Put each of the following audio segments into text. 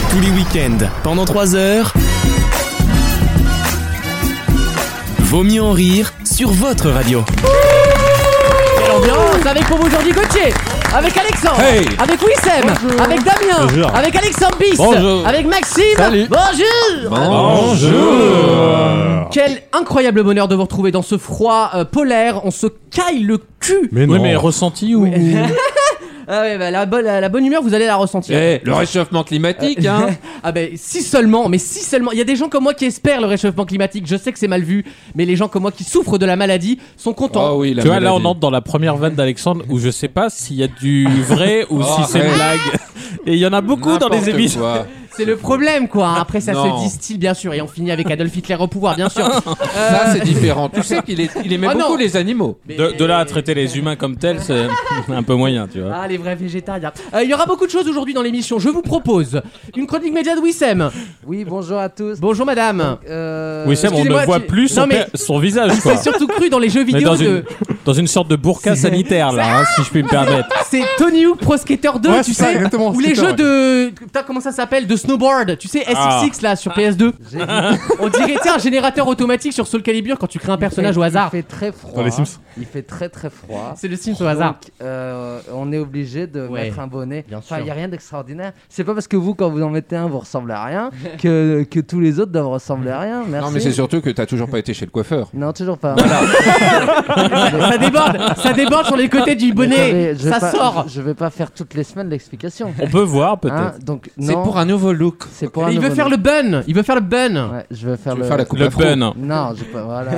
Tous les week-ends, pendant 3 heures, Vaut mieux en rire sur votre radio. Quelle ambiance avec pour vous aujourd'hui Gauthier, avec Alexandre, avec Wissem, avec Damien, avec Alexandre Bis, avec Maxime. Bonjour. Quel incroyable bonheur de vous retrouver dans ce froid polaire. On se caille le cul. Mais non. Mais ressenti ou... Ah ouais, bah, la bonne humeur, vous allez la ressentir. Le réchauffement climatique, hein. Ah ben, si seulement. Il y a des gens comme moi qui espèrent le réchauffement climatique. Je sais que c'est mal vu, mais les gens comme moi qui souffrent de la maladie sont contents. Oh oui, tu vois, là, on entre dans la première vanne d'Alexandre où je sais pas s'il y a du vrai ou si c'est une blague. Et il y en a beaucoup dans les émissions. C'est le problème, quoi. Après, ça se distille, bien sûr. Et on finit avec Adolf Hitler au pouvoir, bien sûr. Ça, c'est différent. Tu sais qu'il aimait beaucoup les animaux. De là à traiter les humains comme tels, c'est un peu moyen, tu vois. Ah, les vrais végétariens. Il y aura beaucoup de choses aujourd'hui dans l'émission. Je vous propose une chronique média de Wissem. Oui, bonjour à tous. Bonjour, madame. Wissem, on ne voit plus son visage, quoi. C'est surtout cru dans les jeux vidéo. Dans une sorte de burqa sanitaire, là, si je puis me permettre. C'est Tony Hawk Pro Skater 2, ouais, tu sais. Exactement, ou les jeux de... Putain, comment ça s'appelle ? De snowboard, tu sais, SXX là sur PS2. On dirait un générateur automatique sur Soul Calibur quand tu crées un personnage au hasard. Il fait très froid. Dans les Sims. Il fait très très froid. C'est le Sims au hasard. Donc, on est obligé de mettre un bonnet. Enfin, il n'y a rien d'extraordinaire. C'est pas parce que vous, quand vous en mettez un, vous ressemblez à rien que tous les autres doivent ressembler à rien. Merci. Non, mais c'est surtout que t'as toujours pas été chez le coiffeur. Non, toujours pas. Ça déborde sur les côtés du bonnet. Ça sort. Je vais pas faire toutes les semaines l'explication. On peut voir peut-être. Hein, donc, c'est pour un nouveau look. Il veut faire le bun. Il veut faire le bun. Ouais, je vais faire la coupe le bun. Non, j'ai pas. Voilà.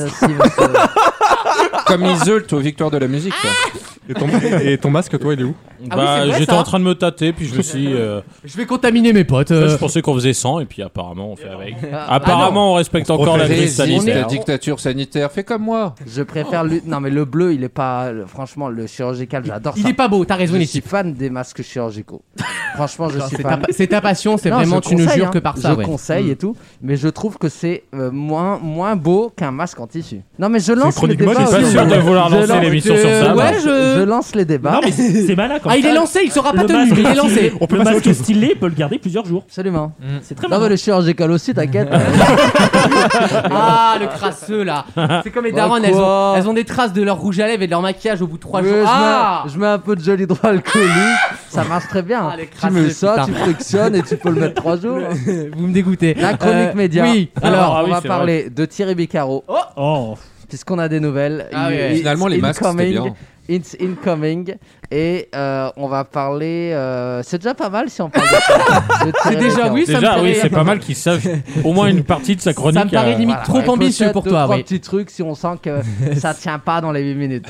Comme Iseult aux victoires de la musique. Et ton masque, toi, il est où? J'étais en train de me tâter, puis je me suis. Je vais contaminer mes potes. Je pensais qu'on faisait 100, et puis apparemment on fait avec. Apparemment on respecte encore la crise sanitaire. La dictature sanitaire, fais comme moi. Je préfère non mais le bleu, il est pas. Franchement, le chirurgical, j'adore ça. Il est pas beau, t'as raison. Je suis fan des masques chirurgicaux. Franchement, je suis fan. C'est ta passion, c'est vraiment, tu ne jures que par ça. Je conseille et tout, mais je trouve que c'est moins beau qu'un masque en tissu. Non mais je lance les débats. Je suis pas sûr de vouloir lancer l'émission sur ça. Ouais, je lance les débats. Non mais c'est malin comme ça. Il est lancé, il sera pas tenu, mais il est lancé. Le masque stylé peut le garder plusieurs jours. Absolument. C'est très malin. Non mais le chirurgical aussi, t'inquiète. Ah, le crasseux là. C'est comme les darons, elles ont des traces de leur rouge à lèvres et de leur maquillage au bout de 3 jours. Je mets un peu de gel hydroalcoolique, ça marche très bien. Tu mets ça, tu frictionnes et tu peux le mettre 3 jours. Vous me dégoûtez. La chronique média. Oui. Alors, on va parler de Thierry Beccaro. Oh. Puisqu'on a des nouvelles. Finalement, les masques, c'était bien. It's incoming. Et on va parler. C'est déjà pas mal si on parle de ça. C'est déjà, oui, ça me paraît... c'est pas mal qu'ils savent au moins une partie de sa chronique. Ça me paraît limite trop ambitieux pour toi. Trois petits trucs si on sent que ça tient pas dans les 8 minutes.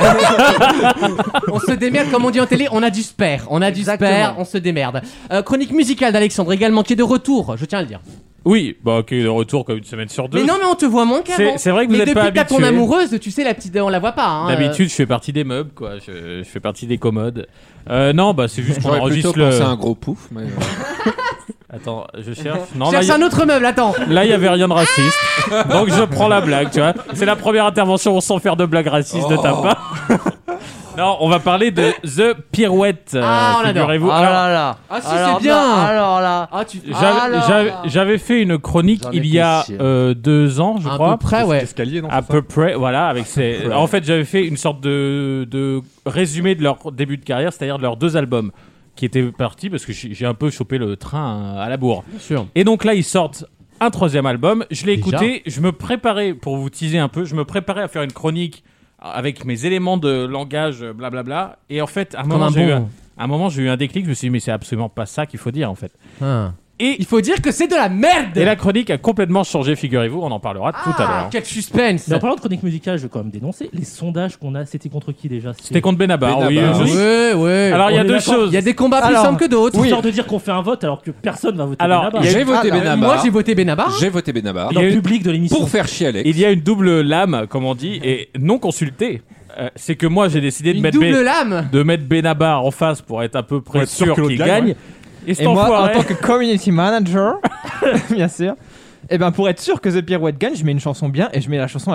On se démerde, comme on dit en télé, on a du spare. On se démerde. Chronique musicale d'Alexandre également, qui est de retour, je tiens à le dire. Oui, qui est de retour comme une semaine sur 2. Mais non, mais on te voit moins qu'avant. C'est vrai que vous êtes pas habitué. Depuis que t'as ton amoureuse, tu sais, la petite, on la voit pas. Hein, D'habitude, je fais partie des meubles, quoi. Je fais partie des commodes. Non, c'est juste qu'on enregistre C'est un gros pouf. Mais Attends, je cherche. Non, cherche un autre meuble, attends. Là, il y avait rien de raciste. Donc, je prends la blague, tu vois. C'est la première intervention sans faire de blague raciste de ta part. Non, on va parler de The Pirouette. Ah, on adore. Ah, si, c'est bien. Alors là. J'avais fait une chronique il y a 2 ans, je crois. À peu près, ouais. Escalier, non, à peu près, voilà. Avec en fait, j'avais fait une sorte de résumé de leur début de carrière, c'est-à-dire de leurs 2 albums qui étaient partis parce que j'ai un peu chopé le train à la bourre. Bien sûr. Et donc là, ils sortent un 3e album. Je l'ai écouté. Je me préparais, pour vous teaser un peu, à faire une chronique avec mes éléments de langage, blablabla. Et en fait, à un moment, j'ai eu un déclic. Je me suis dit, mais c'est absolument pas ça qu'il faut dire, en fait. Et il faut dire que c'est de la merde. Et la chronique a complètement changé, figurez-vous. On en parlera tout à l'heure. Quel suspense. Mais en parlant de chronique musicale, je vais quand même dénoncer les sondages qu'on a. C'était contre qui déjà? C'était contre Benabar. Oui. Alors il y a 2 choses. Il y a des combats plus simples que d'autres. C'est de dire qu'on fait un vote alors que personne va voter Benabar. J'ai voté Benabar. Moi j'ai voté Benabar. J'ai voté Benabar. Dans le public de l'émission. Pour faire chier Alex. Il y a une double lame, comme on dit, et non consultée. C'est que moi j'ai décidé de mettre Benabar en face pour être à peu près sûr qu'il gagne. Et moi, en tant que community manager, bien sûr, pour être sûr que The Pirouette gagne, je mets une chanson bien et je mets la chanson la plus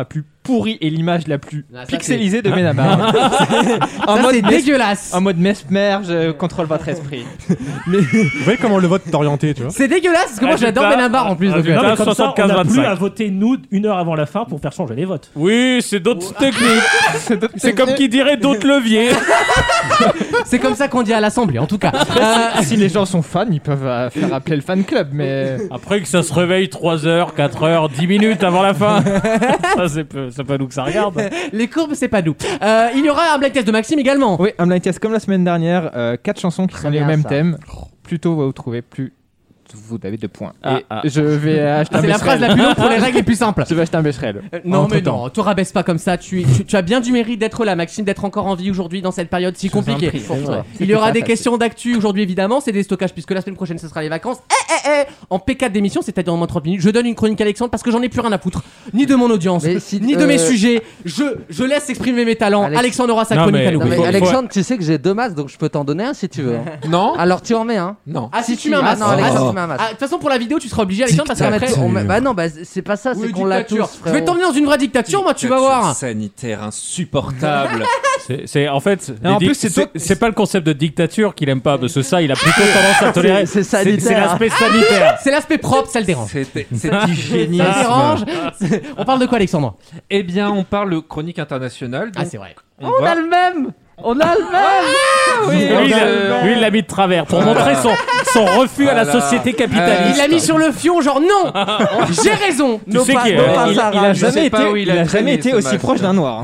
pourri et l'image la plus pixelisée de Benabar. C'est dégueulasse. En mode mesmer, je contrôle votre esprit. Vous voyez comment le vote est orienté, tu vois. C'est dégueulasse parce que moi j'adore Benabar en plus. Non, mais comme ça, on n'a plus 75-25. à voter nous 1 heure avant la fin pour faire changer les votes. Oui, c'est d'autres techniques. C'est comme qui dirait d'autres leviers. C'est comme ça qu'on dit à l'Assemblée en tout cas. Si les gens sont fans, ils peuvent faire appeler le fan club, mais... Après que ça se réveille 3 heures, 4 heures, 10 minutes avant la fin. C'est pas nous que ça regarde. Les courbes, c'est pas nous. Il y aura un blind test de Maxime également. Oui, un blind test comme la semaine dernière, 4 chansons qui Très sont les bien, mêmes ça. thèmes. Plus tôt vous trouvez, plus vous avez de points. Je vais acheter un C'est la phrase la plus longue pour les règles les plus simples. Je vais acheter un Becherel. Non mais non, te rabaisse pas comme ça. Tu as bien du mérite d'être là, Maxime, d'être encore en vie aujourd'hui dans cette période si compliquée. Il y aura des questions d'actu aujourd'hui évidemment, c'est des stockages puisque la semaine prochaine ce sera les vacances. En P4 d'émission, c'est-à-dire en moins 30 minutes, je donne une chronique à Alexandre parce que j'en ai plus rien à foutre, ni de mon audience, ni de mes sujets. Je laisse exprimer mes talents. Alexandre aura sa chronique à nous. Alexandre, tu sais que j'ai 2 masques donc je peux t'en donner un si tu veux. Non. Alors tu en mets un. Non. Ah si tu mets un masque. Non, Alexandre, tu mets un masque. De toute façon pour la vidéo tu seras obligé Alexandre parce qu'après Bah non, c'est pas ça, c'est Oui, qu'on l'a tous. dictature. Je vais t'emmener dans une vraie dictature, moi tu vas voir. Sanitaire insupportable. C'est en fait. En plus, c'est pas le concept de dictature qu'il aime pas, parce que ça, il a plutôt tendance à tolérer. C'est sanitaire. C'est l'aspect sanitaire. C'est l'aspect propre, ça le dérange. C'est hygiénisme. Ça le dérange. On parle de quoi, Alexandre? Eh bien, on parle chronique internationale. Ah, c'est vrai. On a le même. On a le même. Lui, il l'a mis de travers pour montrer son refus à la société capitaliste. Il l'a mis sur le fion, genre non. J'ai raison. Tu sais qu'il il a jamais été aussi proche d'un noir.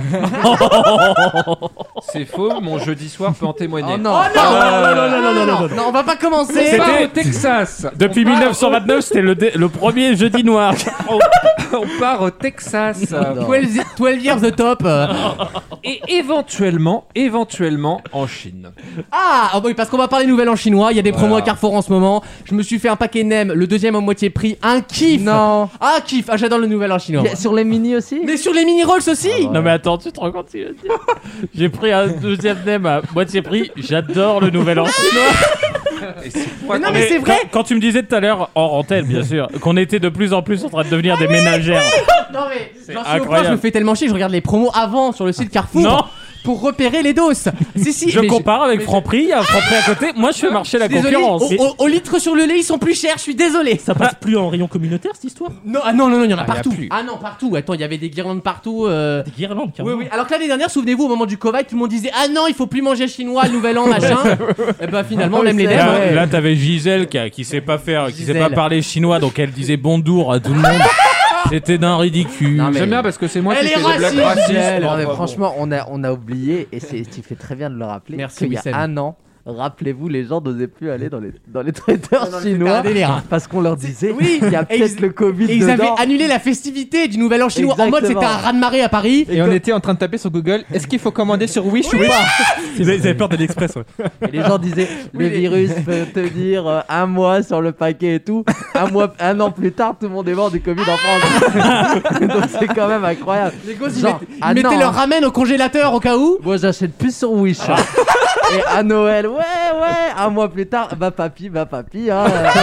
C'est faux, mon jeudi soir peut en témoigner. Oh non. Non, on va pas commencer. C'était au Texas. Depuis 1929, c'était le premier jeudi noir. On part au Texas. 12 years the top. Et éventuellement en Chine. Ah oui, parce qu'on va parler nouvelles en chinois. Il y a des promos à Carrefour en ce moment. Je me suis fait un paquet Nem, le deuxième à moitié prix. Un kiff. Non. Ah, kiff. Ah, j'adore le nouvel en chinois. Sur les mini aussi. Mais sur les mini rolls aussi. Non mais attends, tu te rends compte, j'ai pris un deuxième Nem à moitié prix. J'adore le nouvel an chinois. Non mais c'est vrai. Quand tu me disais tout à l'heure, hors antenne bien sûr, qu'on était de plus en plus en train de devenir des ménagères. Non mais j'en suis au point, incroyable. je me fais tellement chier que je regarde les promos avant sur le site Carrefour. Non. Pour repérer les doses. Si, Je compare avec Franprix, il y a un Franprix à côté. Moi, je fais marcher la désolé, concurrence. au litre sur le lait, ils sont plus chers, je suis désolé. Ça passe plus en rayon communautaire cette histoire? Non, non, il y en a partout. plus. Ah non, partout. Attends, il y avait des guirlandes partout. Des guirlandes, Oui, carrément. oui. Alors que l'année dernière, souvenez-vous, au moment du Covid, tout le monde disait ah non, il faut plus manger chinois, le nouvel an, machin. Et bah finalement, on aime les nems. Là, t'avais Gisèle qui sait pas faire, qui sait pas parler chinois, donc elle disait bonjour à tout le monde. C'était d'un ridicule. Non, mais- J'aime bien parce que c'est moi Elle qui est fais des blagues raciste. racistes. Non, mais franchement, on a oublié, et tu fais très bien de le rappeler, Merci, qu'il y a Wissem. un an, rappelez-vous, les gens n'osaient plus aller dans les traiteurs chinois parce qu'on leur disait Oui. il y a Et peut-être le Covid Et ils avaient dedans. annulé la festivité du nouvel an chinois en mode c'était Exactement. un raz-de-marée à Paris. Et on était en train de taper sur Google, est-ce qu'il faut commander sur Wish ou pas? Ils avaient peur d'AliExpress, ouais. Et les gens disaient le virus peut tenir un mois sur le paquet et tout. Un an plus tard, tout le monde est mort du Covid en France. Donc c'est quand même incroyable. Les gosses, ils Genre, mettaient, ils mettaient leur ramen au congélateur au cas où. Moi j'achète plus sur Wish. Et à Noël, ouais, un mois plus tard, bah papy, hein.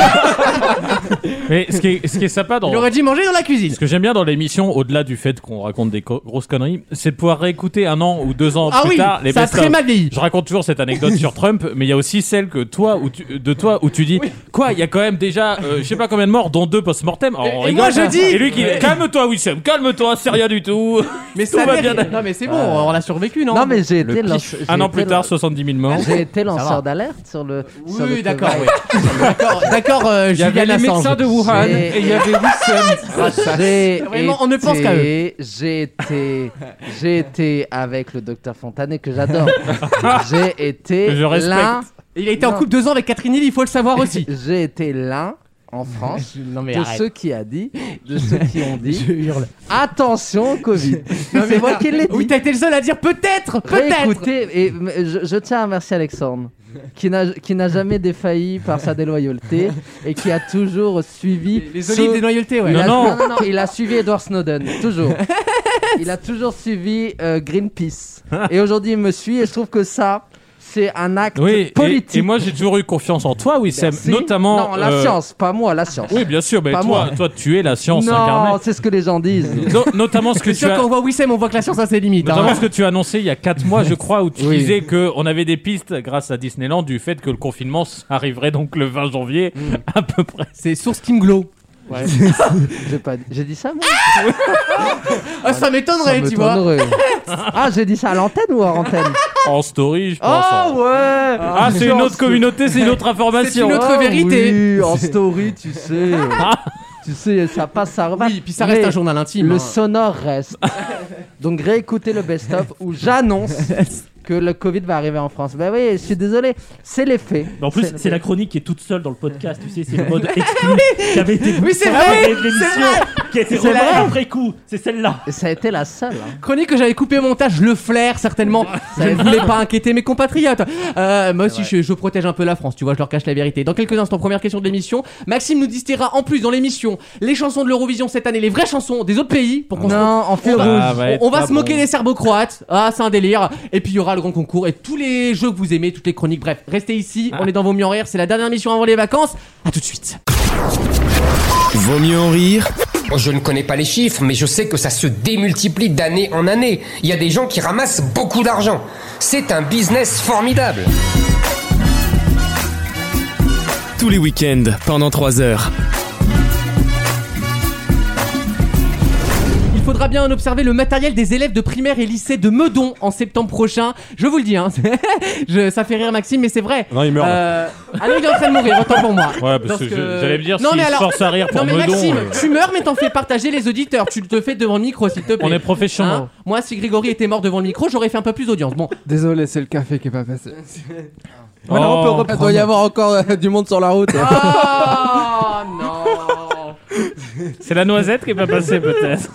Mais ce qui est sympa dans. Il aurait dû manger dans la cuisine. Ce que j'aime bien dans l'émission, au-delà du fait qu'on raconte des grosses conneries, c'est de pouvoir réécouter 1 an ou 2 ans Ah plus oui, tard les ça a best-of. très mal vieilli. Je raconte toujours cette anecdote sur Trump, mais il y a aussi celle que où tu dis quoi, il y a quand même déjà je sais pas combien de morts, dont 2 post-mortem. Alors, on Et rigole. moi, je dis- Et lui qui calme-toi Wissem, calme-toi, c'est rien du tout. Mais Tout ça va bien. bien. Non mais c'est bon, on a survécu, non? Non mais j'ai été 1 an plus tard, 70 000 morts. J'ai été va. lanceur d'alerte sur le. sur le Oui, d'accord, Covid. oui. D'accord, Il y avait Julian les Assange. médecins de Wuhan J'ai- et il y avait Wissem. Vraiment, on ne pense qu'à eux. J'ai été avec le docteur Fontanet que j'adore. J'ai été Que je respecte. l'un. Il a été en Non. couple 2 ans avec Catherine Hill, il faut le savoir aussi. J'ai été l'un en France Non mais de arrête. ceux qui ont dit Je hurle. attention au Covid. C'est moi qui l'ai dit. Oui, t'as été le seul à dire peut-être. Écoutez, et je tiens à remercier Alexandre, qui n'a jamais défailli par sa déloyauté et qui a toujours suivi Les olives des loyautés, ouais. Il a- Non. non, il a suivi Edward Snowden, toujours. Il a toujours suivi Greenpeace. Et aujourd'hui, il me suit et je trouve que ça, c'est un acte Oui, politique. et moi j'ai toujours eu confiance en toi, Wissem, Merci. notamment. Non, la science, pas moi, la science. Oui, bien sûr, mais Pas toi, tu es la science incarnée. Non, c'est ce que les gens disent. Notamment ce que C'est sûr qu'on voit Wissem, on voit que la science a ses limites. Notamment ce que tu as annoncé il y a 4 mois, je crois, où tu disais qu'on avait des pistes grâce à Disneyland du fait que le confinement arriverait donc le 20 janvier à peu près. C'est source Team Glow. Ouais. J'ai dit ça, moi. Ça m'étonnerait, tu vois. Ah, j'ai dit ça à l'antenne ou hors antenne? En story, je pense. Ouais. Ah, c'est une autre communauté, c'est une autre information. C'est une autre vérité. Oui, en story, tu sais. Tu sais, ça passe, ça repart. Oui, puis ça reste un journal intime. Le sonore reste. Donc réécoutez le best-of où j'annonce que le Covid va arriver en France. Ben oui, je suis désolé, c'est les faits. En plus, c'est la chronique qui est toute seule dans le podcast, tu sais, c'est le mode exclu qui avait été Oui, c'est vrai, de l'émission, qui a été remis après coup. C'est celle-là. Et ça a été la seule. Hein. Chronique que j'avais coupé au montage, je le flaire certainement. Je ne voulais pas inquiéter mes compatriotes. Moi aussi, je protège un peu la France, tu vois, je leur cache la vérité. Dans quelques instants, première question de l'émission. Maxime nous distillera en plus dans l'émission les chansons de l'Eurovision cette année, les vraies chansons des autres pays. Pour qu'on en fil rouge. On va se moquer des Serbo-Croates. Ah, c'est un délire. Et puis il y aura le grand concours et tous les jeux que vous aimez, toutes les chroniques. Bref, restez ici. On est dans Vaut mieux en rire. C'est la dernière émission avant les vacances. À tout de suite. Vaut mieux en rire. Je ne connais pas les chiffres, mais je sais que ça se démultiplie d'année en année. Il y a des gens qui ramassent beaucoup d'argent. C'est un business formidable. Tous les week-ends, pendant 3 heures. Il faudra bien observer le matériel des élèves de primaire et lycée de Meudon en septembre prochain. Je vous le dis, hein. Ça fait rire Maxime, mais c'est vrai. Non, il meurt. Ah non, il est en train de mourir, autant pour moi. Ouais, parce que j'allais me dire, non, s'il mais se alors... force à rire pour non, mais Meudon... Maxime, tu meurs, mais t'en fais partager les auditeurs. Tu te fais devant le micro, s'il te plaît. On est professionnels. Hein, moi, si Grégory était mort devant le micro, j'aurais fait un peu plus d'audience. Bon. Désolé, c'est le café qui est pas passé. Voilà, on peut reprendre. Il doit y avoir encore du monde sur la route. Oh non. C'est la noisette qui est pas passée, peut-être.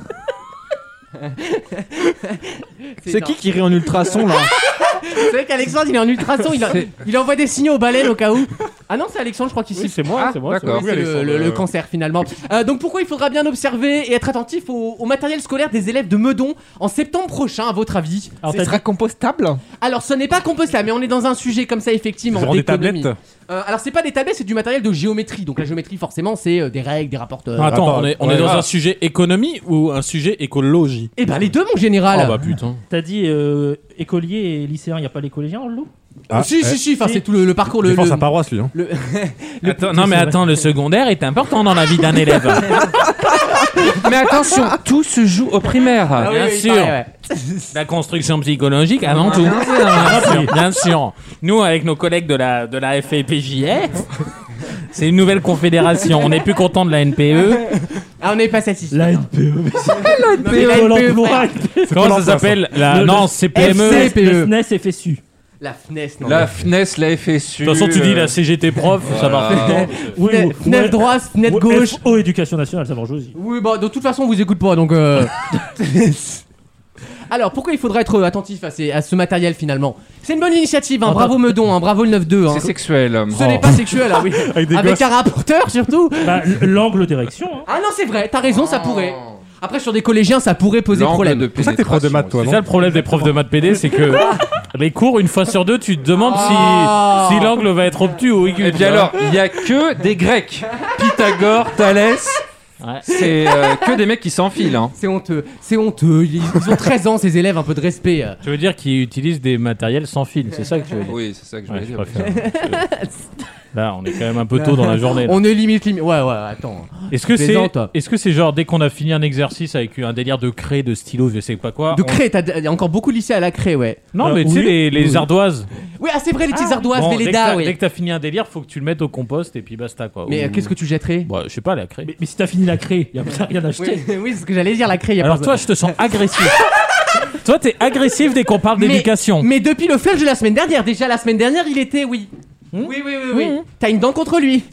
C'est qui rit en ultrason là? C'est vrai qu'Alexandre il est en ultrason, il envoie des signaux aux baleines au cas où. Ah non, c'est Alexandre, je crois qu'ici. Oui, c'est moi. D'accord. C'est le cancer finalement. Donc pourquoi il faudra bien observer et être attentif au matériel scolaire des élèves de Meudon en septembre prochain, à votre avis? Alors, ça sera compostable? Alors ce n'est pas compostable, mais on est dans un sujet comme ça effectivement. Des tablettes. Alors c'est pas des tablettes, c'est du matériel de géométrie. Donc la géométrie forcément c'est des règles, des rapporteurs. Attends, on est dans un sujet économie ou un sujet écologie? Eh ben les deux mon général. Oh bah putain. T'as dit écolier et lycéen, il n'y a pas les collégiens dans le lot? Si, enfin c'est tout le parcours. Il défend sa paroisse lui. Hein. Attends, le secondaire est important dans la vie d'un élève. Mais attention, tout se joue au primaire. Ah oui, Bien oui, sûr. pareil, ouais. La construction psychologique avant tout. Bien sûr. Nous, avec nos collègues de la FEPJF, c'est une nouvelle confédération. On n'est plus content de la NPE. Ah, on n'est pas satisfait. La NPE. Comment ça s'appelle? Non, c'est PME. Le SNES FSU. La FNES, non. La FNES, la FSU. De toute façon, tu dis la CGT prof, ça marche. Oui, FNES droite, FNES gauche. FO éducation nationale, ça marche aussi. Oui, bah de toute façon, on vous écoute pas donc. Alors, pourquoi il faudrait être attentif à ce matériel finalement? C'est une bonne initiative, hein. Bravo Meudon, hein. Bravo le 9-2. Hein. C'est sexuel. Ce n'est pas sexuel, ah oui. Avec un rapporteur surtout. Bah, l'angle d'érection. Hein. Ah non, c'est vrai, t'as raison, ça pourrait. Après, sur des collégiens, ça pourrait poser problème. C'est ça que t'es prof de maths, toi, C'est non? ça le problème des profs de maths PD, c'est que les cours, une fois sur deux, tu te demandes si l'angle va être obtus ou aigu. Et bien alors, il y a que des Grecs. Pythagore, Thalès. Ouais. C'est que des mecs qui s'enfilent. Hein. C'est honteux, c'est honteux. Ils ont 13 ans, ces élèves, un peu de respect. Tu veux dire qu'ils utilisent des matériels sans fil, c'est ça que tu veux dire? Oui, c'est ça que je voulais dire. Là, on est quand même un peu tôt dans la journée. Là. On est limite. Ouais, attends. Est-ce que c'est genre dès qu'on a fini un exercice avec un délire de craie, de stylo, je sais pas quoi? De craie, il y a encore beaucoup de lycées à la craie, ouais. Non, mais tu sais, les ardoises. Oui, c'est vrai, les petites ardoises, Bon, Véleda, dès que t'as fini un délire, faut que tu le mettes au compost et puis basta quoi. Mais qu'est-ce que tu jetterais? Bah, je sais pas, la craie. Mais si t'as fini la craie, y a rien à acheter. Oui, c'est ce que j'allais dire, la craie. Y a Alors pas toi, je te sens agressif. Toi, t'es agressif dès qu'on parle d'éducation. Mais depuis le flash de la semaine dernière, déjà la semaine dernière, il était oui. Oui. T'as une dent contre lui.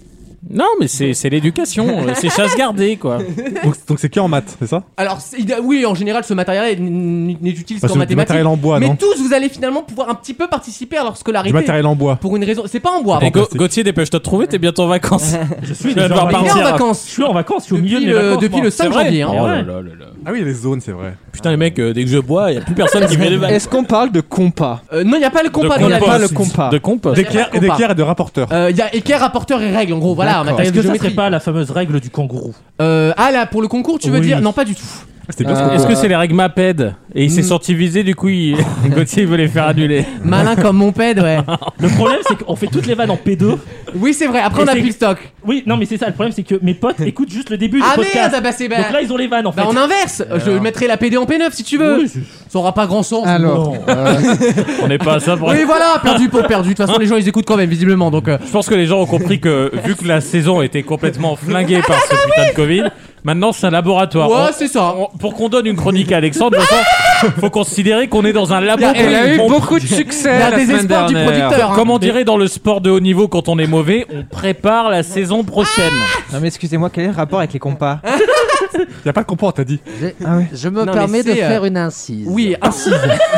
Non, mais c'est l'éducation, c'est chasse gardée, quoi. Donc c'est que en maths, c'est ça? Alors, oui, en général, ce matériel n'est utilisé qu'en mathématiques. Du matériel en bois, mais non? tous, vous allez finalement pouvoir un petit peu participer à leur scolarité. Du matériel en bois. Pour une raison. C'est pas en bois. Et Gauthier, dépêche-toi de trouver, t'es bientôt en vacances. Je suis en vacances. Je suis en vacances, je suis au milieu de mes vacances. Depuis le 5 janvier. Oh là là là. Ah oui, il y a les zones, c'est vrai. Putain, les mecs, dès que je bois, il y a plus personne qui met les vannes. Est-ce qu'on parle de compas? Non, il n'y a pas le compas dans Il n'y la a pas le liste. compas. De compost. D'équerre et de rapporteur. Il y a équerre, rapporteur et règle, en gros. Voilà, un matériel Est-ce de que ça géométrie. serait pas la fameuse règle du kangourou? Ah là, pour le concours, tu veux Oui. dire? Non, pas du tout. C'était bien ce Est-ce que c'est les règles MAPED? Et il s'est sorti visé, du coup, Gauthier veut les faire annuler. Malin comme mon pède, ouais. Le problème, c'est qu'on fait toutes les vannes en P2. Oui, c'est vrai. Après, Et on a c'est- plus le stock. Oui, non, mais c'est ça. Le problème, c'est que mes potes écoutent juste le début du Ah podcast. merde, bah c'est Donc là, ils ont les vannes en fait. Bah on inverse. Je mettrai la PD en P9 si tu veux. Oui, Ça aura pas grand sens. Alors, On n'est pas à ça pour Oui, voilà, perdu pour perdu. De toute façon, les gens ils écoutent quand même, visiblement. Donc, Je pense que les gens ont compris que, vu que la saison était complètement flinguée par ce putain de Covid, maintenant c'est un laboratoire. ouais, c'est ça. Pour qu'on donne une chronique à Alexandre, de toute façon, faut considérer qu'on est dans un labo. Elle a eu On- beaucoup de succès Il y a la des semaine espoirs du dernière. producteur. hein. Comme on dirait dans le sport de haut niveau, quand on est mauvais, on prépare la saison prochaine. non mais excusez-moi, quel est le rapport avec les compas? Il n'y a pas de compas, t'as dit. Je me Non, mais permets de c'est, faire une incise. Oui, incise.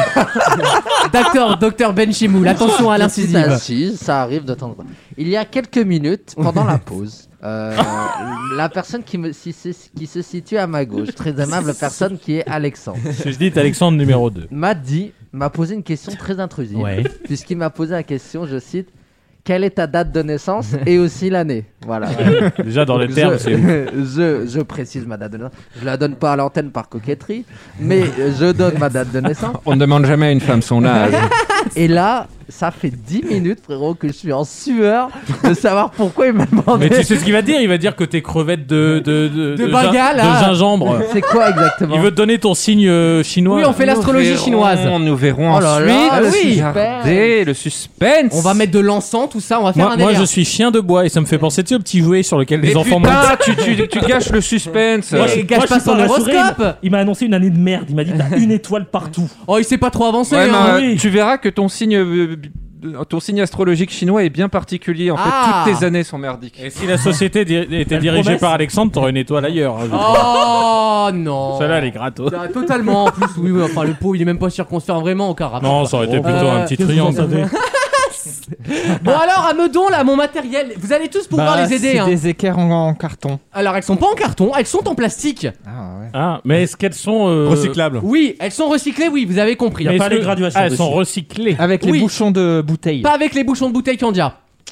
Docteur Ben Chimoul, attention à Petite l'incisive. incise, ça arrive de temps en temps. Il y a quelques minutes, pendant la pause, la personne qui se situe à ma gauche, très aimable personne qui est Alexandre, Je dis Alexandre numéro 2. m'a posé une question très intrusive, Ouais. puisqu'il m'a posé la question, je cite, quelle est ta date de naissance et aussi l'année? Voilà. Déjà dans les Donc, termes, c'est. je précise ma date de naissance. Je la donne pas à l'antenne par coquetterie, mais je donne ma date de naissance. On ne demande jamais à une femme son âge. Et là, ça fait 10 minutes, frérot, que je suis en sueur de savoir pourquoi il m'a demandé. Mais tu sais ce qu'il va dire? Il va dire que t'es crevettes de Bengale, de hein. gingembre. C'est quoi exactement? Il veut te donner ton signe chinois. Oui, on fait l'astrologie chinoise. Nous verrons Oh là ensuite. là, le oui. Regardez le suspense. On va mettre de l'encens, tout ça, on va faire un Moi, délire. je suis chien de bois et ça me fait penser, tu sais, au petit jouet sur lequel les Et enfants montent. putain, tu gâches le suspense. Ouais, gâche Moi, pas je suis son rassuré, horoscope. Il m'a annoncé une année de merde. Il m'a dit t'as une étoile partout. Oh, il s'est pas trop avancé. Ouais, hein. mais, oui. tu verras que ton signe astrologique chinois est bien particulier. En fait, Ah. toutes tes années sont merdiques. Et si la société était dirigée promesse. par Alexandre, t'aurais une étoile ailleurs. hein, je- Oh non. Celle-là, elle est gratos. Ah, totalement. En plus, oui, oui, enfin le pot, il est même pas circonspect vraiment aucun rapport. Non, ça aurait été plutôt un petit Qu'est-ce que vous en triangle. savez? Bon alors à Meudon là, mon matériel, vous allez tous pouvoir les aider. C'est Hein. des équerres en carton. Alors elles sont pas en carton, elles sont en plastique. Ah ouais. Ah, mais est-ce qu'elles sont. Recyclable. Oui, elles sont recyclées, oui, vous avez compris. Il y a mais pas est-ce les que- graduations Ah, elles sont dessus. recyclées. Avec les Oui. bouchons de bouteilles. Pas avec les bouchons de bouteille Candia.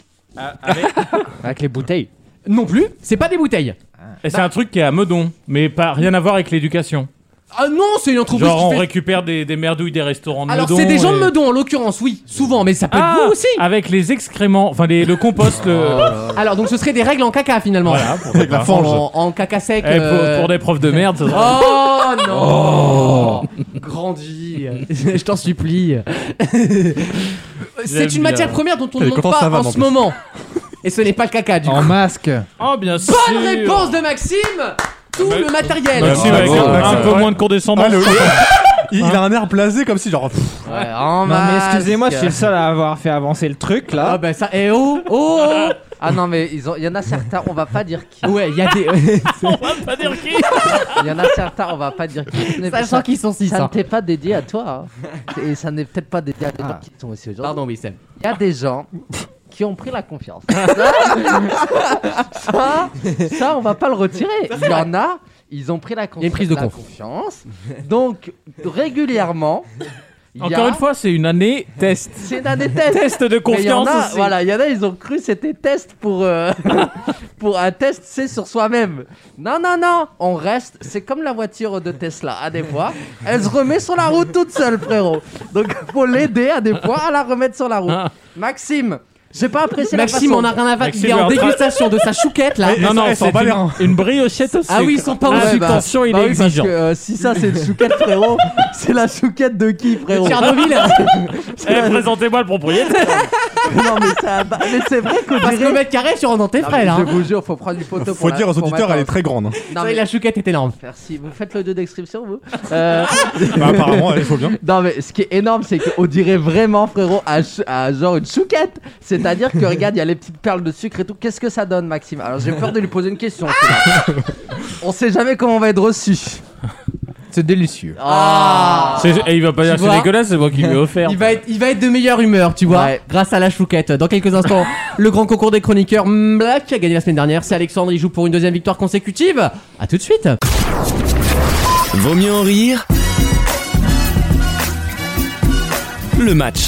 Avec les bouteilles. Non plus, c'est pas des bouteilles. Et c'est un truc qui est à Meudon, mais pas rien à voir avec l'éducation. Ah non, c'est une entreprise Genre, on qui fait... récupère des merdouilles des restaurants de Alors Meudon. c'est des gens de et- Meudon en l'occurrence, oui, souvent, mais ça peut Ah, être vous aussi. avec les excréments, enfin le compost, Alors donc ce serait des règles en caca finalement. Voilà, pour Avec la fange. En caca sec. pour des profs de merde. ça serait- Oh non Grandis, je t'en supplie. C'est J'aime une matière bien. première dont on Elle ne est manque contente, ça pas va, en en ce plus. moment. Et ce n'est pas le caca du coup. En masque. Oh, bien sûr. Bonne réponse de Maxime. Tout le matériel. Merci, avec Bravo, un Maxime. peu Ouais. moins de condescendance. Il a un air blasé comme si genre. Ouais, en Non mais masque. excusez-moi, je suis le seul à avoir fait avancer le truc Ah là. bah ça. Eh oh oh. Ah non, mais il y en a certains, on va pas dire qui. Ouais, il y a des. On va pas dire qui. Il y en a certains, on va pas dire qui. Ce n'est pas- Sachant qu'ils sont six. Ça ne hein. t'est pas dédié à toi. Hein. Et ça n'est peut-être pas dédié à des gens qui sont aussi aujourd'hui. Pardon, oui, Sam. Il y a des gens qui ont pris la confiance. Ça, on va pas le retirer. Il y en a, ils ont pris la Il y a une prise de confiance. Donc, régulièrement. il y Encore a- une fois, c'est une année test. C'est une année test. Test de Mais il y en confiance a, aussi. voilà, il y en a, ils ont cru que c'était test pour, pour un test, c'est sur soi-même. Non, non, non, on reste, c'est comme la voiture de Tesla, à des fois, elle se remet sur la route toute seule, frérot. Donc, faut l'aider à des fois à la remettre sur la route. Maxime, j'ai pas apprécié Maxime, la on façon. a rien à voir. Maxime Il est en est en train- dégustation de sa chouquette là. Non, non, Elles sont c'est pas les reins. une briochette aussi. Ah oui, ils sont pas Ouais, aussi. bah, Attention, il bah est oui, parce exigeant. que, si ça c'est une chouquette, frérot, c'est la chouquette de qui, frérot? Tchernobyl. Eh, présentez-moi le propriétaire. Non, mais c'est vrai qu'on Parce qu'au mètre carré, tu rentres dans tes frais là. Je vous jure, faut prendre une photo pour Faut dire aux auditeurs, elle est très grande. Non, mais la chouquette est énorme. Merci. Vous faites le 2 description, vous Bah, apparemment, il faut bien. Non, mais ce qui est énorme, c'est qu'on dirait vraiment, frérot, à genre une chouquette. C'est-à-dire que, regarde, il y a les petites perles de sucre et tout. Qu'est-ce que ça donne, Maxime? Alors, j'ai peur de lui poser une question. On sait jamais comment on va être reçu. C'est délicieux. Et il va pas dire que c'est dégueulasse, c'est moi qui lui ai offert. Il va être de meilleure humeur, tu vois, grâce à la chouquette. Dans quelques instants, le grand concours des chroniqueurs Black qui a gagné la semaine dernière. C'est Alexandre, il joue pour une deuxième victoire consécutive. À tout de suite. Vaut mieux en rire. Le match.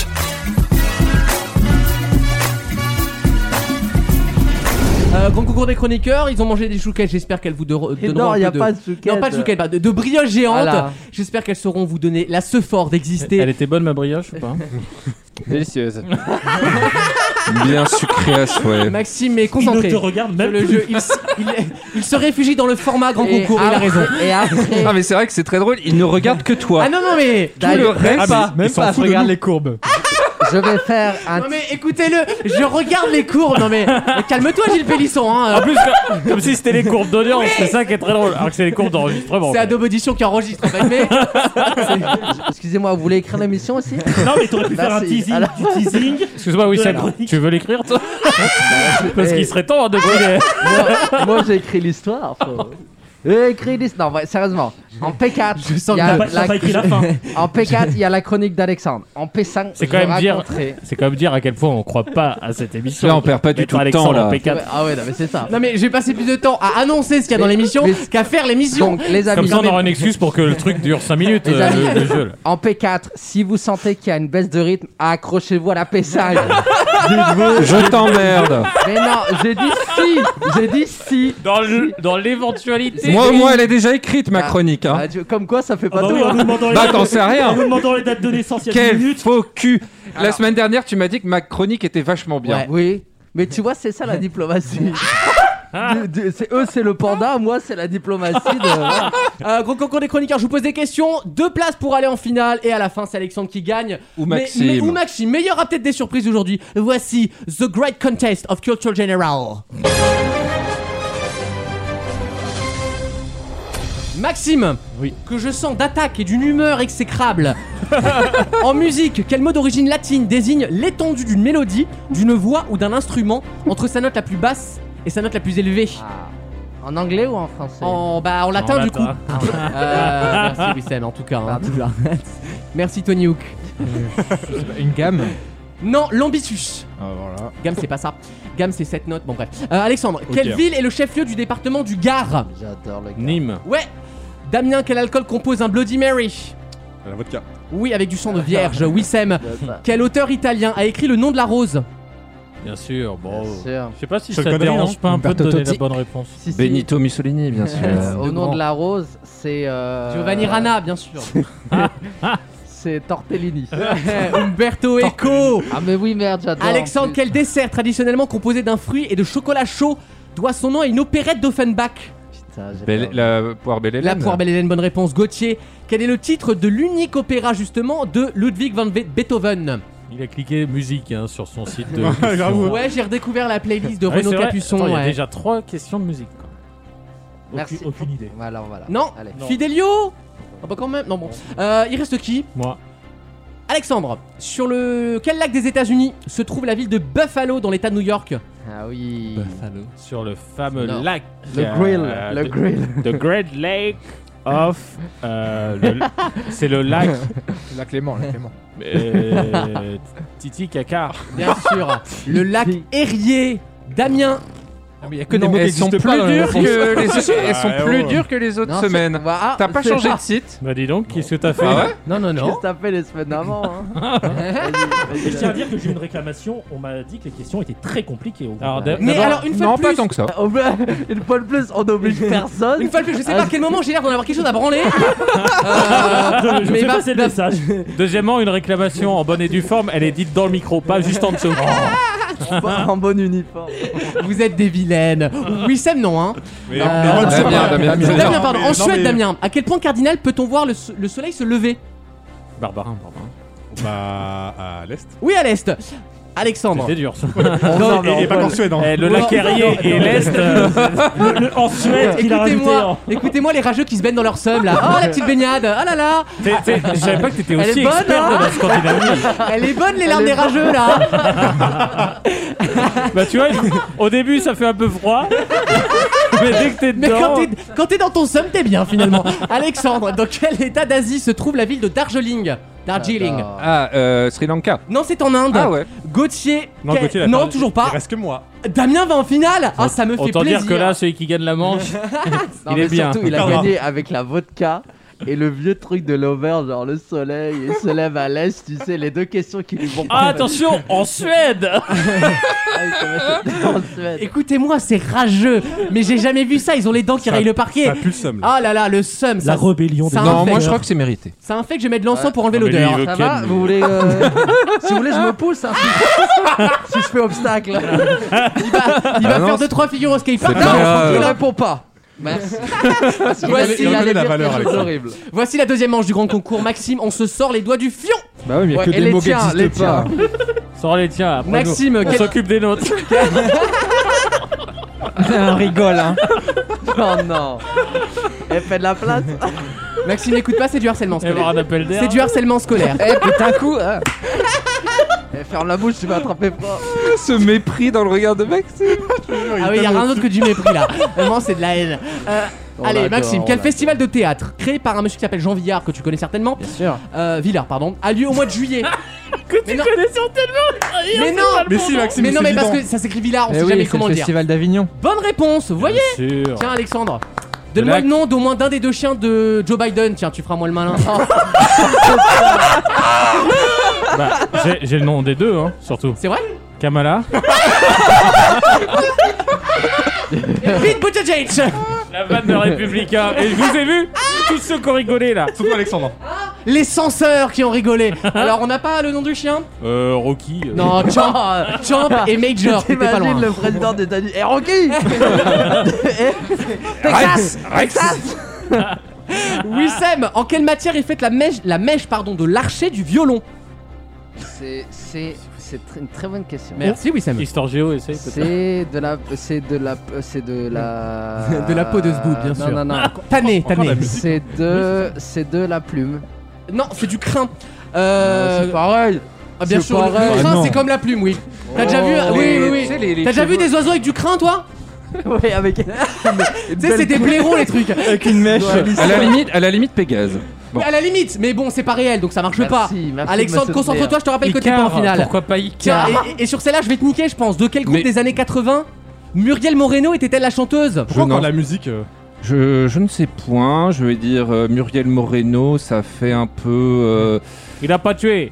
Grand concours des chroniqueurs, ils ont mangé des chouquettes, j'espère qu'elles vous donneront Non, il n'y a de... pas de chouquette. Non, pas de chouquettes, de brioche géante. Voilà. J'espère qu'elles sauront vous donner la sephore d'exister. Elle était bonne ma brioche ou pas? Délicieuse. Bien sucré à souhait. Maxime est concentré Il ne te regarde même sur le jeu. Il se réfugie dans le format grand concours, il a raison. Et après. Ah mais c'est vrai que c'est très drôle, il ne regarde que toi. Ah non, mais... Tout le reste, Même pas, regarde les courbes. Je vais faire un. Non mais écoutez-le, je regarde les courbes. Non mais calme-toi Gilles Pélisson hein. En plus, comme si c'était les courbes d'audience, c'est ça qui est très drôle. Alors que c'est les courbes d'enregistrement. C'est Adobe Audition qui enregistre en fait, mais... Excusez-moi, vous voulez écrire l'émission aussi? Non, mais t'aurais pu faire un teasing. Alors... Du teasing. Excuse-moi, oui, tu veux l'écrire toi? Parce qu'il serait temps de les... Moi j'ai écrit l'histoire. Écrit l'histoire. Non, ouais, sérieusement. En P4, je sens il y a pas écrit la fin. En P4, il y a la chronique d'Alexandre. En P5, c'est quand même dire à quel point on croit pas à cette émission. Là, on perd pas du tout le temps là. P4. Ah ouais, non, mais c'est ça. Non mais j'ai passé plus de temps à annoncer ce qu'il y a dans l'émission qu'à faire l'émission. Donc les amis, comme ça on aura une excuse pour que le truc dure 5 minutes. Les amis, le jeu. En P4, si vous sentez qu'il y a une baisse de rythme, accrochez-vous à la P5. Dites-vous. Je t'emmerde. Mais non, j'ai dit si. J'ai dit si. Dans l'éventualité. Moi, elle est déjà écrite ma chronique. Hein. Comme quoi, ça fait pas bah tout. oui, Hein. Bah t'en sais rien. En nous demandant les dates de naissance il y a 10 Quel minutes. faux cul. La Alors. semaine dernière, tu m'as dit que ma chronique était vachement bien. Ouais. Oui. Mais tu vois, c'est ça la diplomatie. C'est le panda, moi c'est la diplomatie de... Gros concours des chroniqueurs, je vous pose des questions. 2 places pour aller en finale. Et à la fin, c'est Alexandre qui gagne. Ou Maxime. Ou Maxime. Mais il y aura peut-être des surprises aujourd'hui. Voici The Great Contest of Culture General. Maxime, oui. Que je sens d'attaque et d'une humeur exécrable. En musique, quel mot d'origine latine désigne l'étendue d'une mélodie, d'une voix ou d'un instrument entre sa note la plus basse et sa note la plus élevée? En anglais ou en français? En latin du coup. Merci Wissem en tout cas. Merci Tony Hook. Une gamme. Non, l'ambitus. Voilà. Gamme c'est pas ça. Gamme c'est 7 notes, bon bref. Alexandre, quelle ville est le chef-lieu du département du Gard? J'adore le gars. Nîmes. Ouais. Damien, quel alcool compose un Bloody Mary? La vodka. Oui, avec du sang de vierge. Wissem, quel auteur italien a écrit Le nom de la rose? Bien sûr, bon. Bien sûr. Je sais pas si Sean ça te Connery, dérange non pas un peu de donner Totti. la bonne réponse. Si, si. Benito Mussolini, bien sûr. Au nom de la rose, c'est... Giovanni Rana, bien sûr. C'est Tortellini. Umberto Eco. Ah mais oui, merde, j'adore. Alexandre, quel dessert traditionnellement composé d'un fruit et de chocolat chaud doit son nom à une opérette d'Offenbach? Putain, j'ai peur. La poire belle La poire belle Hélène, bonne réponse. Gauthier, quel est le titre de l'unique opéra justement de Ludwig van Beethoven? Il a cliqué musique sur son site de. Ouais, j'ai redécouvert la playlist de Renaud c'est vrai. Capuçon. Attends, il y a ouais. déjà 3 questions de musique. Quoi. Merci. Aucune idée. Voilà. Non, Allez. Fidelio. Ah bah quand même. Non bon. Il reste qui? Moi. Alexandre, sur quel lac des États-Unis se trouve la ville de Buffalo dans l'État de New York? Ah oui. Sur le fameux Non. lac. Le grill. The Great Lake of. C'est le lac. La Clément. Titi Caca. Bien sûr. Le lac Erie. Damien. Il y a que des mots qui Elles sont n'existent pas dans la plus dures réponse. elles sont plus dures que les autres Non, semaines. T'as pas c'est changé de site? Bah dis donc, qu'est-ce que t'as fait? Ah ouais? Non. Qu'est-ce que t'as fait les semaines d'avant hein? Et je tiens à dire que j'ai eu une réclamation. On m'a dit que les questions étaient très compliquées. Alors, Mais alors une fois Non, de pas plus. tant que ça. Une fois de plus, on n'oblige personne. Une fois de plus, je sais pas à quel moment j'ai l'air d'en avoir quelque chose à branler. Je mais fais bah- passer le message. Deuxièmement, une réclamation en bonne et due forme, elle est dite dans le micro, pas juste en dessous. En bon uniforme. Vous êtes des vilaines. Wissem non hein. Mais Damien, pardon. En Non, Suède, mais- Damien. À quel point cardinal peut-on voir le soleil se lever? Barbarin. Bah, à l'est. Oui, à l'est. Alexandre. C'était dur ça. Et pas qu'en Suède. Hein. Le lac Erie et l'Est. En Suède, il a rajouté. Écoutez-moi les rageux qui se baignent dans leur seum là. Oh la petite baignade. Oh là là. Je savais pas que t'étais Elle aussi est bonne, expert hein de la Scandinavie. Elle est bonne les larmes des rageux là. Bah tu vois, au début ça fait un peu froid. Mais dès que t'es Mais dedans... quand t'es dans ton seum, t'es bien finalement. Alexandre, dans quel état d'Asie se trouve la ville de Darjeeling? Darjeeling. Sri Lanka. Non, c'est en Inde. Ah ouais. Gauthier. Non, Gauthier, il a non, perdu. toujours pas. Il reste que moi. Damien va en finale. Ah, ça me fait Autant plaisir. dire que là, celui qui gagne la manche, Non, il est mais bien. surtout, il a Pardon. gagné avec la vodka. Et le vieux truc de l'auberge, genre le soleil, il se lève à l'est, tu sais, les deux questions qui lui vont pas. Ah, attention, en Suède. Écoutez-moi, c'est rageux. Mais j'ai jamais vu ça. Ils ont les dents qui rayent le parquet. Ça pue le seum. Ah là là, le seum. La rébellion des Non, moi je crois que c'est mérité. C'est un fait que je vais mettre de l'encens pour enlever Non, mais lui, l'odeur. il veut Ça Ken, va lui. Vous voulez si vous voulez, je me pousse hein, si je fais obstacle. Il va non, faire 2-3 figures au skatepark. c'est pas- Il répond pas. Merci. Voici, il allait reconnaît la dire valeur, quelque chose Alexandre. d'horrible. Voici la deuxième manche du grand concours. Maxime, on se sort les doigts du fion. Bah oui, mais il y a Ouais, que et des les mots qui tiens, les n'existent pas. Sors les tiens. Après, Maxime, nous, on quel- s'occupe des nôtres. On rigole, hein. Oh non. Elle fait de la place. Maxime, n'écoute pas, c'est du harcèlement Il va y avoir scolaire. un appel d'air. C'est du harcèlement scolaire. Eh putain coup. Ferme la bouche, tu vas attraper fort. Ce mépris dans le regard de Maxime. Ah oui, il y a rien d'autre que du mépris là. Vraiment, c'est de la haine. Allez, l'adore, Maxime, on quel l'adore. festival de théâtre créé par un monsieur qui s'appelle Jean Villard, que tu connais certainement, Bien sûr. Villard, pardon, a lieu au mois de juillet. Que tu non. connais certainement. Mais non, Mais si, Maxime, mais non, c'est mais parce évident. que ça s'écrit Villard, on Eh sait oui, jamais c'est comment le le dire. festival d'Avignon. Bonne réponse, vous voyez. Bien sûr. Tiens, Alexandre. Donne-moi lac. le nom d'au moins d'un des deux chiens de Joe Biden. Tiens, tu feras moi le malin. Bah, j'ai le nom des deux, hein, surtout. C'est vrai? Kamala. Pete Buttigieg. La vanne de Républicain. Et je vous ai vu tous ceux qui ont rigolé là. Surtout Alexandre. Les censeurs qui ont rigolé. Alors, on n'a pas le nom du chien? Rocky. Non, Champ et Major. T'étais pas loin. T'imagines le président des États-Unis. Eh Rocky. Texas. Wissem, en quelle matière est faite la mèche de l'archet du violon? C'est une très bonne question. Merci Wissem. Histoire géo, essaye peut-être. C'est de la De la peau de zbou, bien sûr. Non. Tanné. C'est de la plume. Non, c'est du crin. C'est pareil. Ah, bien c'est sûr, le pareil. crin Ah, non. c'est comme la plume, oui. T'as déjà vu? Oh. Oui. T'as déjà vu des oiseaux avec du crin, toi? Oui, avec. Tu sais, c'est des blaireaux, les trucs. Avec une mèche. À la limite Pégase. Bon. À la limite, mais bon, c'est pas réel, donc ça marche pas. Merci, Alexandre, monsieur concentre-toi, je te rappelle que t'es pas en finale. Pourquoi pas Tiens, Icar? et sur celle-là, je vais te niquer, je pense. De quel groupe Mais- des années 80 Muriel Moreno était-elle la chanteuse? Pourquoi encore de la musique Je ne sais point, je vais dire Muriel Moreno, ça fait un peu... Il a pas tué.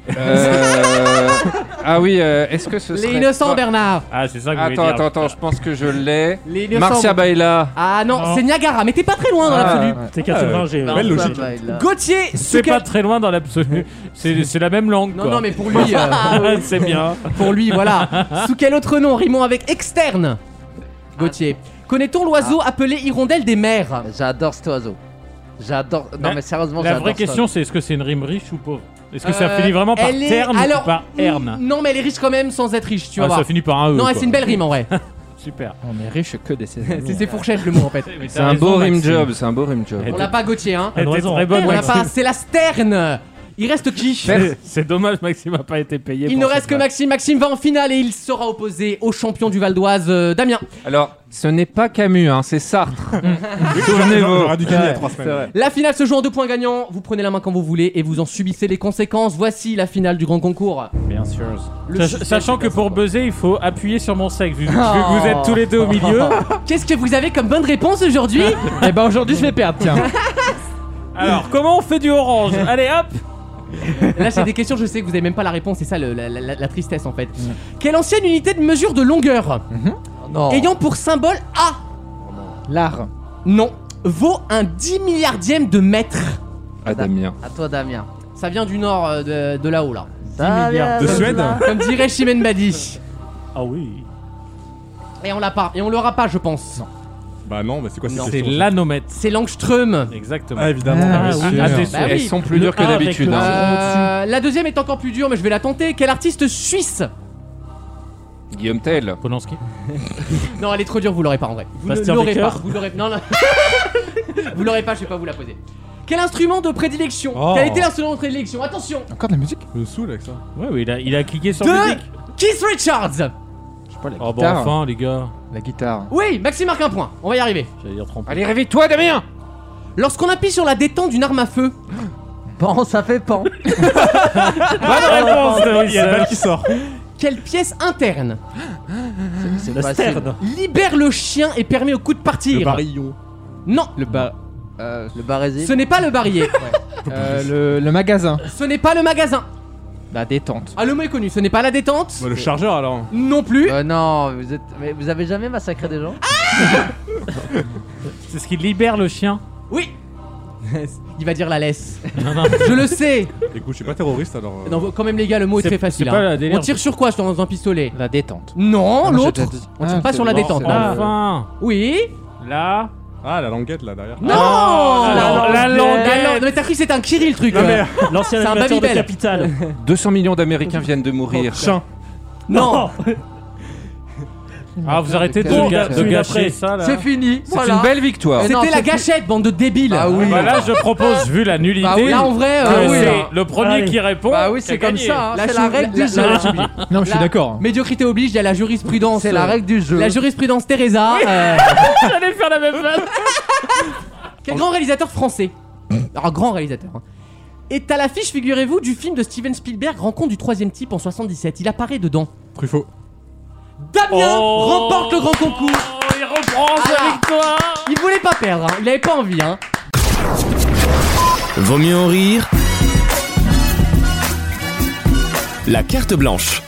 Ah oui, est-ce que ce serait... Les innocents, Bernard. Ah, c'est ça que je voulais dire. Attends, je pense que je l'ai. Les innocents. Marcia Baila. Ah non, Non. c'est Niagara, mais t'es pas très loin dans l'absolu. C'est 80 G. Belle logique. Gauthier, C'est pas très loin dans l'absolu. C'est la même langue, Non, quoi. non, mais pour lui, c'est bien. pour lui, voilà. Sous quel autre nom rimons avec externe? Gauthier. Connaît-on l'oiseau appelé hirondelle des mers? J'adore cet oiseau. J'adore. Non, mais sérieusement, La j'adore vraie cet question, c'est est-ce que c'est une rime riche ou pauvre? Est-ce que ça Euh, finit vraiment par elle est- terne alors, ou par herne? Non, mais elle est riche quand même sans être riche, tu vas Ah, voir. ça finit par un E. Non, quoi. c'est une belle rime en vrai. Super. On est riche que des saisonniers. C'est ses fourchettes le mot en fait. Mais C'est t'as un raison, beau rim Maxime. job, c'est un beau rim job. On l'a pas Gauthier, hein. Elle était raison. très bonne, On l'a Maxime. pas, c'est la sterne. Il reste qui? C'est dommage, Maxime a pas été payé. Il pour ne cette reste que blague. Maxime. Maxime va en finale et il sera opposé au champion du Val d'Oise, Damien. Alors, ce n'est pas Camus, hein, c'est Sartre. Souvenez-vous. J'aurais dû gagner il y a 3 semaines. La finale se joue en 2 points gagnants. Vous prenez la main quand vous voulez et vous en subissez les conséquences. Voici la finale du grand concours. Bien sûr. Sachant que pour buzzer, il faut appuyer sur mon sexe. Vu que vous êtes tous les deux au milieu. Qu'est-ce que vous avez comme bonne réponse aujourd'hui? Eh ben aujourd'hui je vais perdre, tiens. Alors, comment on fait du orange? Allez, hop! Là, c'est des questions, je sais que vous avez même pas la réponse. C'est ça la tristesse en fait. Quelle ancienne unité de mesure de longueur Non. ayant pour symbole A, L'art. non, vaut un 10 milliardième de mètre? Ah, Damien. À toi, Damien. Ça vient du nord de là-haut là. Damien. De Suède. Comme dirait Chimène Badi. Ah oui. Et on l'a pas. Et on l'aura pas, je pense. Bah non, mais c'est quoi Non. cette C'est question l'anomètre. C'est l'angström. Exactement. Ah, évidemment. Ah, Ah, oui. oui. Ah, t'es Bah sûr. oui. Elles sont plus Le dures que A avec d'habitude. le hein. La deuxième est encore plus dure, mais je vais la tenter. Quel artiste suisse Guillaume Tell. Polanski. Non, elle est trop dure, vous l'aurez pas en vrai. Vous Bastien l'aurez Becker. pas. Vous l'aurez. Non, non. Vous l'aurez pas, je vais pas vous la poser. Quel instrument de prédilection? Oh. Quel était l'instrument de prédilection? Attention. Encore de la musique? Je me saoule avec ça. Ouais, oui, il a cliqué sur De musique. Keith Richards. Je sais pas, la Oh, bon, guitare. enfin, les gars. La guitare. Oui, Maxime marque un point. On va y arriver. J'allais dire trompe. Allez, réveille-toi, Damien. Lorsqu'on appuie sur la détente d'une arme à feu, Pan, ça fait pan. Bonne réponse, Il y a une balle qui sort. quelle pièce interne C'est La facile. sterne. libère le chien et permet au coup de partir? Le barillon. Non, Le Le barésil. ce n'est pas le barillet. le magasin. Ce n'est pas le magasin. La détente. Ah, le mot est connu. Ce n'est pas la détente. Bah, le chargeur alors. Non plus. Non, mais vous avez jamais massacré des gens? C'est ce qui libère le chien. Oui. Il va dire la laisse. Non, non. Je le sais. Écoute, je suis pas terroriste alors. Non, quand même les gars, le mot est C'est- très facile. c'est pas hein. la délire. On tire sur quoi dans un pistolet? La détente. Non, Ah, moi, l'autre. j'ai déjà dit. On tire Ah, pas c'est sur la bon, détente. c'est non. bon. Enfin. Oui. Là. Ah, la languette là derrière. Non. la languette. Non, mais t'as cru que c'était un Kiri le truc. Non, mais- L'ancien C'est un animateur de Babybel. Capital. 200 millions d'Américains viennent de mourir. Chien. Non. Ah, vous arrêtez de, Bon, de celui gâcher d'après. ça là. C'est fini. C'est Voilà. une belle victoire. Mais non, C'était la c'est- gâchette, bande de débiles. Ah oui. Bah là, je propose, vu la nullité, Bah oui. Là, en vrai, que oui. c'est le premier Allez. qui répond. Bah oui, qui a c'est comme gagné. ça. hein, La C'est la chou- règle du la- jeu. la- Non, je suis La- d'accord. Médiocrité oblige, il y a la jurisprudence. C'est la règle du jeu. La jurisprudence Teresa. J'allais faire la même chose. Quel grand réalisateur français, alors grand réalisateur, hein, est à l'affiche, figurez-vous, du film de Steven Spielberg, Rencontre du troisième type en 77. Il apparaît dedans. Truffaut. Damien Oh. remporte le grand concours. Oh, il reprend sa Ah. victoire. Il voulait pas perdre, hein. Il avait pas envie. Hein. Vaut mieux en rire. La carte blanche.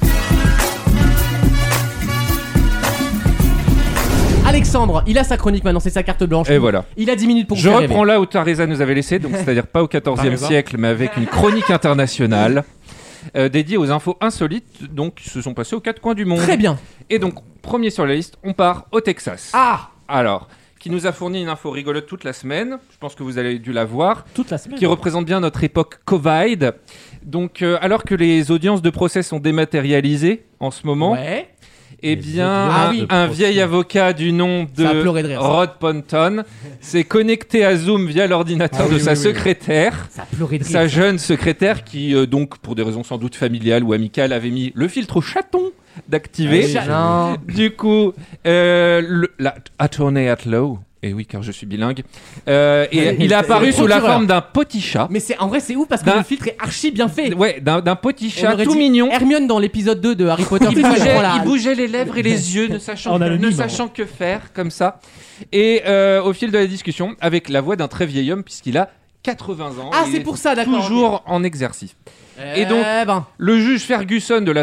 Alexandre, il a sa chronique maintenant, c'est sa carte blanche. Et voilà. Il a 10 minutes pour vous Je faire reprends rêver. là où Teresa nous avait laissé, donc c'est-à-dire pas au XIVe Teresa. siècle, mais avec une chronique internationale dédiée aux infos insolites, donc qui se sont passées aux quatre coins du monde. Très bien. Et donc, premier sur la liste, on part au Texas. Ah, Alors, qui nous a fourni une info rigolote toute la semaine, je pense que vous avez dû la voir, Toute la semaine. qui représente bien notre époque Covid. Donc, alors que les audiences de procès sont dématérialisées en ce moment, ouais. eh bien, Ah oui. un vieil avocat du nom Ça a de pleuré de rire, ça. Rod Ponton s'est connecté à Zoom via l'ordinateur de sa secrétaire. Ça a pleuré de rire. Sa jeune secrétaire qui, donc, pour des raisons sans doute familiales ou amicales, avait mis le filtre au chaton d'activer. Non. Du coup, la attorney at law, et oui car je suis bilingue, et il est apparu sous la forme d'un petit chat. Mais c'est en vrai, c'est ouf parce que D'un- le filtre est archi bien fait. Ouais, d'un petit On chat aurait tout dit mignon. Hermione dans l'épisode 2 de Harry Potter. Il bougeait les lèvres et les yeux, ne sachant, En anonyme, que faire, comme ça. Et au fil de la discussion, avec la voix d'un très vieil homme, puisqu'il a 80 ans. Ah, il c'est est pour ça, d'accord. Toujours en exercice. Et donc, ben, Le juge Ferguson de la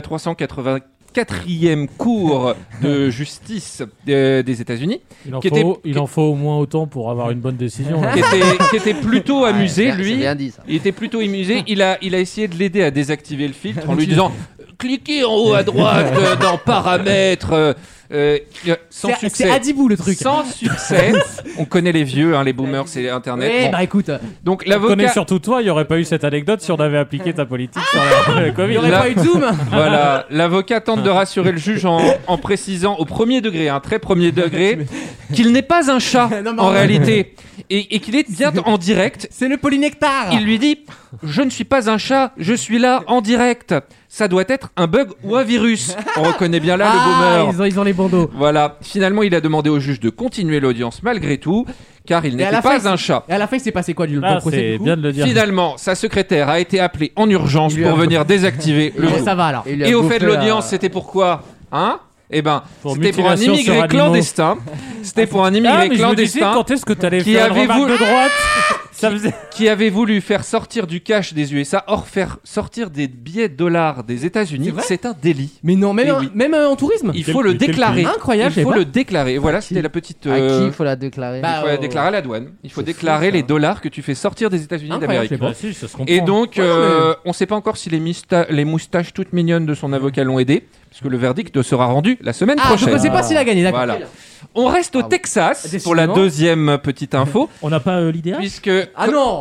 384e Cour de justice des États-Unis, Il en faut au moins autant pour avoir une bonne décision. là. qui était plutôt amusé, C'est lui. bien dit ça. Il était plutôt amusé. Il a essayé de l'aider à désactiver le filtre en lui disant cliquez en haut à droite dans paramètres. Sans c'est succès. Adibou le truc. Sans succès. On connaît les vieux, hein, les boomers, c'est Internet. Eh Bon. bah écoute, Donc On connaît l'avocat. surtout toi, il n'y aurait pas eu cette anecdote si on avait appliqué ta politique sur le il Covid. y aurait Là- pas eu de zoom. Voilà, l'avocat tente de rassurer le juge en précisant au premier degré, un très premier degré, qu'il n'est pas un chat Non, mais en en réalité et qu'il est bien en direct. C'est le polynectar. Il lui dit je ne suis pas un chat, je suis là en direct. Ça doit être un bug ou un virus. On reconnaît bien là le boomer. Ils ont les bandeaux. Voilà, finalement il a demandé au juge de continuer l'audience malgré tout, car il Et à n'était la pas fin, un chat. Et à la fin, il s'est passé quoi du Ah, procès c'est du coup bien de le dire. Finalement, sa secrétaire a été appelée en urgence pour venir désactiver le Bon, Zoom. ça va alors. Il lui a Et au bouffé fait de l'audience, c'était pourquoi hein Eh ben, Pour c'était pour un mutilation sur immigré animaux. clandestin. C'était pour un Ah, immigré mais je me disais clandestin quand est-ce que t'allais qui faire une avait remarque voulu- de droite Ça faisait... qui avait voulu faire sortir du cash des USA, or faire sortir des billets de dollars des États-Unis, C'est vrai c'est un délit. Mais non, même, Eh oui. même en tourisme. Il faut le déclarer. Incroyable, Il faut j'ai le déclarer. Voilà, c'était la petite. À qui il faut la déclarer? Bah, il faut la déclarer à la douane. Il faut déclarer les dollars que tu fais sortir des États-Unis Incroyable, d'Amérique. je sais pas. Bah si, ça se comprend. Et donc, Ouais, non, on ne sait pas encore si les moustaches toutes mignonnes de son avocat l'ont aidé, puisque le verdict sera rendu la semaine Ah, donc prochaine. on sait pas s'il a gagné, d'accord. Voilà. On reste au Texas Décidément. pour la deuxième petite info, On n'a pas l'idéal puisque Ah non.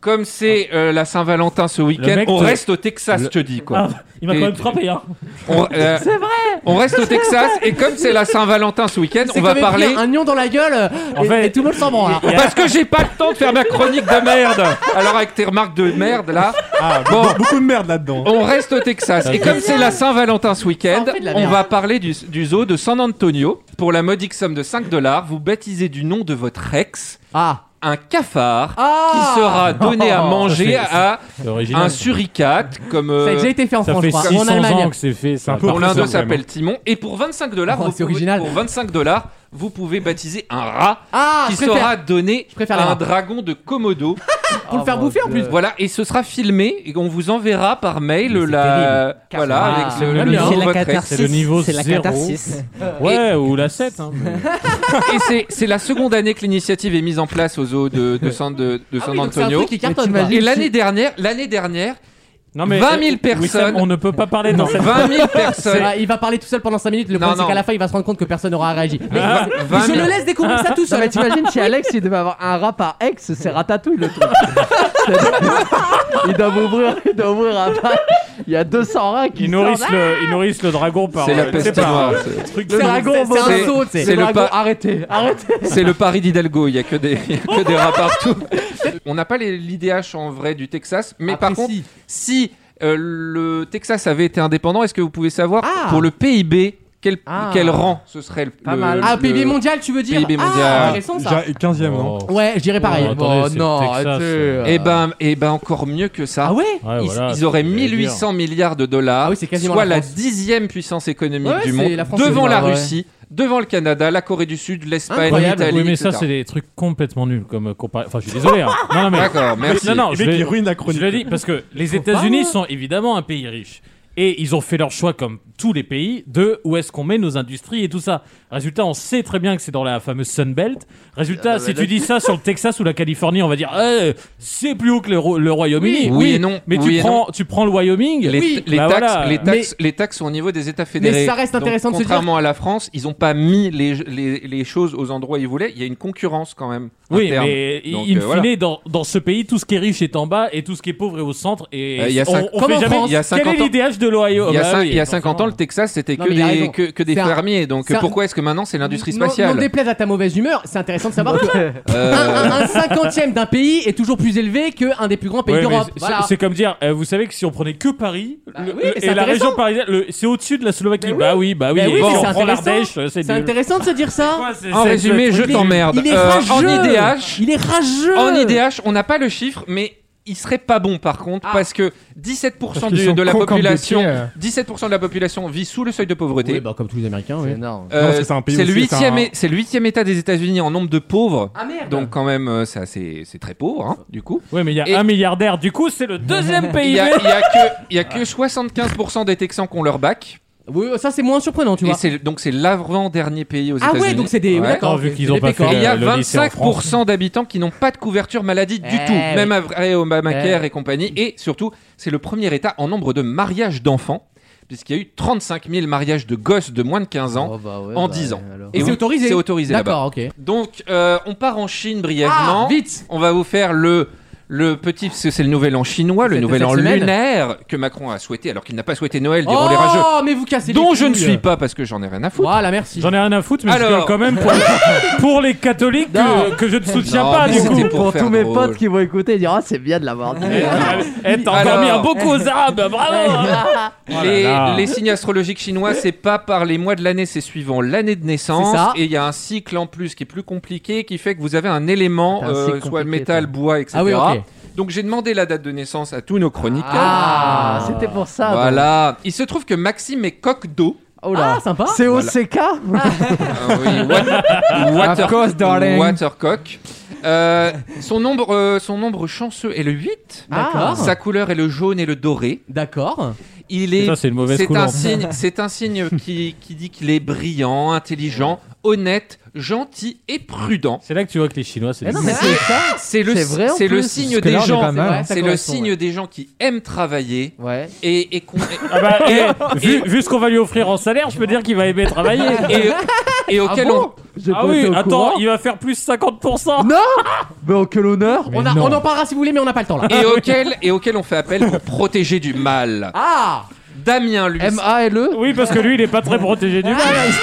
comme c'est la Saint-Valentin ce week-end, on reste au Texas, je te dis quoi. Il m'a quand même frappé, hein. C'est vrai. On reste au Texas et comme c'est la Saint-Valentin ce week-end, on va parler. Un nion dans la gueule et tout le monde s'en branle. Parce que j'ai pas le temps de faire ma chronique de merde. Alors avec tes remarques de merde là. Beaucoup de merde là-dedans. On reste au Texas et comme c'est la Saint-Valentin ce week-end, on va parler du zoo de San Antonio. Pour la modique somme de $5, vous baptisez du nom de votre ex. Un cafard qui sera donné à manger à un suricate comme ça a déjà été fait en France, ça fait 600 ans que c'est fait. L'un d'eux s'appelle Timon et pour $25 pour $25 vous pouvez baptiser un rat qui sera donné à un dragon de Komodo pour le faire bouffer en plus. Voilà, et ce sera filmé et on vous enverra par mail avec le nom de votre ex. C'est le niveau 0. C'est la catharsis. Ouais, ou la 7. Et c'est la seconde année que l'initiative est mise en place au zoo de San Antonio. Et l'année dernière, non mais 20 000 personnes. Wissam, on ne peut pas parler dans cette 20 000 personnes. Il va parler tout seul pendant 5 minutes. Le problème, c'est qu'à la fin, il va se rendre compte que personne n'aura réagi. Mais je le laisse découvrir ça tout seul. Mais t'imagines si Alex, il devait avoir un rat par ex, c'est Ratatouille le truc. Il doit ouvrir un rat. Il y a 200 rats qui ils nourrissent le dragon par. C'est la peste noire. Le dragon, c'est un saut. C'est le arrêtez. C'est le Paris d'Hidalgo. Il y a que des rats partout. On n'a pas l'IDH en vrai du Texas, mais par contre, si le Texas avait été indépendant, est-ce que vous pouvez savoir pour le PIB quel rang ce serait le PIB mondial, tu veux dire? PIB mondial. Intéressant ça. 15e, non? Ouais, je dirais pareil. Non, et ben encore mieux que ça. Ah ouais, ils auraient 1800 milliards de dollars, soit la 10e puissance économique du monde, devant la Russie. Devant le Canada, la Corée du Sud, l'Espagne, l'Italie. Oui, mais ça, c'est des trucs complètement nuls comme comparaison. Enfin, je suis désolé. Non, mais... D'accord, merci. Non, je le dis parce que les États-Unis sont évidemment un pays riche. Et ils ont fait leur choix, comme tous les pays, de où est-ce qu'on met nos industries et tout ça. Résultat, on sait très bien que c'est dans la fameuse Sunbelt. Résultat, si tu dis ça sur le Texas ou la Californie, on va dire c'est plus haut que le Royaume-Uni. Oui et non. Mais tu prends le Wyoming. Les taxes sont au niveau des États fédérés. Mais ça reste intéressant de se dire. Contrairement à la France, ils n'ont pas mis les choses aux endroits où ils voulaient. Il y a une concurrence quand même. Oui, interne. mais in fine, dans ce pays, tout ce qui est riche est en bas et tout ce qui est pauvre est au centre. Et on fait jamais. Quel est l'idéal de l'Ohio? Il y a 50 ans, le Texas, c'était que des fermiers. Donc pourquoi est-ce que maintenant c'est l'industrie spatiale? Non déplaise à ta mauvaise humeur, c'est intéressant de savoir que un 50e d'un pays est toujours plus élevé qu'un des plus grands pays d'Europe. C'est comme dire, vous savez que si on prenait que Paris, et la région parisienne, c'est au-dessus de la Slovaquie. Bah oui. C'est on prend l'Ardèche, c'est intéressant de se dire ça. En résumé, je t'emmerde. Il est rageux. En IDH, on n'a pas le chiffre, mais il serait pas bon par contre parce que 17% de la population 17% de la population vit sous le seuil de pauvreté. Oui, comme tous les Américains, c'est énorme. C'est le 8e État des États-Unis en nombre de pauvres. Ah merde. Donc quand même c'est très pauvre hein, du coup. Oui, mais il y a un milliardaire du coup, c'est le deuxième pays. Il y a que 75% des Texans qui ont leur bac. Oui, ça c'est moins surprenant, tu vois. Donc c'est l'avant-dernier pays aux États-Unis. Ah ouais, donc c'est des d'accord, vu qu'ils ont pas fait. Et il y a 25% d'habitants qui n'ont pas de couverture maladie du tout, même après Obamacare et compagnie. Et surtout, c'est le premier État en nombre de mariages d'enfants, puisqu'il y a eu 35 000 mariages de gosses de moins de 15 ans en 10 ans. Et c'est autorisé. C'est autorisé là-bas. D'accord, ok. Donc on part en Chine brièvement. Vite. On va vous faire le petit, parce que c'est le nouvel an chinois, le nouvel an lunaire que Macron a souhaité, alors qu'il n'a pas souhaité Noël, diront les rageux. Oh, mais vous cassez les dont couilles. je ne suis pas parce que j'en ai rien à foutre. Voilà, merci. J'en ai rien à foutre, mais alors... je quand même pour les catholiques que je ne soutiens pas du coup. Pour tous mes potes qui vont écouter, ils diront c'est bien de l'avoir dit. T'as encore mis un beau coup aux Arabes, bravo. Les signes astrologiques chinois, c'est pas par les mois de l'année, c'est suivant l'année de naissance. Et il y a un cycle en plus qui est plus compliqué, qui fait que vous avez un élément, soit métal, bois, etc. Ah oui, ok. Donc j'ai demandé la date de naissance à tous nos chroniqueurs. Ah, c'était pour ça. Voilà. Donc. Il se trouve que Maxime est coq d'eau. Oh là, sympa. C'est OCK. Watercock. Son nombre chanceux est le 8. D'accord. Sa couleur est le jaune et le doré. D'accord. C'est une mauvaise couleur. C'est un signe qui dit qu'il est brillant, intelligent, honnête, gentil et prudent. C'est là que tu vois que les Chinois, c'est c'est le signe des gens. C'est le signe des gens qui aiment travailler. Ouais. Et vu ce qu'on va lui offrir en salaire, je peux dire qu'il va aimer travailler. Et auquel attends, il va faire plus 50%. Non. Mais quel honneur. On en parlera si vous voulez, mais on n'a pas le temps là. Et auquel on fait appel pour protéger du mal. Ah. Damien, lui. M-A-L-E. Oui, parce que lui, il est pas très protégé du mal.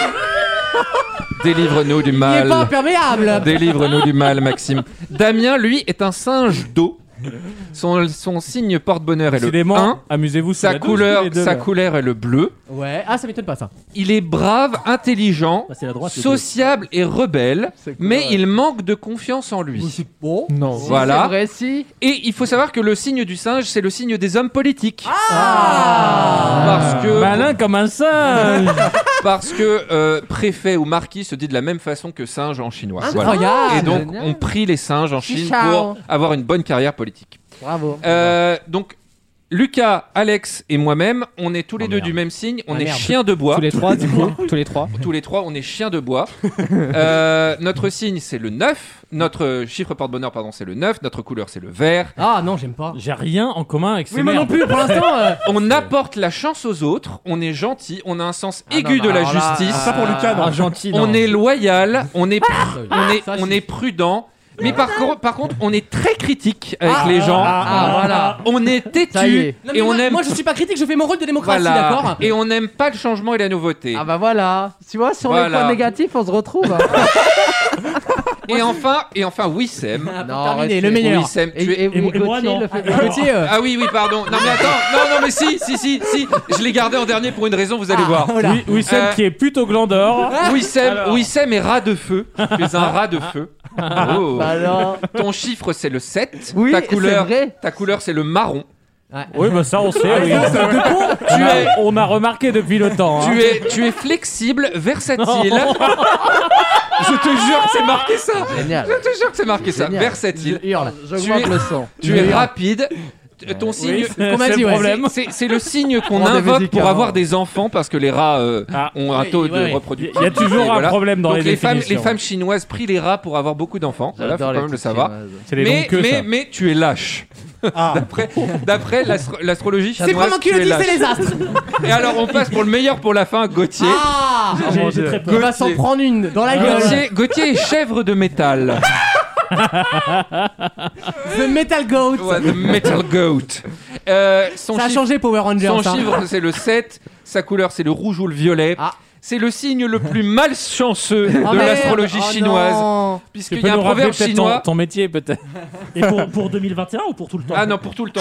Délivre-nous du mal. Il est pas imperméable. Délivre-nous du mal, Maxime. Damien, lui, est un singe d'eau. Son signe porte-bonheur est le 1. Amusez-vous. Sa couleur est le bleu. Ouais. Ah, ça m'étonne pas ça. Il est brave, intelligent, sociable et rebelle, mais il manque de confiance en lui. C'est bon. Non. Voilà. C'est vrai, si. Et il faut savoir que le signe du singe, c'est le signe des hommes politiques. Parce que malin comme un singe. Parce que préfet ou marquis se dit de la même façon que singe en chinois. Incroyable. Voilà. Et donc on prie les singes en Chine pour avoir une bonne carrière politique. Bravo. Donc Lucas, Alex et moi-même, on est tous les deux du même signe. On est chiens de bois. Tous les trois, du coup. Tous les trois, on est chiens de bois. Notre signe, c'est le 9. Notre chiffre porte-bonheur, c'est le 9. Notre couleur, c'est le vert. Ah non, j'aime pas. J'ai rien en commun avec ces Oui, moi non plus, pour l'instant. On apporte la chance aux autres. On est gentil. On a un sens aigu de la justice. Ça pour Lucas, non. Gentil. On est loyal. On est prudent. Mais par contre, on est très critique avec les gens. Voilà. On est têtu et on aime. Moi, je suis pas critique, je fais mon rôle de démocratie, d'accord. Et on n'aime pas le changement et la nouveauté. Ah bah voilà. Tu vois, sur les points négatifs, on se retrouve. Et enfin, Wissem. Terminé, le meilleur. Wissem, Et moi, non. Ah oui, pardon. Non mais attends. Non mais si. Je l'ai gardé en dernier pour une raison, vous allez voir. Voilà. Wissem qui est plutôt glandor. Wissem est rat de feu. Tu es un rat de feu. Oh. Alors... Ton chiffre c'est le 7. Oui, ta couleur c'est le marron. Ouais. Oui, bah ça on sait. Oui. On a remarqué depuis le temps. Tu es flexible, versatile. Je te jure que c'est marqué ça. Génial. Je te jure que c'est marqué ça. Génial. Versatile. J'augmente le son. Tu es rapide. Ton signe, c'est le signe qu'on invoque pour avoir des enfants parce que les rats ont un taux de reproduction. Il y a toujours un problème dans les définitions. Les femmes chinoises prient les rats pour avoir beaucoup d'enfants. Voilà, faut quand même le savoir. Mais tu es lâche. D'après l'astrologie chinoise. C'est vraiment qui le dit, c'est les astres. Et alors on passe pour le meilleur pour la fin, Gauthier. J'ai très peur. Il va s'en prendre une dans la gueule. Gauthier est chèvre de métal. The Metal Goat. Ouais, the Metal Goat. Ça a changé Power Rangers. Son chiffre c'est le 7. Sa couleur c'est le rouge ou le violet. C'est le signe le plus malchanceux de l'astrologie chinoise. Puisqu'il y a un proverbe chinois. Ton métier peut-être. Et pour 2021 ou pour tout le temps? Ah non, pour tout le temps.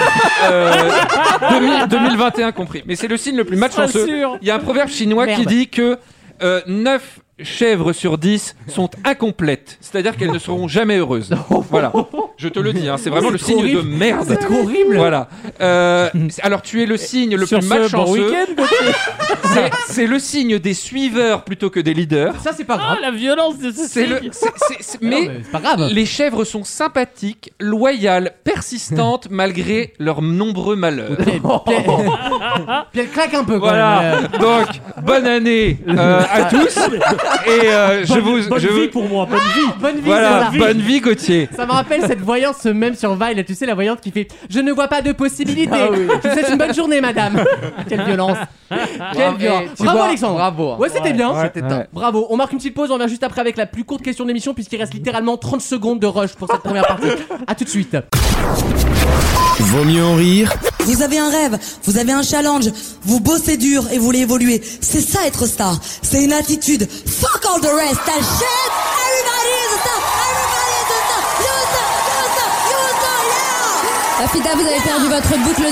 2021 compris. Mais c'est le signe le plus malchanceux. Il y a un proverbe chinois qui dit que 9 chèvres sur 10 sont incomplètes, c'est-à-dire qu'elles ne seront jamais heureuses. Voilà, je te le dis, c'est vraiment le signe de merde. C'est trop horrible. Voilà. Alors tu es le signe le plus malchanceux. C'est le signe des suiveurs plutôt que des leaders. Ça c'est pas grave. La violence de ce signe. Mais c'est pas grave. Les chèvres sont sympathiques, loyales, persistantes malgré leurs nombreux malheurs. Puis elle claque un peu. Voilà. Donc bonne année à tous. Et bonne vie pour moi, bonne vie. Bonne vie, voilà, bonne vie Gauthier. Ça me rappelle cette voyante, ce même sur Vine, tu sais la voyante qui fait « Je ne vois pas de possibilité, je vous souhaite une bonne journée madame ». Quelle violence. Quelle violence. Bravo Alexandre. Bravo. Ouais, c'était bien. C'était top. Bravo. On marque une petite pause, on revient juste après avec la plus courte question de l'émission puisqu'il reste littéralement 30 secondes de rush pour cette première partie. A tout de suite. Vaut mieux en rire. Vous avez un rêve, vous avez un challenge, vous bossez dur et vous voulez évoluer. C'est ça être star, c'est une attitude. Fuck all the rest, that shit. Everybody is a star, everybody is a star. You a star, you a star, you a star, yeah. Rafida, vous avez perdu votre boucle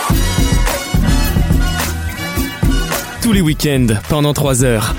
d'oreille. Tous les week-ends, pendant 3 heures.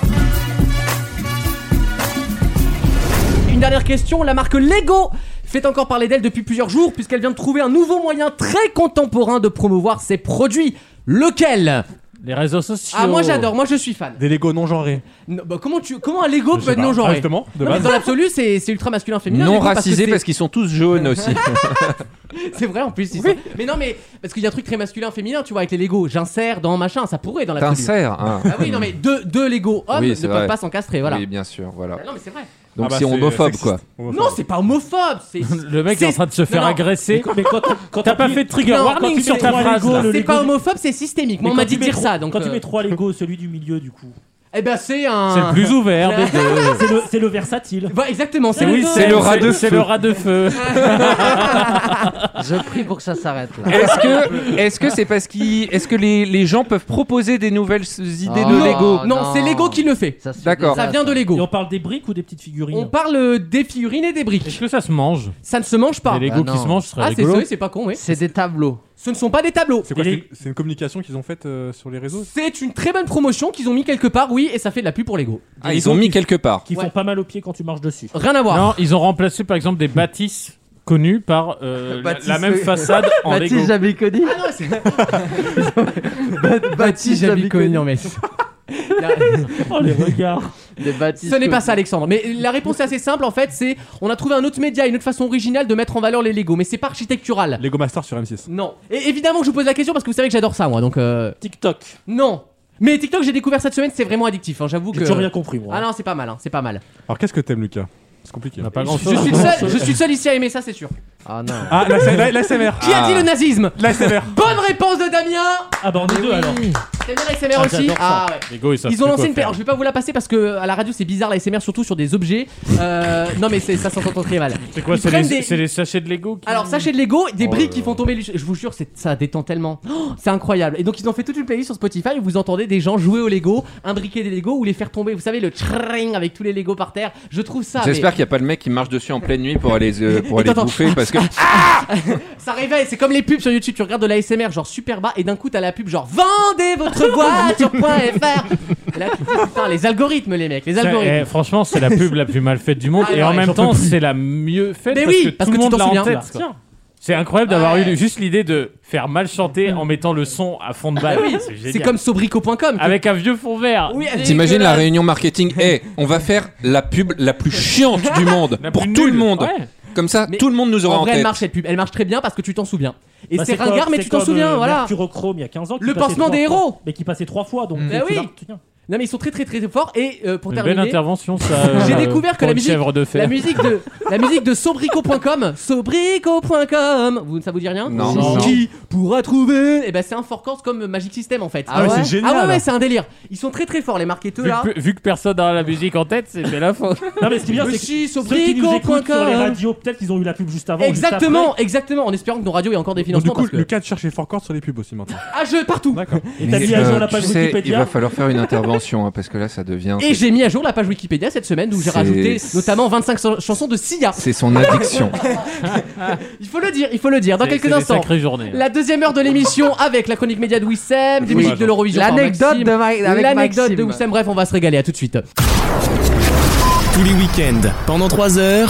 Une dernière question, la marque Lego fait encore parler d'elle depuis plusieurs jours puisqu'elle vient de trouver un nouveau moyen très contemporain de promouvoir ses produits. Lequel ? Les réseaux sociaux. Ah, moi j'adore, moi je suis fan. Des Lego non genrés. Non, bah, comment un Lego peut être non genré? Justement, de non, base. dans l'absolu, c'est ultra masculin féminin. Non Lego, racisés parce qu'ils sont tous jaunes aussi. C'est vrai en plus. Mais non, mais parce qu'il y a un truc très masculin féminin, tu vois, avec les Lego. J'insère dans machin, ça pourrait dans l'absolu. T'insères. Ah oui, non, mais deux Lego hommes ne peuvent pas s'encastrer, voilà. Oui, bien sûr, voilà. Non, mais c'est vrai. Donc c'est homophobe quoi. Non, c'est pas homophobe. Le mec est en train de se faire agresser. Mais quand t'as pas fait de trigger warning sur ta phrase. C'est pas homophobe, c'est systémique. Moi, on m'a dit de dire ça. Donc quand tu mets 3 Lego, celui du milieu, du coup. Eh ben c'est un. C'est le plus ouvert des deux. C'est le versatile. Bah exactement. C'est le rat de feu. C'est le rat de feu. Je prie pour que ça s'arrête là. Est-ce que c'est parce est-ce que les gens peuvent proposer des nouvelles idées de Lego? Non, c'est Lego qui le fait. D'accord. Ça vient de Lego. Et on parle des briques ou des petites figurines? On parle des figurines et des briques. Est-ce que ça se mange? Ça ne se mange pas. Les Lego qui se mangent serait rigolo. Ah, c'est pas con, oui. C'est des tableaux. Ce ne sont pas des tableaux. C'est quoi? C'est une communication qu'ils ont faite sur les réseaux? C'est une très bonne promotion qu'ils ont mis quelque part, oui, et ça fait de la pub pour Lego. Ah, ils ont mis quelque part. Qui font pas mal aux pieds quand tu marches dessus. Rien à voir. Non, ils ont remplacé par exemple des bâtisses connues par la même façade en Lego. Baptiste Jabiconi. Ah non, Baptiste Jabiconi, mais. Oh les regards. Ce n'est pas ça, Alexandre. Mais la réponse est assez simple en fait. C'est on a trouvé un autre média, une autre façon originale de mettre en valeur les Lego, mais c'est pas architectural. Lego Master sur M6. Non. Et évidemment, je vous pose la question parce que vous savez que j'adore ça, moi. Donc TikTok. Non. Mais TikTok, j'ai découvert cette semaine, c'est vraiment addictif. Hein, j'avoue que. J'ai toujours rien compris, moi. Ah non, c'est pas mal. C'est pas mal. Alors qu'est-ce que t'aimes, Lucas? C'est compliqué. Je suis le seul ici à aimer ça, c'est sûr. Ah non. Ah, l'ASMR. Qui a dit le nazisme? L'ASMR. Bonne réponse de Damien. Ah bah on est deux alors. T'aimes bien l'ASMR aussi? Ah ouais. Lego, Ils ont lancé une paire. Je vais pas vous la passer parce que à la radio c'est bizarre l'ASMR, surtout sur des objets. Non mais ça s'entend très mal. C'est quoi? C'est les sachets de Lego Alors sachets de Lego, des briques qui font tomber. Je vous jure, ça détend tellement. C'est incroyable. Et donc ils ont fait toute une playlist sur Spotify où vous entendez des gens jouer au Lego, imbriquer des Lego ou les faire tomber. Vous savez le tring avec tous les Lego par terre. Je trouve ça. J'espère qu'il y a pas le mec qui marche dessus en pleine nuit pour aller bouffer parce que ça réveille. C'est comme les pubs sur YouTube. Tu regardes de l'ASMR genre super bas et d'un coup t'as la pub genre vendez votre voiture.fr. Là, putain, les algorithmes, les mecs, les algorithmes. Franchement, c'est la pub la plus mal faite du monde et en même temps, c'est la mieux faite parce que tout le monde l'a en tête. C'est incroyable d'avoir eu juste l'idée de faire mal chanter en mettant le son à fond de balle. C'est comme Sobrico.com avec un vieux fond vert. T'imagines la réunion marketing? On va faire la pub la plus chiante du monde pour tout le monde. Comme ça, tout le monde nous aura en tête. Elle marche cette pub, elle marche très bien parce que tu t'en souviens. Et c'est ringard, mais tu t'en souviens, voilà. Mercurochrome il y a 15 ans. Le pansement des héros. Mais qui passait 3 fois, donc. Bah oui. Non mais ils sont très forts et pour terminer. Belle intervention ça. J'ai découvert que la musique de Sobrico.com, ça vous dit rien? Non. Qui pourra trouver? Et ben c'est un four chords comme Magic System en fait. Ah ouais, c'est génial. Ah ouais, c'est un délire. Ils sont très forts les marketeurs là. Vu que personne n'a la musique en tête, c'est la faute. Non mais ce qui est bien c'est que ceux qui nous écoutent sur les radios, peut-être qu'ils ont eu la pub juste avant. Exactement, en espérant que nos radios aient encore des financements. Du coup, Lucas cherche les four chords sur les pubs aussi maintenant. Ah partout. D'accord. Et t'as mis à jour la page Wikipédia. Il va falloir faire une intervention parce que là ça devient. Et j'ai mis à jour la page Wikipédia cette semaine où j'ai rajouté notamment 25 chansons de Sia. C'est son addiction. Il faut le dire. Dans quelques instants, la deuxième heure de l'émission avec la chronique média de Wissem, des musiques de l'Eurovision, l'anecdote de Wissem. Bref, on va se régaler. À tout de suite. Tous les week-ends, pendant 3 heures,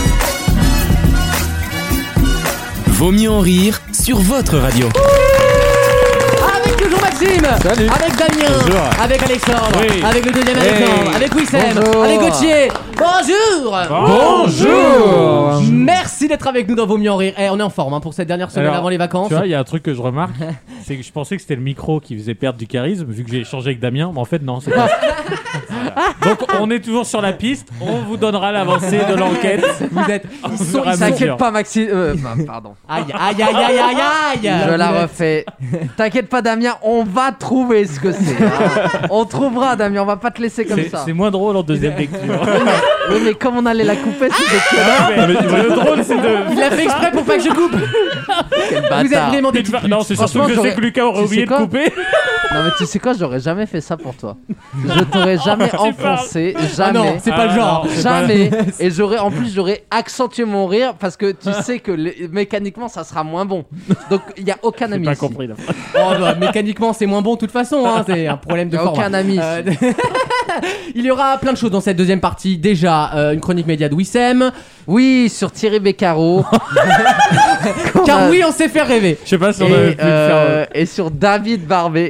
Vaut mieux en rire sur votre radio. Avec toujours Maxime, salut. Avec Damien, bonjour. Avec Alexandre, oui. Avec le deuxième Alexandre, avec Wissem, bonjour. avec Gauthier. Bonjour. Bonjour. Merci d'être avec nous dans Vaut mieux en rire. On est en forme pour cette dernière semaine avant les vacances. Tu vois, il y a un truc que je remarque, c'est que je pensais que c'était le micro qui faisait perdre du charisme, vu que j'ai échangé avec Damien, mais en fait non, c'est pas. Donc on est toujours sur la piste, on vous donnera l'avancée de l'enquête. Vous êtes. T'inquiète pas Maxime. Pardon. Aïe aïe aïe aïe aïe aïe. Je la refais. T'inquiète pas Damien, on va trouver ce que c'est. On trouvera Damien, on va pas te laisser comme ça. C'est moins drôle en deuxième lecture. Oui mais comme on allait la couper, c'était le drôle c'est de. Il l'a fait exprès pour pas que je coupe. Quel bâtard. Vous êtes vraiment des petits Non, c'est surtout que je sais que Lucas aurait oublié de couper. Non mais tu sais quoi, j'aurais jamais fait ça pour toi. Je t'aurais jamais enfoncé, jamais. Ah non, c'est pas le genre. Jamais. Et j'aurais accentué mon rire parce que tu sais que mécaniquement ça sera moins bon. Donc il y a aucun ami. Pas ici. compris là. Mécaniquement c'est moins bon de toute façon. C'est un problème de format. Aucun ami. Il y aura plein de choses dans cette deuxième partie. Déjà une chronique média de Wissem. Oui, sur Thierry Beccaro. Car oui, on sait faire rêver. Je sais pas si on avait pu le faire. Et sur David Barbet.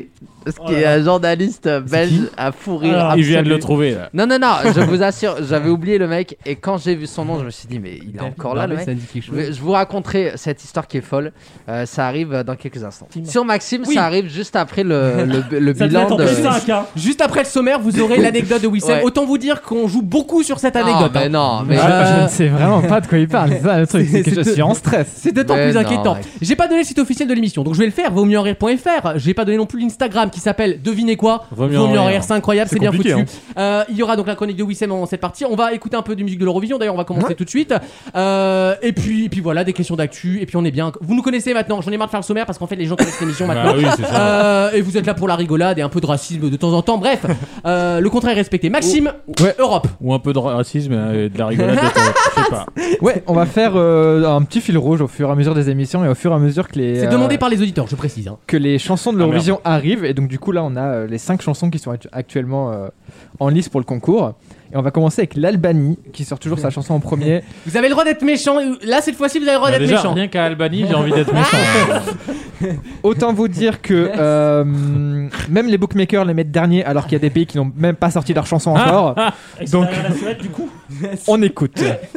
Ce qui est un journaliste belge à fou rire. Il vient de le trouver là. Non, je vous assure, j'avais oublié le mec et quand j'ai vu son nom, je me suis dit mais il est encore là le mec. Je vous raconterai cette histoire qui est folle. Ça arrive dans quelques instants. Sur Maxime, ça arrive juste après le bilan de. Juste après le sommaire, vous aurez l'anecdote de Wissem. Ouais. Autant vous dire qu'on joue beaucoup sur cette anecdote. Je ne sais vraiment pas de quoi il parle. C'est ça le truc, c'est que je suis en stress. C'est d'autant plus inquiétant. J'ai pas donné le site officiel de l'émission, donc je vais le faire. Vautmieuxenrire.fr. J'ai pas donné non plus l'Instagram qui s'appelle devinez quoi. Vaut mieux en rire. C'est incroyable, c'est bien foutu. Il y aura donc la chronique de Wissem dans cette partie. On va écouter un peu de musique de l'Eurovision. D'ailleurs, on va commencer tout de suite. Et puis voilà, des questions d'actu. Et puis on est bien. Vous nous connaissez maintenant. J'en ai marre de faire le sommaire parce qu'en fait les gens connaissent l'émission maintenant. Oui, c'est ça. Et vous êtes là pour la rigolade et un peu de racisme de temps en temps. Bref, le contraire est respecté. Maxime, Europe. Ou un peu de racisme et de la rigolade. Je sais pas. Ouais, on va faire un petit fil rouge au fur et à mesure des émissions et au fur et à mesure que les. C'est demandé par les auditeurs, je précise. Que les chansons de l'Eurovision arrivent et donc du coup là on a les 5 chansons qui sont actuellement en lice pour le concours. Et on va commencer avec l'Albanie qui sort toujours sa chanson en premier. Vous avez le droit d'être méchant. Là, cette fois-ci, vous avez le droit d'être déjà, méchant. Rien qu'à Albanie, j'ai envie d'être méchant. Autant vous dire que même les bookmakers les mettent derniers alors qu'il y a des pays qui n'ont même pas sorti leur chanson encore. Donc, la Suède, du coup. On écoute.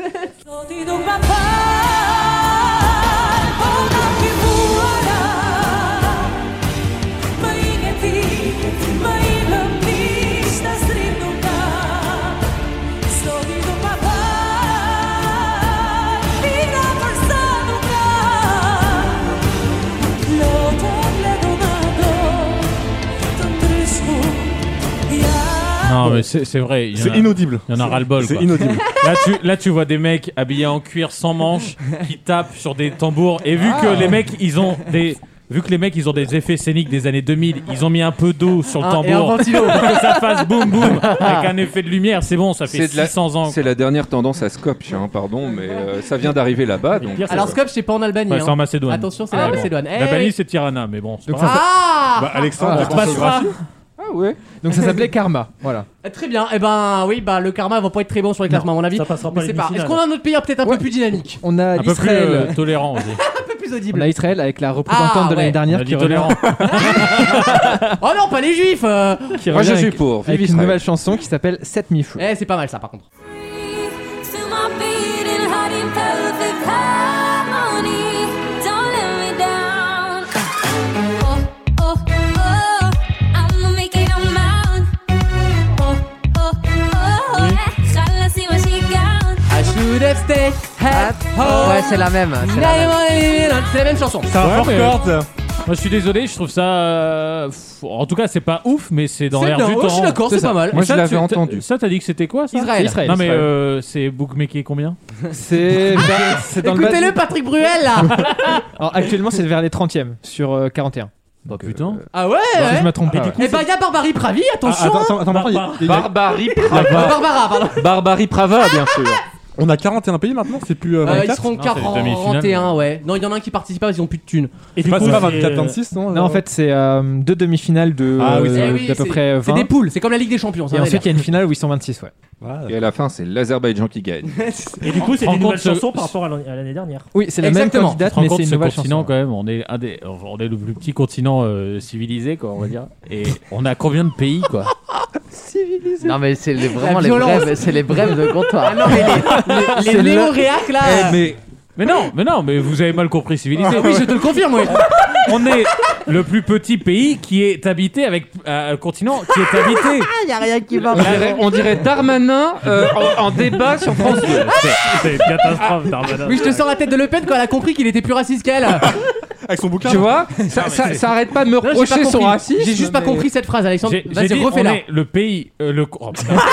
Non mais c'est vrai. C'est inaudible. Il y en a ras-le-bol. C'est inaudible. Là tu vois des mecs habillés en cuir sans manches qui tapent sur des tambours et vu que les mecs ils ont des effets scéniques des années 2000, ils ont mis un peu d'eau sur le tambour pour que ça fasse boum boum avec un effet de lumière, c'est bon, ça fait 600 ans. C'est la dernière tendance à Skopje, pardon, mais ça vient d'arriver là-bas. Donc alors Skopje, c'est pas en Albanie. Ouais, c'est en Macédoine. Attention, c'est la Macédoine. L'Albanie, c'est Tirana, mais bon. Donc Alexandre, on passera. Ah ouais. Donc ça s'appelait Karma, voilà. Très bien. Et le Karma va pas être très bon sur les classements à mon avis. Ça passera pas. Est-ce qu'on a un autre pays peut-être un peu plus dynamique? On a un peu Israël. plus tolérant aussi. Un peu plus audible. On a Israël avec la représentante de l'année dernière qui revient. Oh non, pas les juifs. Moi je suis pour. Avec une nouvelle chanson qui s'appelle Set Me Free. C'est pas mal ça par contre. Ouais, c'est la même. C'est la même chanson. C'est un fort. Moi je suis désolé, je trouve ça. En tout cas, c'est pas ouf, mais c'est dans l'air du temps. Je suis d'accord, c'est pas mal. Moi je l'avais entendu. Ça, t'as dit que c'était quoi ça? Israël. Non, mais c'est bookmaker combien? C'est dans Écoutez-le, Patrick Bruel là. Alors actuellement, c'est vers les 30e sur 41. Bah putain. Ah ouais. Si je me trompe pas. Et bah il y a Barbary Pravi, attention. Attends, Barbary Prava. Barbara, pardon. Barbary Prava, bien sûr. On a 41 pays maintenant, c'est plus 24. Ils seront 41, ouais. Non, il y en a un qui participe pas parce qu'ils ont plus de thunes. Et c'est pas 24-26, non? Non, en fait, c'est 2 demi-finales d'à peu près 20. C'est des poules, c'est comme la Ligue des Champions. Et ensuite, il y a une finale où ils sont 26, ouais. Voilà. Et à la fin, c'est l'Azerbaïdjan qui gagne. Et du coup, c'est une nouvelle chanson par rapport à l'année dernière. Oui, c'est la même candidate, mais c'est une nouvelle continent chanson. quand même. On est le plus petit continent civilisé, quoi, on va dire. Et on a combien de pays, quoi? Civilisé. Non mais c'est vraiment les brèves de comptoir. Ah non mais les néo-réacs là. Mais non, mais vous avez mal compris civilisé. Oui, je te le confirme, oui. On est le plus petit pays qui est habité avec un continent qui est habité. Il y a rien qui va. On dirait Darmanin en débat sur France 2. C'est une catastrophe, Darmanin. Oui, je te sors la tête de Le Pen quand elle a compris qu'il était plus raciste qu'elle. Avec son bouquin. Tu vois, ça arrête pas de me reprocher son racisme. J'ai juste pas compris cette phrase, Alexandre. Vas-y, refais-la. On est le pays. Oh,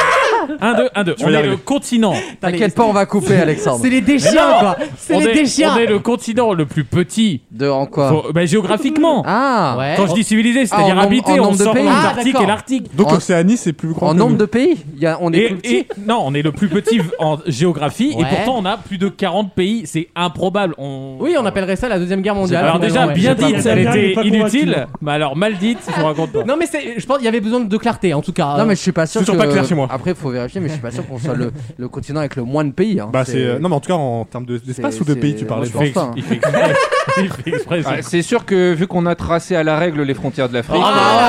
1, 2. On est le continent. T'inquiète pas, on va couper, Alexandre. C'est les déchiens, quoi. C'est les déchiens. On est le continent le plus petit. En quoi? Géographiquement. Ah, ouais. Quand je dis civilisé, c'est-à-dire habité, on sort l'Antarctique et l'Arctique. Donc l'Océanie, c'est plus grand. En nombre de pays, on est plus petit. Non, on est le plus petit en géographie et pourtant on a plus de 40 pays. C'est improbable. Oui, on appellerait ça la Deuxième Guerre mondiale. Alors déjà, bien dite, elle était inutile. Mais alors mal dite, je vous raconte pas. Non, mais je pense qu'il y avait besoin de clarté, en tout cas. Non, mais je suis pas sûr. C'est toujours pas clair chez moi. Après, faut vérifier, mais je suis pas sûr qu'on soit le continent avec le moins de pays. Hein. Bah non, mais en tout cas en termes d'espace ou de pays, tu parlais. Il fait exprès. C'est sûr que vu qu'on a tracé à la règle les frontières de l'Afrique.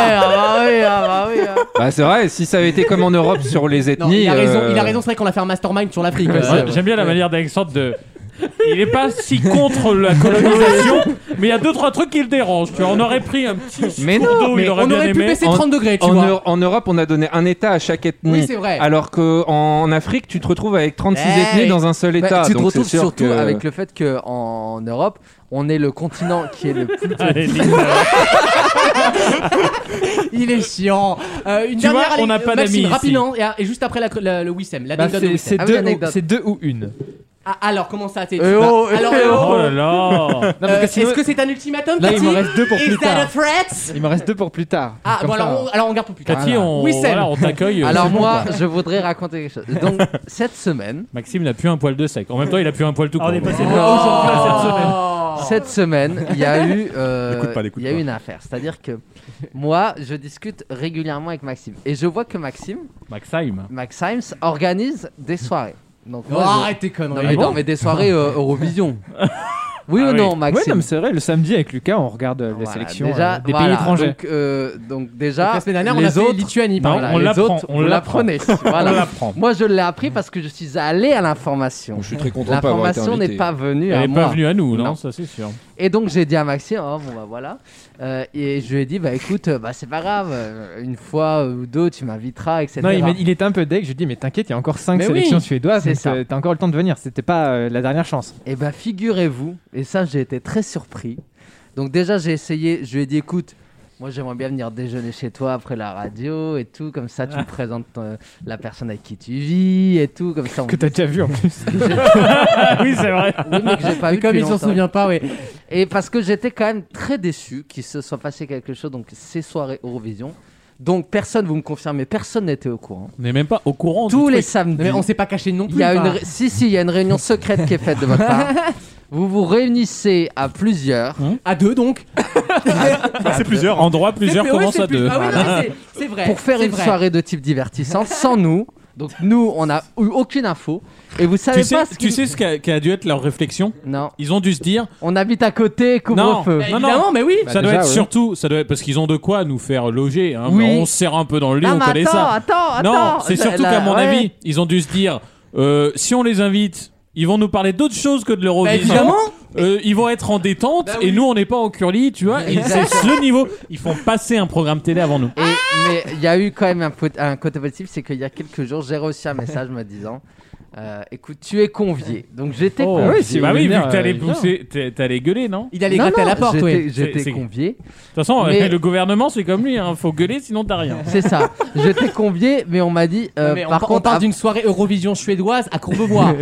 Bah c'est vrai. Si ça avait été comme en Europe sur les ethnies. Non, il a raison. C'est vrai qu'on a fait un mastermind sur l'Afrique. J'aime bien la manière d'Alexandre de. Il est pas si contre la colonisation, mais il y a 2-3 trucs qui le dérangent. Tu vois, on aurait pris un petit mais non, d'eau, mais il aurait on bien aurait pu aimé. baisser 30 degrés, tu vois. En Europe, on a donné un état à chaque ethnie. Oui, c'est vrai. Alors qu'en Afrique, tu te retrouves avec 36 ethnies dans un seul état. Tu te donc retrouves c'est sûr surtout que... avec le fait qu'en Europe, on est le continent qui est le plus. Il est chiant. Une Tu vois, dernière on n'a pas Maxime, d'amis ici. rapidement, et juste après le Wissem. L'anecdote de Wissem. C'est deux ou une. Ah, alors, comment ça t'es Oh là là. Est-ce que c'est un ultimatum, Là, Cathy? il me reste 2 pour plus Is that a tard. threat? Il me reste 2 pour plus tard. Ah, Comme bon, ça. alors on garde pour plus tard. Cathy, on t'accueille. Alors moi, je voudrais raconter quelque chose. Donc cette semaine, Maxime n'a plus un poil de sec. En même temps, il a plus un poil tout court. On est passé de aujourd'hui à cette semaine. cette semaine, il y a eu, l'écoute pas. une affaire. C'est-à-dire que moi, je discute régulièrement avec Maxime et je vois que Maxime organise des soirées. Donc moi, arrête tes conneries. Non, mais des soirées Eurovision. Oui ou non, Maxime? Oui, non, mais c'est vrai, le samedi avec Lucas, on regarde les sélections des pays étrangers. Donc déjà, la semaine dernière, les on a fait autres, Lituanie. on l'apprend. on l'apprenait. Voilà. On l'apprend. Moi, je l'ai appris parce que je suis allé à l'information. Je suis très content de pas avoir été L'information invité. n'est pas venue Elle à n'est moi. pas venue à nous, non, Non. ça c'est sûr. Et donc j'ai dit à Maxime, oh bon bah voilà, et je lui ai dit bah écoute, c'est pas grave, une fois ou deux tu m'inviteras, etc. Non, il était un peu deg. Je lui ai dit mais t'inquiète, il y a encore 5 Mais sélections oui, suédoises, c'est donc t'as encore le temps de venir. C'était pas la dernière chance. Et bah figurez-vous, et ça j'ai été très surpris. Donc déjà j'ai essayé, je lui ai dit écoute, moi j'aimerais bien venir déjeuner chez toi après la radio et tout, comme ça tu me présentes la personne avec qui tu vis et tout, comme ça. Que t'as déjà vu en plus. Oui, c'est vrai. Oui, mais que j'ai pas vu Comme depuis il s'en longtemps. souvient pas, oui. Et parce que j'étais quand même très déçu qu'il se soit passé quelque chose, donc ces soirées Eurovision. Donc personne, vous me confirmez, personne n'était au courant. On n'est même pas au courant. Tous du les truc. samedis. Mais on s'est pas caché non plus. Il y a enfin. il y a une réunion secrète qui est faite de votre part. Vous vous réunissez à plusieurs. À deux donc. C'est plusieurs. Endroits, plusieurs Ouais, commencent c'est à plus- deux. Ah oui, non, mais c'est vrai. Pour faire c'est une vrai. soirée de type divertissant sans nous. Donc nous, on n'a eu aucune info. Et vous savez Tu sais, pas ce tu sais ce qu'a dû être leur réflexion? Non. Ils ont dû se dire. On habite à côté, couvre-feu. Bah, évidemment, mais oui. Ça doit être surtout, ça doit être parce qu'ils ont de quoi nous faire loger. Hein. Oui. On se serre un peu dans le lit, Non, on mais connaît ça. attends. Non, c'est surtout qu'à mon avis, ils ont dû se dire, si on les invite, ils vont nous parler d'autres choses que de Bah, l'Eurovision. évidemment. Ils vont être en détente Bah oui. et nous on n'est pas en curly, tu vois. Et c'est ce niveau. Ils font passer un programme télé avant nous. Mais il y a eu quand même un côté positif, c'est qu'il y a quelques jours, j'ai reçu un message me disant écoute, tu es convié. Donc j'étais convié. oui, si vous Bah oui, voulez vu venir, que t'allais évidemment. pousser, t'allais gueuler, non? Il allait Non, gratter à la porte, oui. J'étais C'est- convié. De toute façon, Mais- le gouvernement c'est comme lui, hein. Faut gueuler sinon t'as rien. C'est ça. J'étais convié, mais on m'a dit Mais par on contre, parle d'une soirée Eurovision suédoise à Courbevoie.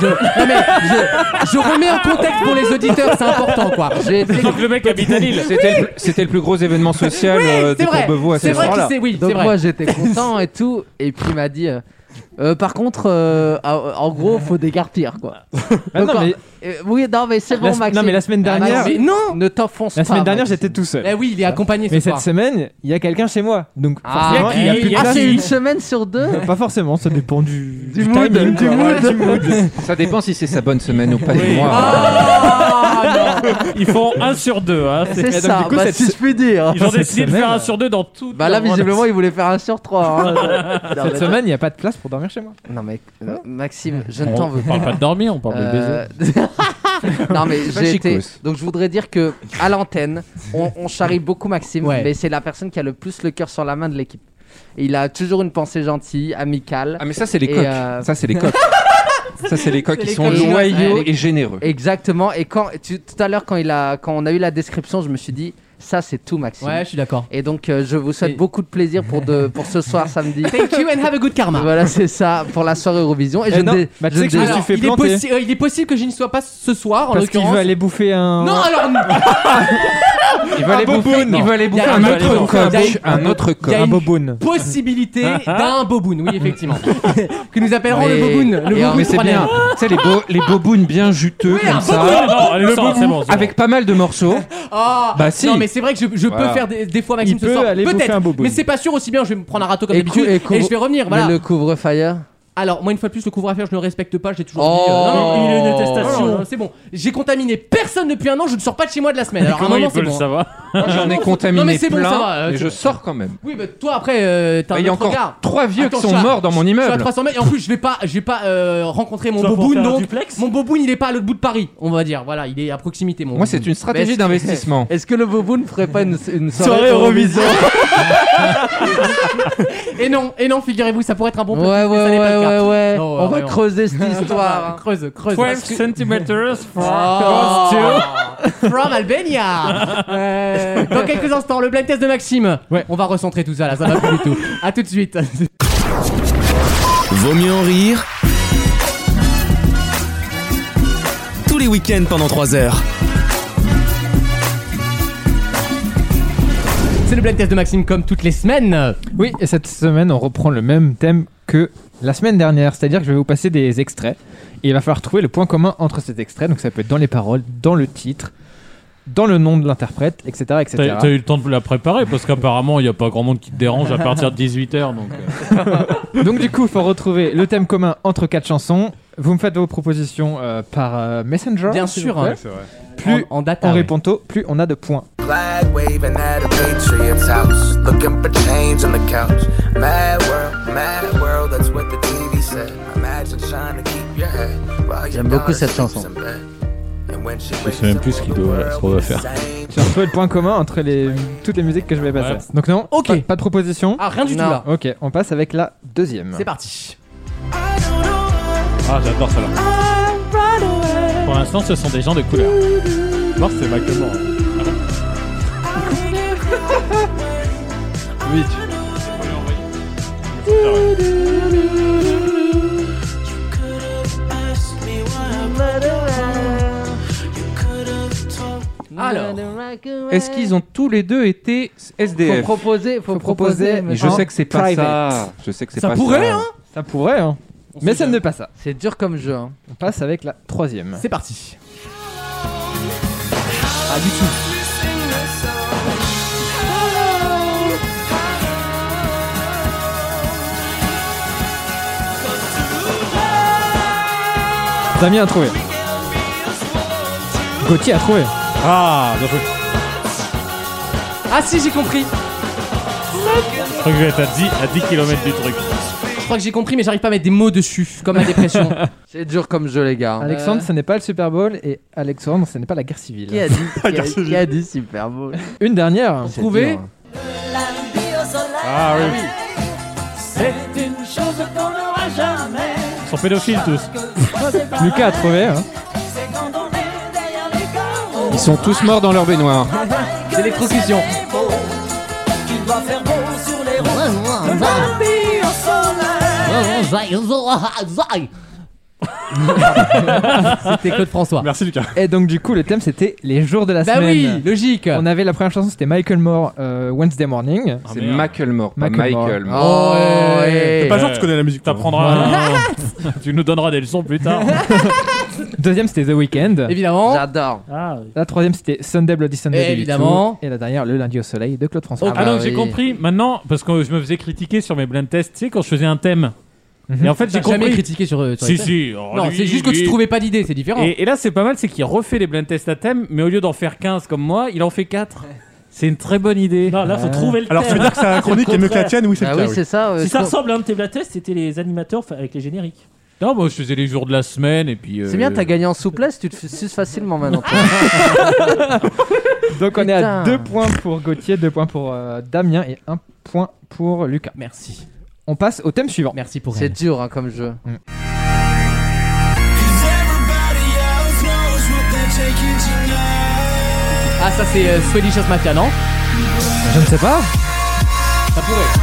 je remets en contexte pour les auditeurs, c'est important quoi. j'ai été Donc le mec habite à Lille. C'était le plus gros événement social de C'est vrai, Courbevoie à c'est ce vrai soir-là. que c'est oui, Donc c'est vrai. moi j'étais content et tout, et puis il m'a dit par contre en gros faut dégarpir quoi. Ah Donc, non, mais oui non mais c'est bon Maxime. non, mais la semaine dernière, mais non. Ne t'enfonce pas. la semaine dernière, Maxime. j'étais tout seul. Eh oui, il est accompagné Mais ce cette soir. semaine, il y a quelqu'un chez moi. Donc Ah, forcément, il y a plus de ah, place. c'est une semaine sur deux. Pas forcément, ça dépend du mood, timing, du quoi. mood. Ouais, du mood. Ça dépend si c'est sa bonne semaine ou pas. Dis-moi. Ah non. Ils font 1 sur 2. Hein. C'est donc, ça, du coup, bah, cette- si je puis dire. Ils ont Cette décidé de semaine, faire 1 sur 2 dans tout. Bah là visiblement il voulait faire 1 sur 3. Cette semaine, il n'y a pas de place pour dormir chez moi. Non mais Maxime, je ne t'en veux On parle pas. pas de dormir, on parle de baiser. Non mais pas j'ai été. chicos. Donc je voudrais dire que à l'antenne, on charrie beaucoup Maxime, Ouais. mais c'est la personne qui a le plus le cœur sur la main de l'équipe. Et il a toujours une pensée gentille, amicale. Ah mais ça c'est les Et, coqs. ça, c'est les coqs. Ça c'est les coqs C'est qui les sont coqs. loyaux Ouais. et généreux. Exactement. Et tout à l'heure quand on a eu la description, je me suis dit ça c'est tout Maxime. Ouais, je suis d'accord. Et donc je vous souhaite Et- beaucoup de plaisir pour ce soir samedi. Thank you and have a good karma. Voilà c'est ça pour la soirée Eurovision. Et Eh non, bah, tu sais que je me suis fait il, est planter. il est possible que je n'y sois pas ce soir en Parce qu'il l'occurrence. veut aller bouffer un. Non, alors Il va aller bouffer boboon. il va aller Il y a bouffer un un autre autre coq. coq. Un autre Il y coq. a un une boboon. possibilité d'un boboon, oui effectivement. Que nous appellerons Mais- le boboon. Le et boboon mais c'est bien. sais, les bobounes bien juteux comme ça. Non, allez, c'est bon. Avec pas mal de morceaux. Bah si. Non, mais c'est vrai que je peux faire des fois, Maxime, ce soir. Peut-être. Mais c'est pas sûr aussi bien. Je vais me prendre un râteau comme d'habitude et je vais revenir. Voilà. Mais le couvre-fire. Alors, moi, une fois de plus, le couvre-feu, je ne le respecte pas, j'ai toujours dit. Non, il a une attestation. Non, c'est bon. J'ai contaminé personne depuis un an, je ne sors pas de chez moi de la semaine. Alors, comment un moment, il peut le savoir? Moi, j'en ai contaminé c'est plein, bon, ça va, et je sors quand même. Oui, mais toi, après, t'as un Il y a autre regard. encore 3 vieux qui sont morts dans mon immeuble. Je suis à 300 mètres, et en plus, je vais pas rencontrer mon boboun, donc mon boboun, il est pas à l'autre bout de Paris, on va dire. Voilà, il est à proximité, mon. Moi, c'est une stratégie d'investissement. Est-ce que le boboun ferait pas une soirée Eurovision? Et non, figurez-vous, ça pourrait être un bon plot. Ouais. On va creuser cette histoire. Creuse. 12 cm from Albania. Dans quelques instants, le blind test de Maxime. Ouais. On va recentrer tout ça là, ça va plus du tout. A tout de suite. Vaut mieux en rire. Tous les week-ends pendant 3 heures. C'est le blind test de Maxime comme toutes les semaines. Oui, et cette semaine, on reprend le même thème que la semaine dernière. C'est-à-dire que je vais vous passer des extraits. Et il va falloir trouver le point commun entre ces extraits. Donc ça peut être dans les paroles, dans le titre, dans le nom de l'interprète, etc. T'as eu le temps de la préparer parce qu'apparemment il n'y a pas grand monde qui te dérange à partir de 18h. Donc du coup, il faut retrouver le thème commun entre 4 chansons. Vous me faites vos propositions par Messenger. Bien sûr, hein. C'est vrai. Plus en data, on répond tôt, plus on a de points. Flag waving at a Patriots house, looking for change on the couch. Mad world, that's what the TV said. Imagine trying to keep your head. J'aime beaucoup cette chanson. Je sais même plus ce qu'on doit faire. J'ai retrouvé le point commun entre toutes les musiques que je vais passer. Ouais. Donc non, pas de proposition. Ah, rien du tout là. Ok, on passe avec la deuxième. C'est parti. Ah, j'adore ça là. Pour l'instant, ce sont des gens de couleur. Non, c'est Michael Moore. Oui. Alors, est-ce qu'ils ont tous les deux été SDF? Faut proposer. Mais je sais que c'est pas ça. Je sais que c'est pas ça. Ça pourrait, hein. Ça pourrait, hein. Mais ça n'est pas ça. C'est dur comme jeu. Hein. On passe avec la troisième. C'est parti. Ah, du tout. Damien a trouvé. Gauthier a trouvé. Ah, bien joué. Ah si, j'ai compris. Je crois que je vais être à 10 km du truc. Je crois que j'ai compris, mais j'arrive pas à mettre des mots dessus, comme la dépression. C'est dur comme jeu, les gars. Alexandre, ce n'est pas le Super Bowl, et Alexandre, ce n'est pas la guerre civile. Qui a dit Super Bowl? Une dernière. Trouvé. Ah oui. C'est une chose qu'on n'aura jamais. Ils sont pédophiles tous. Lucas a trouvé. Hein. Ils sont tous morts dans leur baignoire. L'électrocution. C'était Claude François. Merci Lucas. Et donc du coup le thème c'était les jours de la bah semaine. Oui, logique. On avait la première chanson, c'était Michael Moore, Wednesday Morning. C'est Michael Moore, pas Michael Moore. Oh, ouais. C'est pas genre que tu connais la musique. T'apprendras. Tu nous donneras des leçons plus tard. Deuxième c'était The Weeknd. Évidemment. J'adore. Ah, oui. La troisième c'était Sunday Bloody Sunday. Évidemment. Et la dernière le lundi au soleil de Claude François. Ah donc j'ai compris maintenant parce que je me faisais critiquer sur mes blind tests, tu sais, quand je faisais un thème. Et en fait, j'ai jamais critiqué sur si. Non, c'est juste que tu trouvais pas d'idée, c'est différent. Et là, c'est pas mal, c'est qu'il refait les blind tests à thème, mais au lieu d'en faire 15 comme moi, il en fait 4. C'est une très bonne idée. Non, là, faut trouver le thème. Alors, tu veux dire que sa chronique est mieux que la tienne? Oui, c'est le cas. Oui, c'est ça. Si ça ressemble à un de tes blind tests, c'était les animateurs avec les génériques. Non, moi je faisais les jours de la semaine et puis. C'est bien, t'as gagné en souplesse, tu te suces facilement maintenant. Donc on est à 2 points pour Gauthier, 2 points pour Damien et 1 point pour Lucas. Merci. On passe au thème suivant. Merci pour C'est dur hein, comme jeu. Ah, ça c'est Swedish House Mafia, non? Je ne sais pas. Ça pourrait.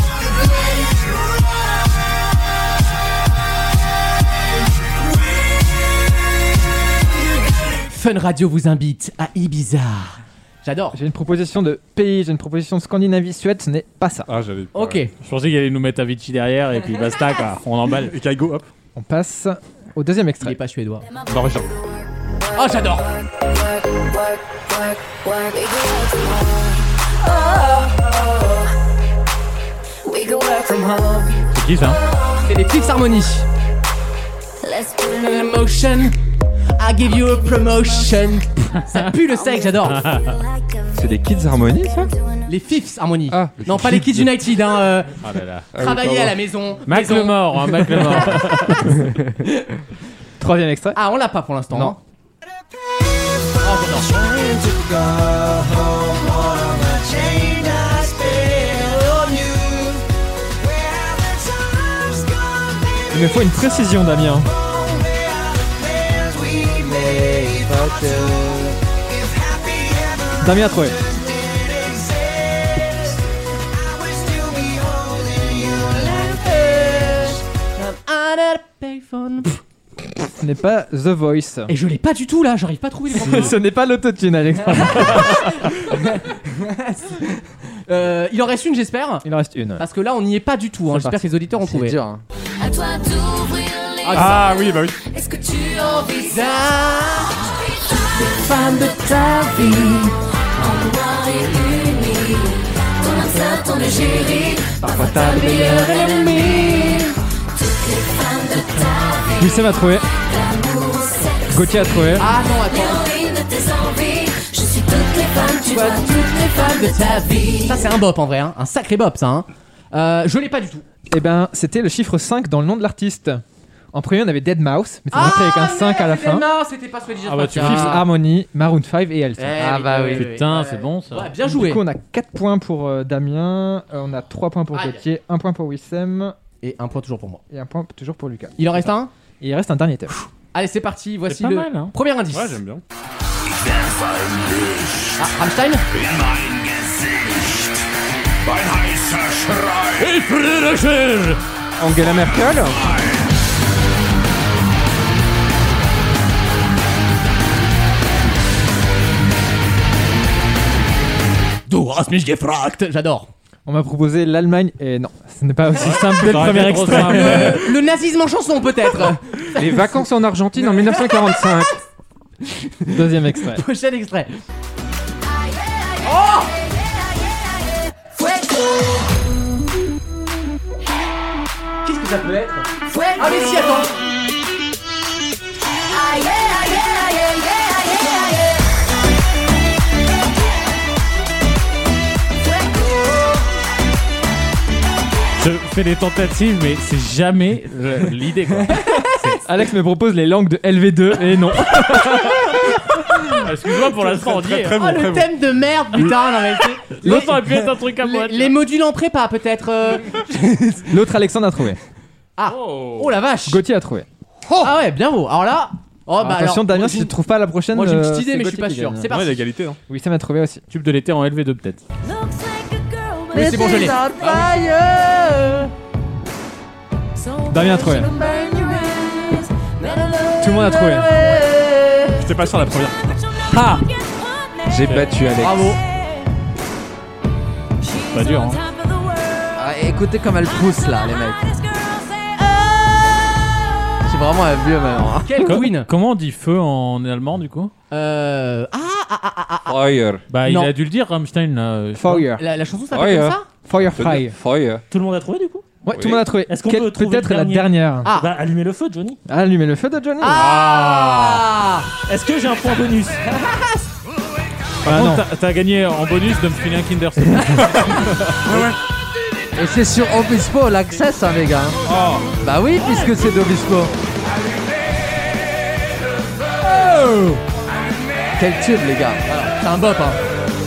Fun Radio vous invite à Ibiza. J'adore. J'ai une proposition de pays, j'ai une proposition de Scandinavie, Suède, ce n'est pas ça. Ah, j'avais. Ok. Je pensais qu'il allait nous mettre Avicii derrière et puis basta quoi. On emballe. Et Kaigo, hop. On passe au deuxième Il extrait. est pas suédois. Norvégien. Oh, j'adore. C'est qui ça? C'est les Fifth Harmony. Emotion, I give you a promotion. Ça pue le sexe, j'adore. C'est des Kids Harmony, ça? Les Fifth Harmony. Ah, non, pas les Kids United. Hein, Oh là là. travailler à la maison. Mac le mort, hein, Mac le mort. Troisième extrait. Ah, on l'a pas pour l'instant. Non. Hein. Oh, j'adore. Il me faut une précision, Damien. Damien a trouvé. Ce n'est pas The Voice. Et je l'ai pas du tout là, j'arrive pas à trouver les morceaux. Ce n'est pas l'autotune, Alex. Il en reste une, j'espère. Il en reste une. Parce que là, on n'y est pas du tout. Hein. J'espère que les auditeurs ont trouvé. C'est dur. Hein. À toi d'ouvrir les Ah oui, bah oui. Est-ce que tu envisages Femme de ta vie. en noir et uni ton âme sœur, ton égérie, parfois ta meilleure ennemie. Toutes les femmes de ta vie, Wissem a trouvé. l'amour, sexe, Gauthier a trouvé. Ah non, attends. l'héroïne de tes envies. Je suis toutes les femmes, tu vois toutes les femmes de ta vie. Ça, c'est un bop en vrai. Hein. Un sacré bop, ça. Hein. Je l'ai pas du tout. Eh ben, c'était le chiffre 5 dans le nom de l'artiste. En premier, on avait Dead Mouse, mais c'est marqué avec un 5 à la fin. Non, c'était pas Swedish. Ah bah, tu Fifth Harmony, Maroon 5 et Elton. Ah bah oui. Putain, c'est bon ça. Ouais, bien joué. Du coup, on a 4 points pour Damien, on a 3 points pour Aïe. Gauthier, 1 point pour Wissem Et un point toujours pour moi. et 1 point toujours pour Lucas. Il en reste un. Et il reste un dernier thème. Allez, c'est parti. Voici C'est pas le mal, hein. premier indice. Ouais, j'aime bien. Ah, Rammstein. Angela Merkel? Du hast mich gefragt. J'adore. On m'a proposé l'Allemagne et non, ce n'est pas aussi simple dès le premier extrait. Le nazisme en chanson, peut-être. Les vacances en Argentine en 1945. Deuxième extrait. Prochain extrait. Oh! Qu'est-ce que ça peut être? Ah mais si, attends. Je fais des tentatives, mais c'est jamais l'idée quoi. Alex me propose les langues de LV2 et non. Excuse-moi pour l'instant, on y est. Oh, le thème de merde, putain. Non, mais l'autre aurait pu être un truc à moi. les modules en prépa, peut-être. L'autre Alexandre a trouvé. Ah. Oh la vache. Gauthier a trouvé. Ah ouais, bien beau. Alors là. Oh bah attention, alors, Damien, si tu trouves pas la prochaine. moi j'ai une petite idée, c'est mais je suis Gauthier pas qui sûr. gagne. C'est parti. Ouais, l'égalité, hein. Oui, ça m'a trouvé aussi. Tube de l'été en LV2 peut-être. Oui, c'est bon, je l'ai. Damien a trouvé. Tout le monde a trouvé. J'étais pas sûr la première. Ah, J'ai battu Alex. Bravo. Pas dur hein. Ah, écoutez comme elle pousse là, les mecs. C'est vraiment un vieux maintenant. Hein. Quelle queen. Comment on dit feu en allemand du coup? Fire. Bah Non. il a dû le dire Rammstein là. Fire. La chanson s'appelle comme ça? Firefly. Fire. Tout le monde a trouvé du coup? Ouais, tout le monde a trouvé. Est-ce qu'on peut trouver Peut-être le la dernier dernière. Ah. Bah, allumez le feu, Johnny. Allumez le feu de Johnny. Ah. Est-ce que j'ai un point bonus? Par Ah, contre, non. t'as gagné en bonus de me filer un Kinder. Et c'est sur Obispo l'access, hein, les gars. Oh. Bah oui, puisque c'est d'Obispo. Oh. Quel tube, les gars. Voilà, c'est un bop hein.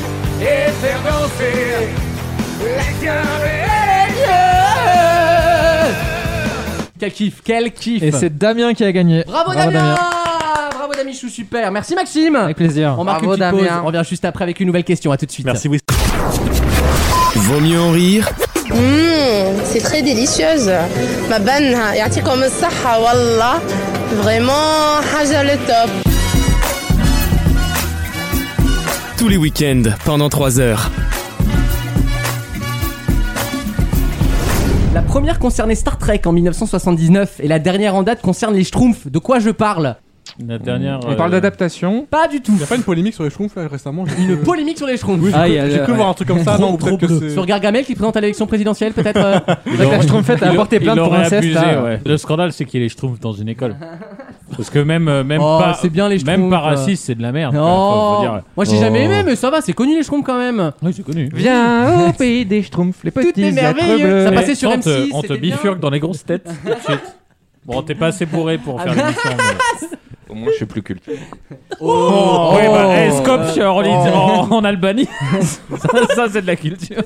Quel kiff, quel kiff. Et c'est Damien qui a gagné. Bravo Damien. Bravo Damien, je suis super. Merci Maxime. Avec plaisir. On marque Bravo, une petite pause. Damien. On revient juste après avec une nouvelle question. À tout de suite. Merci, oui. Vaut mieux en rire C'est très délicieuse. Ma banne, يعطيكم الصحة والله. Vraiment, حاجة le top. tous les week-ends pendant 3 heures. La première concernait Star Trek en 1979 et la dernière en date concerne les Schtroumpfs. De quoi je parle ? La dernière. On parle d'adaptation. Pas du tout. Il y a pas une polémique sur les Schtroumpfs là, récément? Une polémique sur les Schtroumpfs. Oui, j'ai cru voir un truc comme ça, non? Ou peut-être que c'est. Sur Gargamel qui présente à l'élection présidentielle, peut-être. La Schtroumpfette a apporté plainte pour inceste. Le scandale, c'est qu'il y ait les Schtroumpfs dans une école. Parce que même Oh, pas. c'est bien les Schtroumpfs. Même pas raciste, c'est de la merde. Non. Faut dire. Moi j'ai jamais aimé, mais ça va, c'est connu les Schtroumpfs quand même. Oui, c'est connu. Viens au pays des Schtroumpfs, les Tout est petits êtres merveilleux. bleus. Ça passait sur On M6. te c'était bien. bifurque dans les grosses têtes tout de suite. Bon, t'es pas assez bourré pour faire l'émission. Au moins, je suis plus culte. Oh, ouais, bah, Skopje en Albanie. ça, c'est de la culture.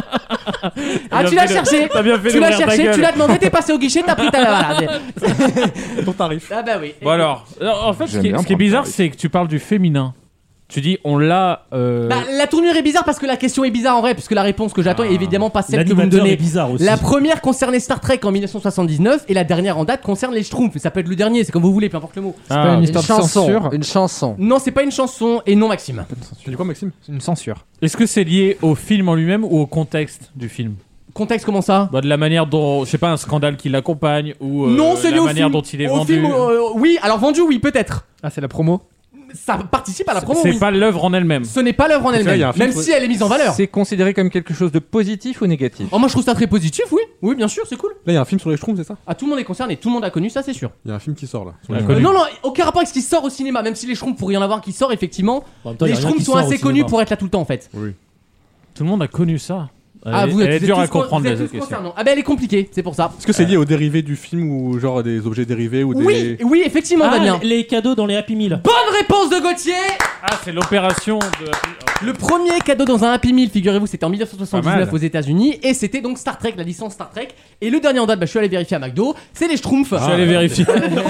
Ah, tu l'as cherché. T'as bien fait Tu l'as d'ouvrir ta cherché, gueule. tu l'as demandé, t'es passé au guichet, t'as pris ta. Voilà. Ton tarif. Ah bah oui. Bon alors, en fait, ce J'aime qui est bien bizarre, prendre c'est que tu parles du féminin. Tu dis, on l'a. Bah, la tournure est bizarre parce que la question est bizarre en vrai, puisque la réponse que j'attends est évidemment pas celle que vous me L'animateur donnez. est bizarre aussi. La première concernait Star Trek en 1979 et la dernière en date concerne les Schtroumpfs. Ça peut être le dernier, c'est comme vous voulez, peu importe le mot. C'est pas une histoire de censure. Une chanson. Non, c'est pas une chanson et non, Maxime. Tu dis quoi, Maxime? C'est une censure. Est-ce que c'est lié au film en lui-même ou au contexte du film? Contexte, comment ça? Bah, de la manière dont, je sais pas, un scandale qui l'accompagne ou Non, c'est lié la au manière film. dont il est Au vendu. film, oui, alors vendu, oui, peut-être. Ah, c'est la promo. Ça participe à la promo. C'est oui. pas l'œuvre en elle-même. Ce n'est pas l'œuvre en Parce que là, il y a elle-même, un film même si elle est mise en valeur. C'est considéré comme quelque chose de positif ou négatif? Oh, moi je trouve ça très positif, oui. Oui, bien sûr, c'est cool. Là, il y a un film sur les Schtroumpfs, c'est ça? Ah, tout le monde est concerné, tout le monde a connu, ça c'est sûr. Il y a un film qui sort là. sur Ouais. les Connu. Non, non, aucun rapport avec ce qui sort au cinéma, même si les Schtroumpfs pourrait y en avoir qui sort, effectivement. En même temps, y Les a rien Schtroumpfs qui sont sort au assez cinéma. connus pour être là tout le temps en fait. Oui. Tout le monde a connu ça. Ah, Elle est êtes dure à tous comprendre vous êtes cette tous question. concernants. Ah, ben elle est compliquée, c'est pour ça. Est-ce que c'est lié aux dérivés du film ou genre des objets dérivés ou des. Oui, oui, effectivement, Ah, Damien. les cadeaux dans les Happy Meal. Bonne réponse de Gauthier. Ah, c'est l'opération de. Le premier cadeau dans un Happy Meal, figurez-vous, c'était en Pas 1979 mal. aux États-Unis et c'était donc Star Trek, la licence Star Trek. Et le dernier en date, bah, je suis allé vérifier à McDo, c'est les Schtroumpfs. Je suis allé vérifier.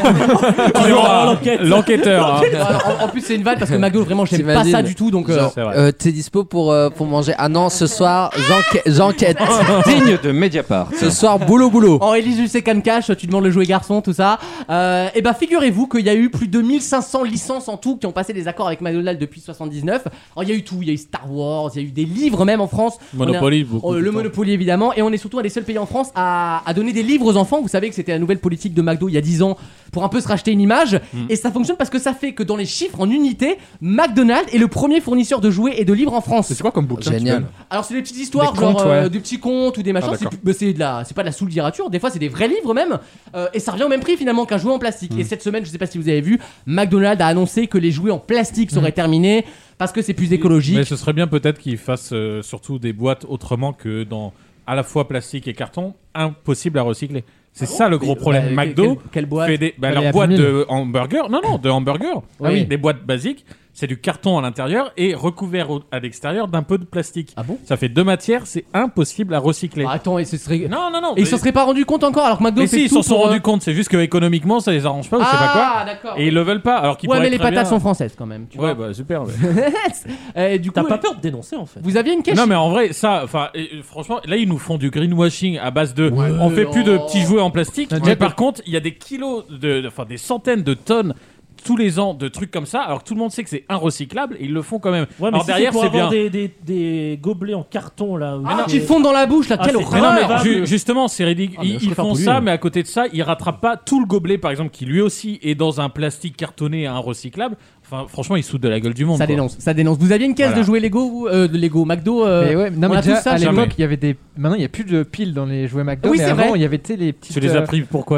l'enquête. L'enquêteur. hein. En plus, c'est une vanne parce que McDo, vraiment, j'aime pas T'imagines, ça du tout. Donc, genre, c'est vrai. t'es dispo pour manger? Ah non, ce soir, j'enquête. Digne de Mediapart. Ce soir, boulot. en Élise Lucet Cash, tu demandes le jouet garçon, tout ça. Et bah, figurez-vous qu'il y a eu plus de 1500 licences en tout qui ont passé des accords avec McDonald's depuis 79. Alors, il y a eu tout, il y a eu Star Wars, il y a eu des livres même en France. Monopoly, beaucoup. Le Monopoly évidemment, et on est surtout un des seuls pays en France à donner des livres aux enfants. Vous savez que c'était la nouvelle politique de McDo il y a 10 ans pour un peu se racheter une image, et ça fonctionne parce que ça fait que dans les chiffres en unité, McDonald's est le premier fournisseur de jouets et de livres en France. C'est quoi comme bouquin? Génial. Alors c'est des petites histoires, Des genre contes, ouais. des petits contes ou des machins. Ah, d'accord. C'est pas de la sous-littérature. Des fois c'est des vrais livres même, et ça revient au même prix finalement qu'un jouet en plastique. Et cette semaine, je sais pas si vous avez vu, McDonald's a annoncé que les jouets en plastique seraient terminés parce que c'est plus écologique. Mais ce serait bien peut-être qu'ils fassent surtout des boîtes autrement que dans à la fois plastique et carton, impossible à recycler. C'est ça le gros problème. McDo quelle boîte? fait des, Les leur Happy boîte Meal. de hamburger, de hamburger, Ah oui. des boîtes basiques, c'est du carton à l'intérieur et recouvert à l'extérieur d'un peu de plastique. Ah bon? Ça fait deux matières, c'est impossible à recycler. Ah, attends, et ce serait. Non. Et ils s'en seraient pas rendu compte encore alors que McDo Mais fait si, ils tout s'en sont pour, rendus compte, c'est juste que économiquement ça les arrange pas ou je sais pas quoi. Ah d'accord. Et ils le veulent pas alors qu'ils Ouais, pourraient mais les très patates bien- sont françaises quand même. Tu Ouais, vois. bah super. mais- Du coup, T'as pas peur de dénoncer en fait? vous aviez une question? Non mais en vrai ça, enfin franchement là ils nous font du greenwashing à base de on fait plus de petits jouets en plastique, mais par contre il y a des kilos enfin des centaines de tonnes tous les ans de trucs comme ça alors que tout le monde sait que c'est inrecyclable et ils le font quand même. Ouais, mais alors si derrière pour c'est avoir bien. des gobelets en carton là. où Ah, c'est- qui fondent dans la bouche là, Ah, quelle c'est- Mais non, horreur! mais justement, c'est ridicule. Ah, mais je Ils préfère font polluer. ça, mais à côté de ça, ils rattrapent pas tout le gobelet, par exemple, qui lui aussi est dans un plastique cartonné à un recyclable. Enfin, franchement, ils se foutent de la gueule du monde. Ça quoi. dénonce, ça dénonce. Vous aviez une caisse Voilà. de jouets Lego, de Lego McDo Mais ouais, non, on mais a déjà, tous ça, à jamais. l'époque, il y avait des. Maintenant, il n'y a plus de piles dans les jouets McDo. Oui, mais c'est avant, vrai. il y avait tu sais, les petites. Tu les as pris pourquoi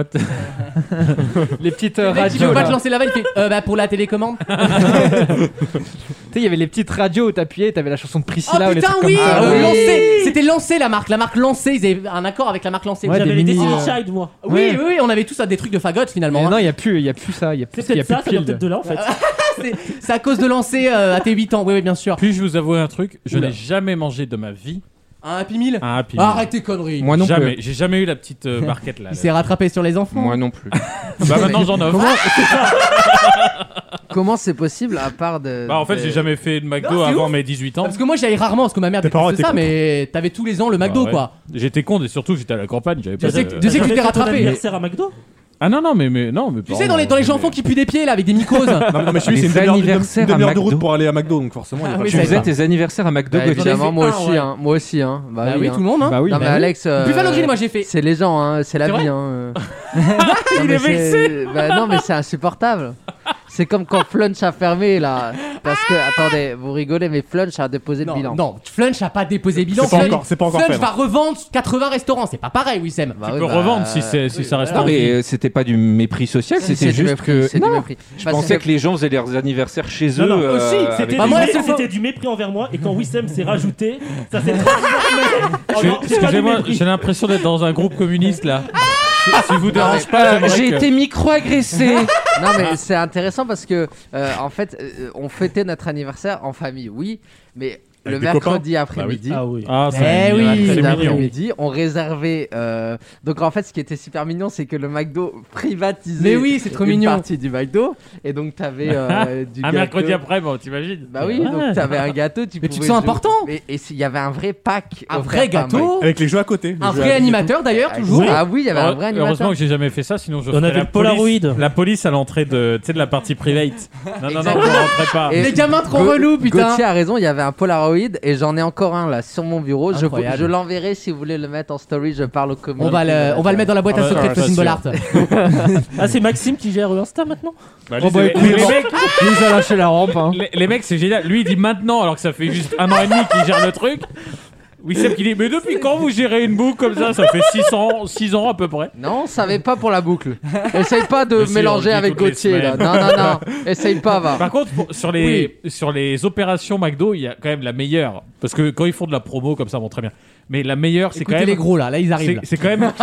Les petites Le mec, il radios. veut pas là. te lancer la vanne, il fait bah pour la télécommande. Tu sais, il y avait les petites radios où t'appuyais, t'avais la chanson de Oh Priscilla ou les putain, trucs oui, comme ça. Lancé. C'était Lancé la marque Lancé. Ils avaient un accord avec la marque Lancé. Ouais, J'avais des les mini, Destiny Child moi. Oui, Ouais. oui, on avait tous des trucs de fagotte finalement. Mais hein. non, il n'y a plus ça. Il y a C'est plus, il y a peut-être ça, plus ça de vient piles. peut-être de là en fait. C'est à cause de Lancé à tes 8 ans. Oui, bien sûr. Puis-je vous avouer un truc? Je Oula. n'ai jamais mangé de ma vie Un Happy Meal. un Happy Meal. Arrête tes conneries. Moi non Jamais. plus. J'ai jamais eu la petite barquette là. Il s'est rattrapé sur les enfants. Moi non plus. Bah maintenant j'en offre. Comment c'est possible à part de. Bah en fait j'ai jamais fait de McDo Non, c'est avant ouf. mes 18 ans. Parce que moi j'y allais rarement parce que ma mère Tes parents détestait ça, étaient mais t'avais tous les ans le McDo Bah ouais. quoi. J'étais con et surtout j'étais à la campagne. J'avais Je pas sais de- que tu t'es J'avais fait ton rattrapé. anniversaire à McDo? Ah non, mais Tu sais, dans les gens qui puent des pieds là avec des mycoses. Non, mais chez lui, c'est une demi-heure de route pour aller à McDo, donc forcément. Tu faisais tes anniversaires à McDo, évidemment, moi aussi. Bah oui, tout le monde. Bah oui, non, mais Alex. Buffalo Grill, moi j'ai fait. C'est les gens, c'est la vie. Il est vexé. Non, mais c'est insupportable. C'est comme quand Flunch a fermé là. Parce que, attendez, vous rigolez, mais Flunch a déposé le bilan. Non, Flunch a pas déposé le bilan. C'est pas encore fait. Flunch va revendre 80 restaurants. C'est pas pareil, Wissem. Tu peux revendre si ça reste. Non, mais c'était pas du mépris social, c'était juste que. C'est du mépris. Je pensais que les gens faisaient leurs anniversaires chez eux. Non, aussi, c'était du mépris envers moi. Et quand Wissem s'est rajouté, ça s'est transformé. Excusez-moi, j'ai l'impression d'être dans un groupe communiste là. Si vous dérange pas, j'ai été micro-agressé. Non, mais c'est intéressant parce que en fait, on fêtait notre anniversaire en famille, oui, mais le mercredi après-midi. Ah oui. Le après-midi, on réservait. Donc en fait, ce qui était super mignon, c'est que le McDo privatisait. Mais oui, c'est trop mignon. Partie du McDo, et donc t'avais du gâteau. Un mercredi après, bon, t'imagines. Bah oui, donc t'avais un gâteau. Mais tu te sens important. Et il y avait un vrai pack. Un vrai gâteau. Avec les jeux à côté. Un vrai animateur d'ailleurs, toujours. Ah oui, il y avait un vrai animateur. Heureusement que j'ai jamais fait ça, sinon je On avait le Polaroid. La police à l'entrée de la partie private. Non, vous rentrez pas. Les gamins trop relous, putain. Gauthier a raison, il y avait un Polaroid et j'en ai encore un là sur mon bureau. Je l'enverrai si vous voulez le mettre en story. Je parle au community. On va le mettre dans la boîte à secret de Symbol Art. Ah, c'est Maxime qui gère Insta maintenant. Les mecs, il nous a lâché la rampe. Les mecs, c'est génial. Lui, il dit maintenant, alors que ça fait juste 1 an et demi qu'il gère le truc. Wissem qui dit mais depuis quand vous gérez une boucle comme ça? Ça fait 6 ans à peu près. Non, on savait pas pour la boucle. Essaye pas de mélanger avec Gauthier là. Non. Essaye pas, va. Par contre, sur les opérations McDo, il y a quand même la meilleure. Parce que quand ils font de la promo comme ça, bon, très bien. Mais la meilleure, c'est quand même. Écoutez les gros là, ils arrivent. C'est quand même.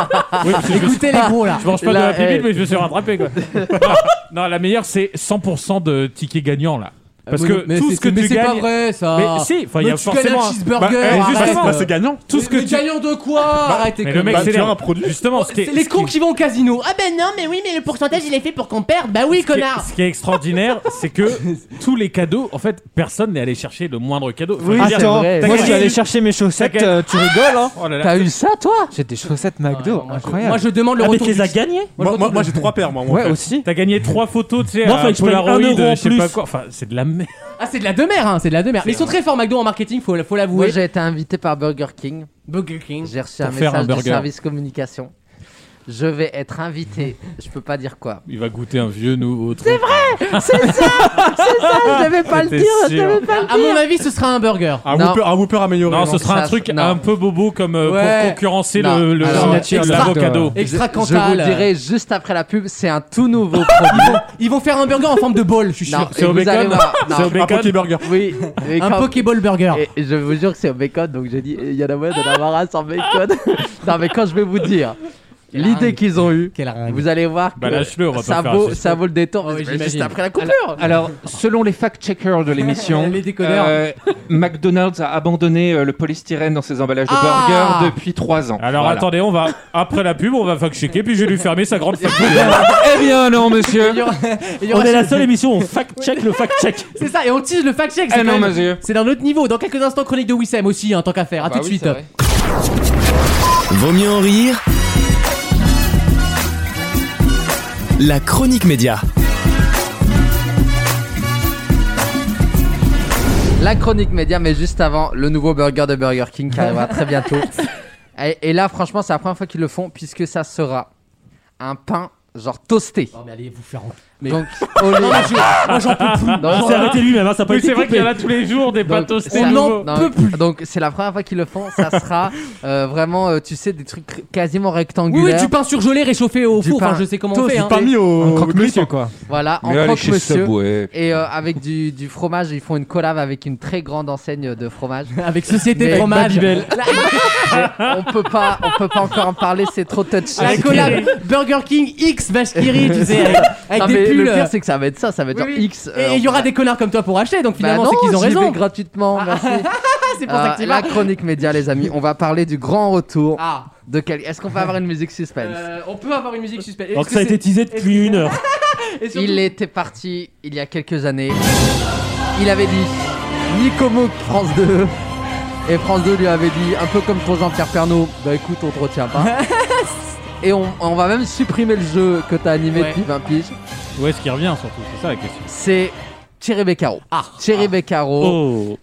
Écoutez les gros là. Je mange pas de la pipite, mais je me suis rattrapé quoi. Non, la meilleure, c'est 100% de tickets gagnants là. Parce que tout ce que tu gagnes. C'est pas vrai ça. Mais si, il y a forcément. Un cheeseburger. Justement, c'est gagnant. Tout ce que gagnant de quoi? Arrêtez. Mais le mec, c'est un produit. Justement, c'est les cons qui vont au casino. Ah ben non, mais oui, mais le pourcentage il est fait pour qu'on perde. Bah oui, connard. Ce qui est extraordinaire, c'est que tous les cadeaux, en fait, personne n'est allé chercher le moindre cadeau. Oui, attends, moi je suis allé chercher mes chaussettes. Tu rigoles, hein? T'as eu ça, toi? J'ai des chaussettes McDo, incroyable. Moi je demande le retour. Tu les as gagnées? Moi j'ai 3 paires, moi. Ouais, aussi. T'as gagné 3 photos, tu sais, moi, il faut Polaroid, 1 euro je sais pas quoi. Enfin, c'est de la merde. Ah, c'est de la demeure, hein, c'est de la demeure. Mais ils sont très forts McDo en marketing, faut l'avouer. Moi j'ai été invité par Burger King. J'ai reçu un message du service communication. Je vais être invité, je peux pas dire quoi. Il va goûter un vieux nouveau truc. C'est vrai, c'est ça, je devais pas le dire, À mon avis, ce sera un burger. Un Whopper amélioré. Non, ce sera un truc un peu bobo comme pour concurrencer le signature de l'avocado. Extra Je vous le dirai juste après la pub, c'est un tout nouveau produit. Ils vont faire un burger en forme de bol, je suis sûr. C'est au bacon. C'est un Pokéburger. Oui, un Pokéball burger. Et je vous jure que c'est au bacon, donc j'ai dit, il y en a moyen d'en avoir un sans bacon. Non, mais quand je vais vous dire. L'idée qu'ils ont eue, vous allez voir que ça vaut le détour. Juste après la coupure. Alors, selon les fact-checkers de l'émission, les décodeurs, McDonald's a abandonné le polystyrène dans ses emballages de burgers depuis 3 ans. Alors attendez, on va après la pub, on va fact-checker, puis je vais lui fermer sa grande facture. Eh bien non, monsieur. On est la seule émission où on fact-check le fact-check. C'est ça, et on tease le fact-check. Eh non, monsieur. C'est d'un autre niveau. Dans quelques instants, chronique de Wissem aussi, tant qu'à faire. À tout de suite. Vaut mieux en rire. La chronique média. La chronique média, mais juste avant, le nouveau burger de Burger King qui arrivera très bientôt. Et là, franchement, c'est la première fois qu'ils le font, puisque ça sera un pain genre toasté. Oh, mais allez vous faire. Donc, moi j'en peux plus. On s'est arrêté lui-même, ça n'a pas été C'est vrai coupé. qu'il y en a tous les jours des pains toastés. On n'en peut plus. Donc c'est la première fois qu'ils le font. Ça sera vraiment, tu sais, des trucs quasiment rectangulaires. Oui, du pain surgelé réchauffé au four. Enfin, je sais comment on fait. Du pain mis au croque-monsieur, quoi. Voilà, en croque-monsieur. Et avec du fromage, ils font une collab avec une très grande enseigne de fromage. Avec Société Fromage. On peut pas encore en parler, c'est trop touchy. La collab Burger King X Bashkiri, tu sais, avec des pulls. Le pire, c'est que ça va être ça, ça va être genre X. Et il y aura des connards comme toi pour acheter, donc finalement, c'est qu'ils ont j'y raison. vais gratuitement, merci. C'est pour ça que tu vas. La chronique média, les amis, on va parler du grand retour. Est-ce qu'on peut avoir une musique suspense? On peut avoir une musique suspense. Donc ça a été teasé depuis 1 heure. Il était parti il y a quelques années. Il avait dit Nicomo France 2. Et France 2 lui avait dit, un peu comme pour Jean-Pierre Pernaut, bah écoute, on te retient pas. Et on va même supprimer le jeu que t'as animé depuis 20 piges. Où est-ce qu'il revient surtout? C'est ça la question. C'est Thierry Beccaro. Thierry Beccaro,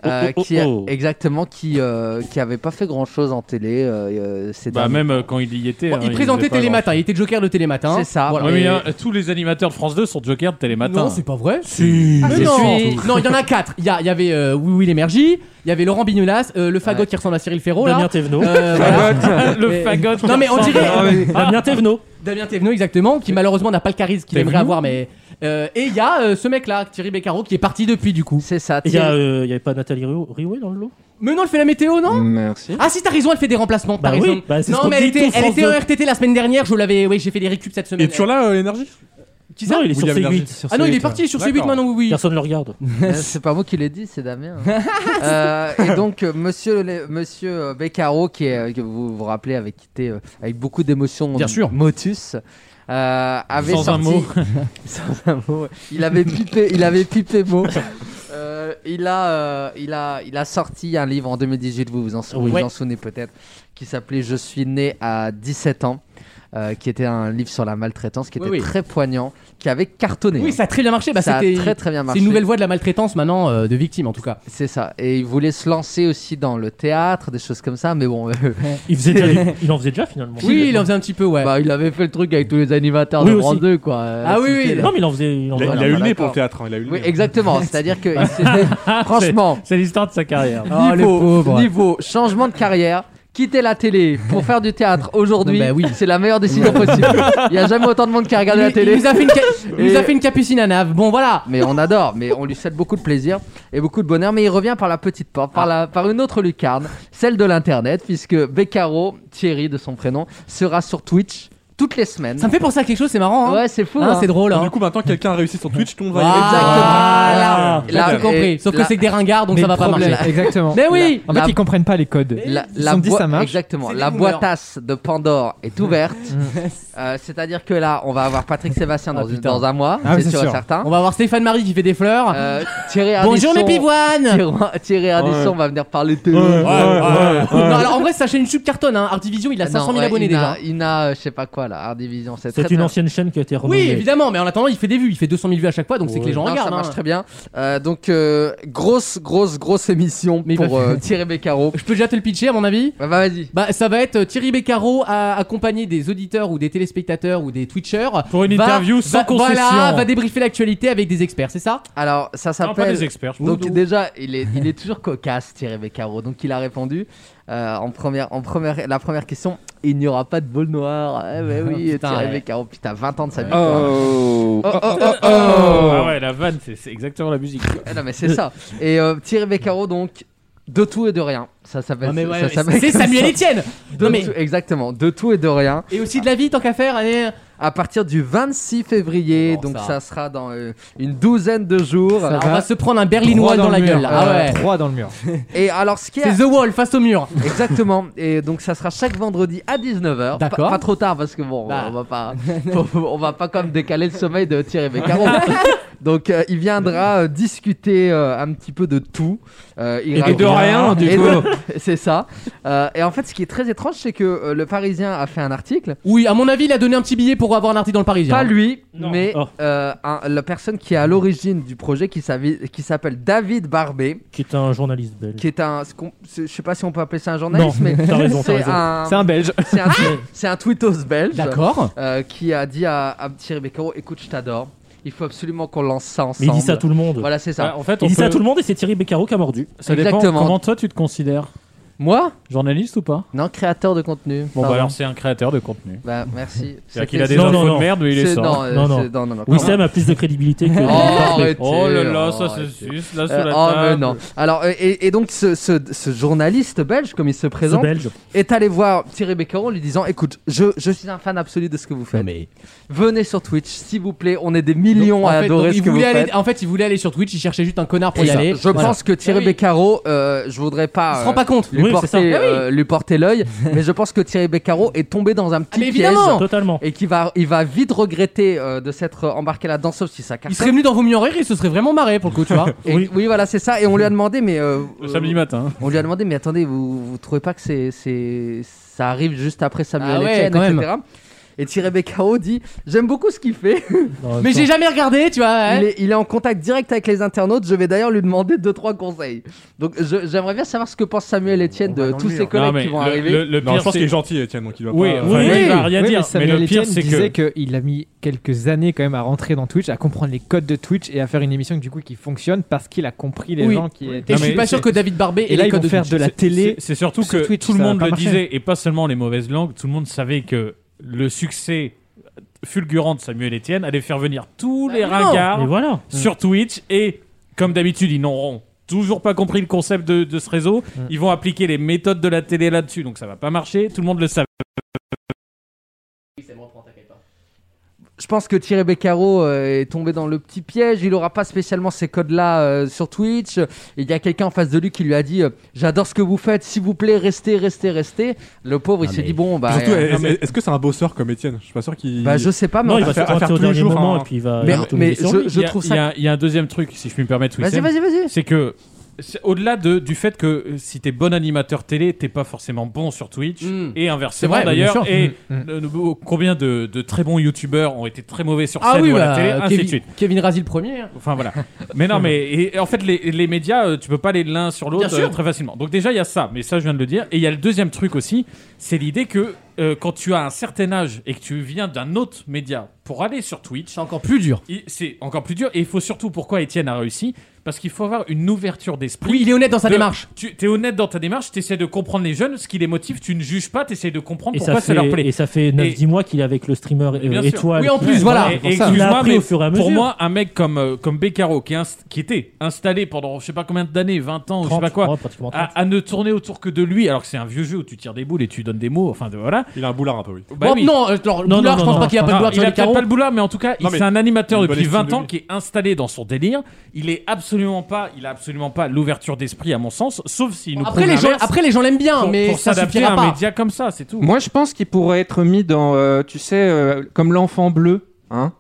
qui avait pas fait grand chose en télé. Même quand il y était. Il présentait Télématin, il était Joker de Télématin. C'est ça. Voilà. Mais tous les animateurs de France 2 sont Joker de Télématin. Non, c'est pas vrai. Si. Non, il y en a 4. Il y avait Oui Lémergie, il y avait Laurent Bignolas, le fagot qui ressemble à Cyril Ferraud. Damien Thévenot. Le fagot. Non, mais on dirait. Damien Thévenot. Damien Thévenot, exactement, qui malheureusement n'a pas le charisme qu'il aimerait avoir, mais. Et il y a ce mec-là, Thierry Beccaro, qui est parti depuis du coup. C'est ça. Il y avait pas Nathalie Riouet dans le lot? Mais non, elle fait la météo, non? Merci. Ah si, t'as raison, elle fait des remplacements. Bah t'as oui, raison. bah, c'est ce non, qu'on mais elle dit était tout, France en RTT la semaine dernière. J'ai fait des récup cette semaine. Et toujours là, l'énergie? Qui ça? Non, il est sur C8. Ah non, il est parti sur C8 maintenant, oui. Personne ne le regarde. C'est pas moi qui l'ai dit, c'est Damien. Et donc, monsieur Beccaro, que vous vous rappelez, avait quitté avec beaucoup d'émotion Motus. Avait sans sorti... un mot. Sans un mot. Il avait pipé mot. Il a sorti un livre en 2018, vous vous en souvenez peut-être, qui s'appelait Je suis né à 17 ans. Qui était un livre sur la maltraitance, qui était très poignant, qui avait cartonné. Oui, ça a très bien marché. Ça a très bien marché. C'est une nouvelle voie de la maltraitance maintenant, de victimes en tout cas. C'est ça. Et il voulait se lancer aussi dans le théâtre, des choses comme ça, mais bon. Il en faisait déjà finalement. Oui, il en faisait un petit peu, ouais. Bah, il avait fait le truc avec tous les animateurs de France 2, quoi. Oui. Non, mais il en faisait. Il a eu le nez pour le théâtre. Oui, exactement. C'est-à-dire que franchement, c'est l'histoire de sa carrière. Niveau changement de carrière. Quitter la télé pour faire du théâtre aujourd'hui, c'est la meilleure décision possible. Il n'y a jamais autant de monde qui a regardé la télé. Il nous a fait une capucine à Nave. Bon, voilà. Mais on adore, mais on lui souhaite beaucoup de plaisir et beaucoup de bonheur. Mais il revient par la petite porte, par une autre lucarne, celle de l'internet, puisque Beccaro, Thierry de son prénom, sera sur Twitch toutes les semaines. Ça me fait penser à quelque chose, c'est marrant. Hein. Ouais, c'est fou. C'est drôle. Du coup, maintenant, quelqu'un a réussi sur Twitch, tout le monde va y Exactement. Là, j'ai compris. Sauf que c'est que des ringards, donc ça va pas marcher. Exactement. Mais oui. En fait, ils comprennent pas les codes. Ils se sont dit ça marche. Exactement. La boîtasse de Pandore est ouverte. C'est-à-dire que là, on va avoir Patrick Sébastien dans un mois, c'est sûr et certain. On va avoir Stéphane Marie qui fait des fleurs. Thierry Ardisson. Bonjour mes pivoines. Thierry Ardisson va venir parler de télé. Non, alors en vrai, sa chaîne YouTube cartonne. Art Division, il a 500 000 abonnés déjà. Il a, je sais pas quoi là, Art Division. C'est une ancienne chaîne qui a été renommée. Oui, évidemment, mais en attendant, il fait des vues. Il fait 200 000 vues à chaque fois, donc c'est que les gens regardent. Ça marche très bien. Donc, grosse émission pour Thierry Beccaro. Je peux déjà te le pitcher, à mon avis. Bah, vas-y. Bah, ça va être Thierry Beccaro accompagné des auditeurs ou des téléspectateurs ou des Twitchers. Pour une interview sans concession. Voilà, va débriefer l'actualité avec des experts, c'est ça? Alors, ça s'appelle. Non, pas des experts. Donc, déjà, il est toujours cocasse, Thierry Beccaro. Donc, il a répondu. La première question, il n'y aura pas de bol noir. Oui, Thierry Beccaro, putain, 20 ans de sa vie. Ah ouais, la vanne, c'est exactement la musique. Non, mais c'est ça. Et Thierry Beccaro, donc, de tout et de rien. Ça s'appelle. C'est Samuel Etienne. Exactement, de tout et de rien. Et aussi de la vie, tant qu'à faire. Allez. À partir du 26 février, donc ça sera dans une douzaine de jours. On va se prendre un berlinois dans la gueule. Ah ouais. 3 dans le mur. Et alors, ce qui c'est The Wall face au mur. Exactement. Et donc ça sera chaque vendredi à 19h. D'accord. Pas trop tard parce que bon, on va pas comme décaler le sommeil de Thierry Beccaro. Donc il viendra discuter un petit peu de tout. Et de rien, du coup. C'est ça. Et en fait, ce qui est très étrange, c'est que le Parisien a fait un article. Oui, à mon avis, il a donné un petit billet pour avoir un article dans le Parisien. Pas lui, mais la personne qui est à l'origine du projet, qui s'appelle David Barbet, qui est un journaliste belge. Qui est je sais pas si on peut appeler ça un journaliste, mais t'as raison, c'est un Belge. C'est un tweetos belge. D'accord. Qui a dit à Thierry Beccaro, écoute, je t'adore. Il faut absolument qu'on lance ça ensemble. Mais il dit ça à tout le monde. Voilà, c'est ça. En fait, il dit ça à tout le monde et c'est Thierry Beccaro qui a mordu. Ça dépend comment toi tu te considères. Moi ? Journaliste ou pas ? Non, créateur de contenu. Bon, bah alors c'est un créateur de contenu. Bah, merci. C'est-à-dire qu'il a des infos de merde, mais il les sort. Non. Wissem a plus de crédibilité que. Oh là là, ça se suce là sous la table. Mais non. Alors, et donc, ce journaliste belge, comme il se présente, est allé voir Thierry Beccaro en lui disant, écoute, je suis un fan absolu de ce que vous faites. Mais... Venez sur Twitch, s'il vous plaît. On est des millions à adorer ce que vous faites. En fait, il voulait aller sur Twitch, il cherchait juste un connard pour y aller. Je pense que Thierry Beccaro, je voudrais pas. Il se rend pas compte. Lui porter l'œil, mais je pense que Thierry Beccaro est tombé dans un petit piège, totalement, et qu'il va vite regretter de s'être embarqué là-dedans, sauf si ça cartonne. Il serait venu dans Vaut mieux en rire, il se serait vraiment marré pour le coup, tu vois. Oui, voilà, c'est ça. Et on lui a demandé, mais le samedi matin. On lui a demandé, mais attendez, vous trouvez pas que ça arrive juste après Samuel Etienne, etc. Et Thierry Beccaro dit j'aime beaucoup ce qu'il fait. Mais j'ai jamais regardé, tu vois. Il est en contact direct avec les internautes. Je vais d'ailleurs lui demander 2-3 conseils. Donc j'aimerais bien savoir ce que pense Samuel Etienne de tous ses collègues qui vont arriver. Le pire, je pense qu'il est gentil, Etienne, donc il doit oui, pas. Il va rien dire. Mais le pire, c'est disait qu'il a mis quelques années quand même à rentrer dans Twitch, à comprendre les codes de Twitch et à faire une émission du coup qui fonctionne parce qu'il a compris les gens qui étaient. Et je suis pas sûr que David Barbet et les codes de faire de la télé. C'est surtout que Twitch, tout le monde le marché. disait, et pas seulement les mauvaises langues, tout le monde savait que le succès fulgurant de Samuel Etienne allait faire venir tous les ringards sur Twitch, et comme d'habitude, ils n'auront toujours pas compris le concept de ce réseau. Ils vont appliquer les méthodes de la télé là-dessus, donc ça va pas marcher. Tout le monde le savait. Je pense que Thierry Beccaro est tombé dans le petit piège. Il n'aura pas spécialement ces codes-là sur Twitch. Il y a quelqu'un en face de lui qui lui a dit j'adore ce que vous faites, s'il vous plaît, restez. Le pauvre, il s'est dit bon, bah. Surtout, est-ce que c'est un bosseur comme Étienne ? Je suis pas sûr qu'il. Bah, je sais pas, mais non, il va faire tous les jours. Et puis il va. Mais je trouve ça. Il y a un deuxième truc, si je puis me permettre. Vas-y. C'est que. Au-delà du fait que si t'es bon animateur télé, t'es pas forcément bon sur Twitch, et inversement vrai, d'ailleurs. Et combien de très bons youtubeurs ont été très mauvais sur scène ou à la télé, ainsi de suite. Kevin Razi le premier. Enfin voilà. Mais non, mais en fait les médias, tu peux pas aller l'un sur l'autre très facilement. Donc déjà il y a ça, mais ça je viens de le dire. Et il y a le deuxième truc aussi, c'est l'idée que quand tu as un certain âge et que tu viens d'un autre média pour aller sur Twitch, c'est encore plus dur. C'est encore plus dur, et il faut surtout, pourquoi Étienne a réussi, parce qu'il faut avoir une ouverture d'esprit. Oui, il est honnête dans sa démarche. Tu es honnête dans ta démarche, tu essaies de comprendre les jeunes, ce qui les motive, tu ne juges pas, tu essaies de comprendre pourquoi ça leur plaît. Et ça fait 9-10 mois qu'il est avec le streamer Étoile. Oui, en plus, voilà. Et excuse-moi, mais pour moi, un mec comme Beccaro, qui était installé pendant je sais pas combien d'années, 20 ans, 30, je sais pas quoi, à ne tourner autour que de lui, alors que c'est un vieux jeu où tu tires des boules et tu donnes des mots, enfin voilà. Il a un boulard un peu, oui. Bah, oui. Non, boulard, je pense pas qu'il a pas de boulard. Il a peut-être pas le boulard, mais en tout cas, c'est un animateur depuis 20 ans qui est installé dans son délire. Il a absolument pas l'ouverture d'esprit, à mon sens, sauf s'il nous après les gens l'aiment bien, mais pour ça s'adapter suffira à pas. un média comme ça, c'est tout. Moi, je pense qu'il pourrait être mis dans, tu sais, comme l'enfant bleu, hein.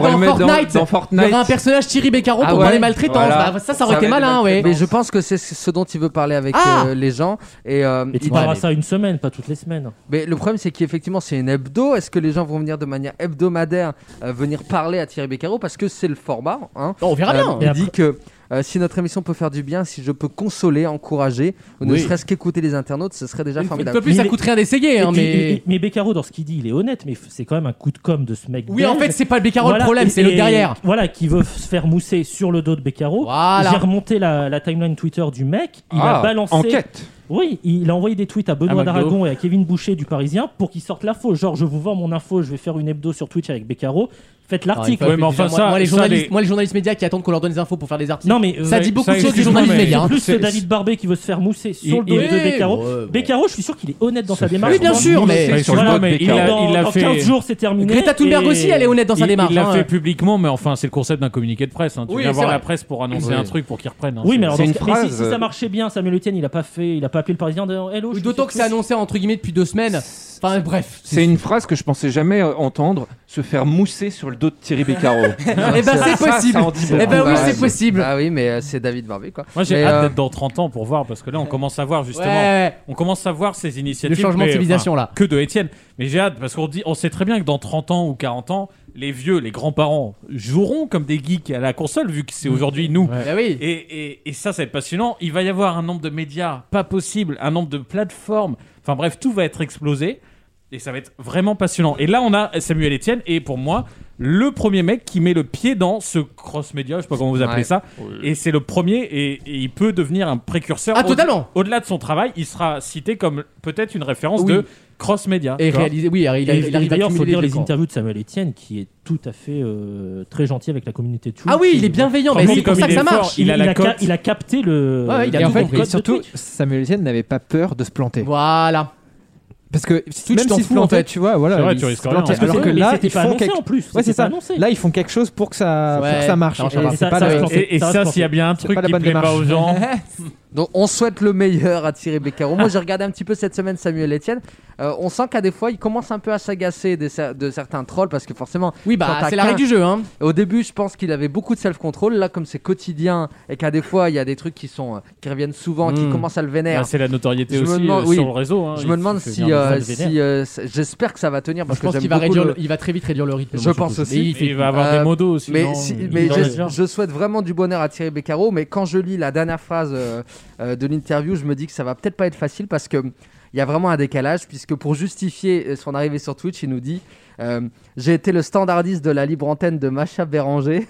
Dans Fortnite, il y aura un personnage Thierry Beccaro pour les maltraitances. Voilà. Bah, ça aurait été malin, ouais. Mais je pense que c'est ce dont il veut parler avec les gens. Et tu parleras ça une semaine, pas toutes les semaines. Mais le problème, c'est qu'effectivement, c'est une hebdo. Est-ce que les gens vont venir de manière hebdomadaire venir parler à Thierry Beccaro parce que c'est le format, hein. On verra bien. Il dit que si notre émission peut faire du bien, si je peux consoler, encourager, ou ne serait-ce qu'écouter les internautes, ce serait déjà formidable. Un peu plus, ça coûte rien d'essayer. Mais Beccaro, dans ce qu'il dit, il est honnête, mais c'est quand même un coup de com' de ce mec. Oui, en fait, c'est pas le Beccaro le problème, c'est le derrière. Voilà, qui veut se faire mousser sur le dos de Beccaro. Voilà. J'ai remonté la timeline Twitter du mec. Il a balancé. Enquête. Oui, il a envoyé des tweets à Benoît d'Aragon et à Kevin Boucher du Parisien pour qu'ils sortent l'info. Genre, je vous vends mon info, je vais faire une hebdo sur Twitch avec Beccaro. Faites l'article. Ouais, mais enfin, moi, les journalistes médias qui attendent qu'on leur donne des infos pour faire des articles. Non, mais ça dit beaucoup de choses du journalisme média. C'est plus que David Barbet qui veut se faire mousser sur le dos de Beccaro. Beccaro, je suis sûr qu'il est honnête dans sa démarche. Oui, bien sûr, mais il a fait 15 jours, c'est terminé. Greta Thunberg aussi, elle est honnête dans sa démarche. Il l'a fait publiquement, mais enfin, c'est le concept d'un communiqué de presse. Tu viens voir la presse pour annoncer un truc pour qu'ils reprennent. Oui, mais alors, si ça marchait bien, Samuel Etienne, il a pas appelé le Parisien de Hello. D'autant que c'est annoncé entre guillemets depuis 2 semaines. Enfin bref. C'est une phrase que je pensais jamais entendre, se faire mousser sur le dos de Thierry Beccaro. Eh ben c'est possible. Eh ben oui, c'est possible. Ah oui, mais c'est David Barbet, quoi. Moi j'ai hâte d'être dans 30 ans pour voir, parce que là on commence à voir justement, on commence à voir ces initiatives. Le changement de civilisation là. Que de Étienne. Mais j'ai hâte parce on sait très bien que dans 30 ans ou 40 ans, les vieux, les grands-parents joueront comme des geeks à la console, vu que c'est aujourd'hui nous. Oui. Et ça va être passionnant. Il va y avoir un nombre de médias pas possible, un nombre de plateformes. Enfin bref, tout va être explosé. Et ça va être vraiment passionnant. Et là, on a Samuel Etienne, et pour moi, le premier mec qui met le pied dans ce cross-média, je sais pas comment vous appelez ça. Oui. Et c'est le premier, et il peut devenir un précurseur. Totalement. Au-delà de son travail, il sera cité comme peut-être une référence de cross-média. Et réalisé, il arrive d'ailleurs, il faut dire les interviews de Samuel Etienne, qui est tout à fait très gentil avec la communauté Twitch. Ah oui, il est bienveillant, mais c'est comme ça que ça marche. Il a capté le. Il a tout compris. Et surtout, Samuel Etienne n'avait pas peur de se planter. Voilà. Parce que même s'ils se plantaient, tu vois, voilà. C'est vrai, tu risques rien. Alors que là, ils font quelque chose. En plus. Ouais, c'est ça. Là, ils font quelque chose pour que ça marche. Et ça, s'il y a bien un truc qui plaît pas aux gens, Donc on souhaite le meilleur à Thierry Beccaro. Moi j'ai regardé un petit peu cette semaine Samuel Etienne. On sent qu'à des fois il commence un peu à s'agacer de certains trolls parce que forcément. Oui c'est la règle du jeu. Hein. Au début je pense qu'il avait beaucoup de self-control. Là comme c'est quotidien et qu'à des fois il y a des trucs qui reviennent souvent, qui commencent à le vénérer. C'est la notoriété aussi sur le réseau. Hein, je me demande si j'espère que ça va tenir parce je pense qu'il va très vite réduire le rythme. Je pense aussi. Il va avoir des modos aussi. Mais je souhaite vraiment du bonheur à Thierry Beccaro. Mais quand je lis la dernière phrase de l'interview, je me dis que ça va peut-être pas être facile parce que il y a vraiment un décalage puisque pour justifier son arrivée sur Twitch, il nous dit j'ai été le standardiste de la libre antenne de Macha Béranger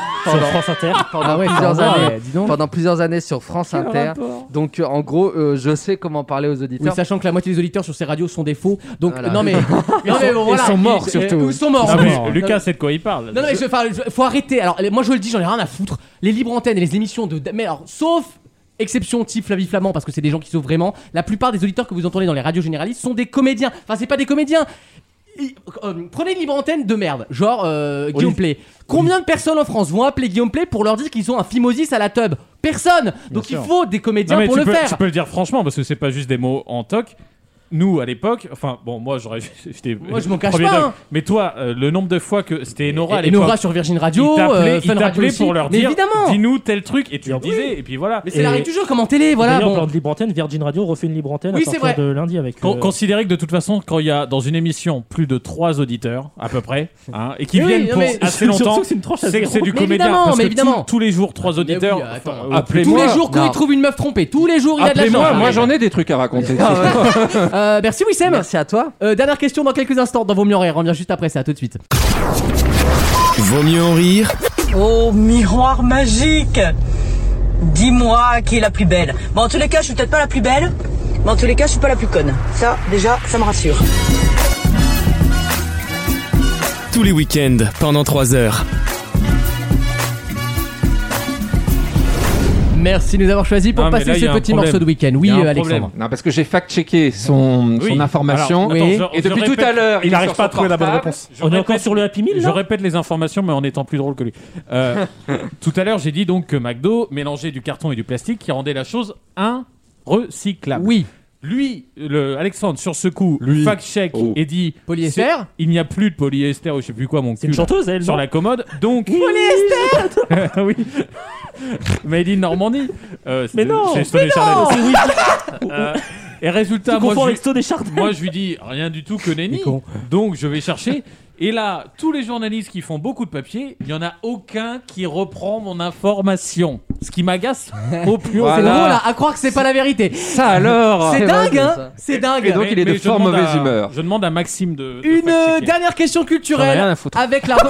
pendant plusieurs années sur France Inter. Donc en gros, je sais comment parler aux auditeurs. Oui, sachant que la moitié des auditeurs sur ces radios sont des faux. Donc voilà. Ils sont morts surtout. Ils sont morts. Lucas sait de quoi il parle. Non mais faut arrêter. Alors moi je le dis, j'en ai rien à foutre. Les libres antennes et les émissions mais alors sauf exception type Flavie Flamand parce que c'est des gens qui sauvent vraiment. La plupart des auditeurs que vous entendez dans les radios généralistes sont des comédiens. Enfin c'est pas des comédiens. Prenez une libre antenne de merde, genre Guillaume Play. Combien de personnes en France vont appeler Guillaume Play pour leur dire qu'ils ont un phimosis à la tub? Personne. Donc il faut des comédiens pour le faire. Tu peux le dire franchement parce que c'est pas juste des mots en toc. Nous à l'époque, enfin bon moi je m'en cache pas hein. Mais toi le nombre de fois que c'était Enora à l'époque, Enora sur Virgin Radio, il t'appelait pour leur dire dis-nous tel truc et tu le disais et puis voilà. Mais c'est la règle du jeu comme en télé voilà. D'ailleurs, parlant de libre antenne, Virgin Radio refait une libre antenne à partir de lundi avec. Considérez que de toute façon quand il y a dans une émission plus de 3 auditeurs à peu près et qui viennent pour assez longtemps, c'est que c'est du comédien parce que tous les jours 3 auditeurs. Tous les jours quand il trouve une meuf trompée, tous les jours il y a de la chance. Moi j'en ai des trucs à raconter. Merci Wissem. Merci à toi. Dernière question dans quelques instants dans Vaut mieux en rire. On revient juste après ça. À tout de suite. Vaut mieux en rire. Oh miroir magique. Dis-moi qui est la plus belle. Bon en tous les cas je suis peut-être pas la plus belle, mais en tous les cas je suis pas la plus conne. Ça déjà ça me rassure. Tous les week-ends pendant 3 heures. Merci de nous avoir choisis pour passer ce petit morceau de week-end. Oui, Alexandre. Non, parce que j'ai fact-checké son information. Et depuis tout à l'heure, il n'arrive pas à trouver la bonne réponse. On est encore sur le Happy Meal. Je répète les informations, mais en étant plus drôle que lui. Tout à l'heure, j'ai dit donc que McDo mélangeait du carton et du plastique qui rendait la chose recyclable. Oui. Lui, Alexandre, sur ce coup, fact-check et dit polyester. Il n'y a plus de polyester ou je sais plus quoi, mon cul. C'est une chanteuse, elle. Sur la commode. Donc. Polyester. Oui. Made in Normandie. Mais non. C'est Stone et Chardin. Et résultat, moi je lui dis rien du tout que nenni. Donc je vais chercher. Et là, tous les journalistes qui font beaucoup de papier, il n'y en a aucun qui reprend mon information. Ce qui m'agace au plus haut. C'est drôle à croire que c'est pas la vérité. Ça alors. C'est dingue, hein. C'est dingue. Et donc il est de fort mauvaise humeur. Je demande à Maxime de une dernière question culturelle avec la...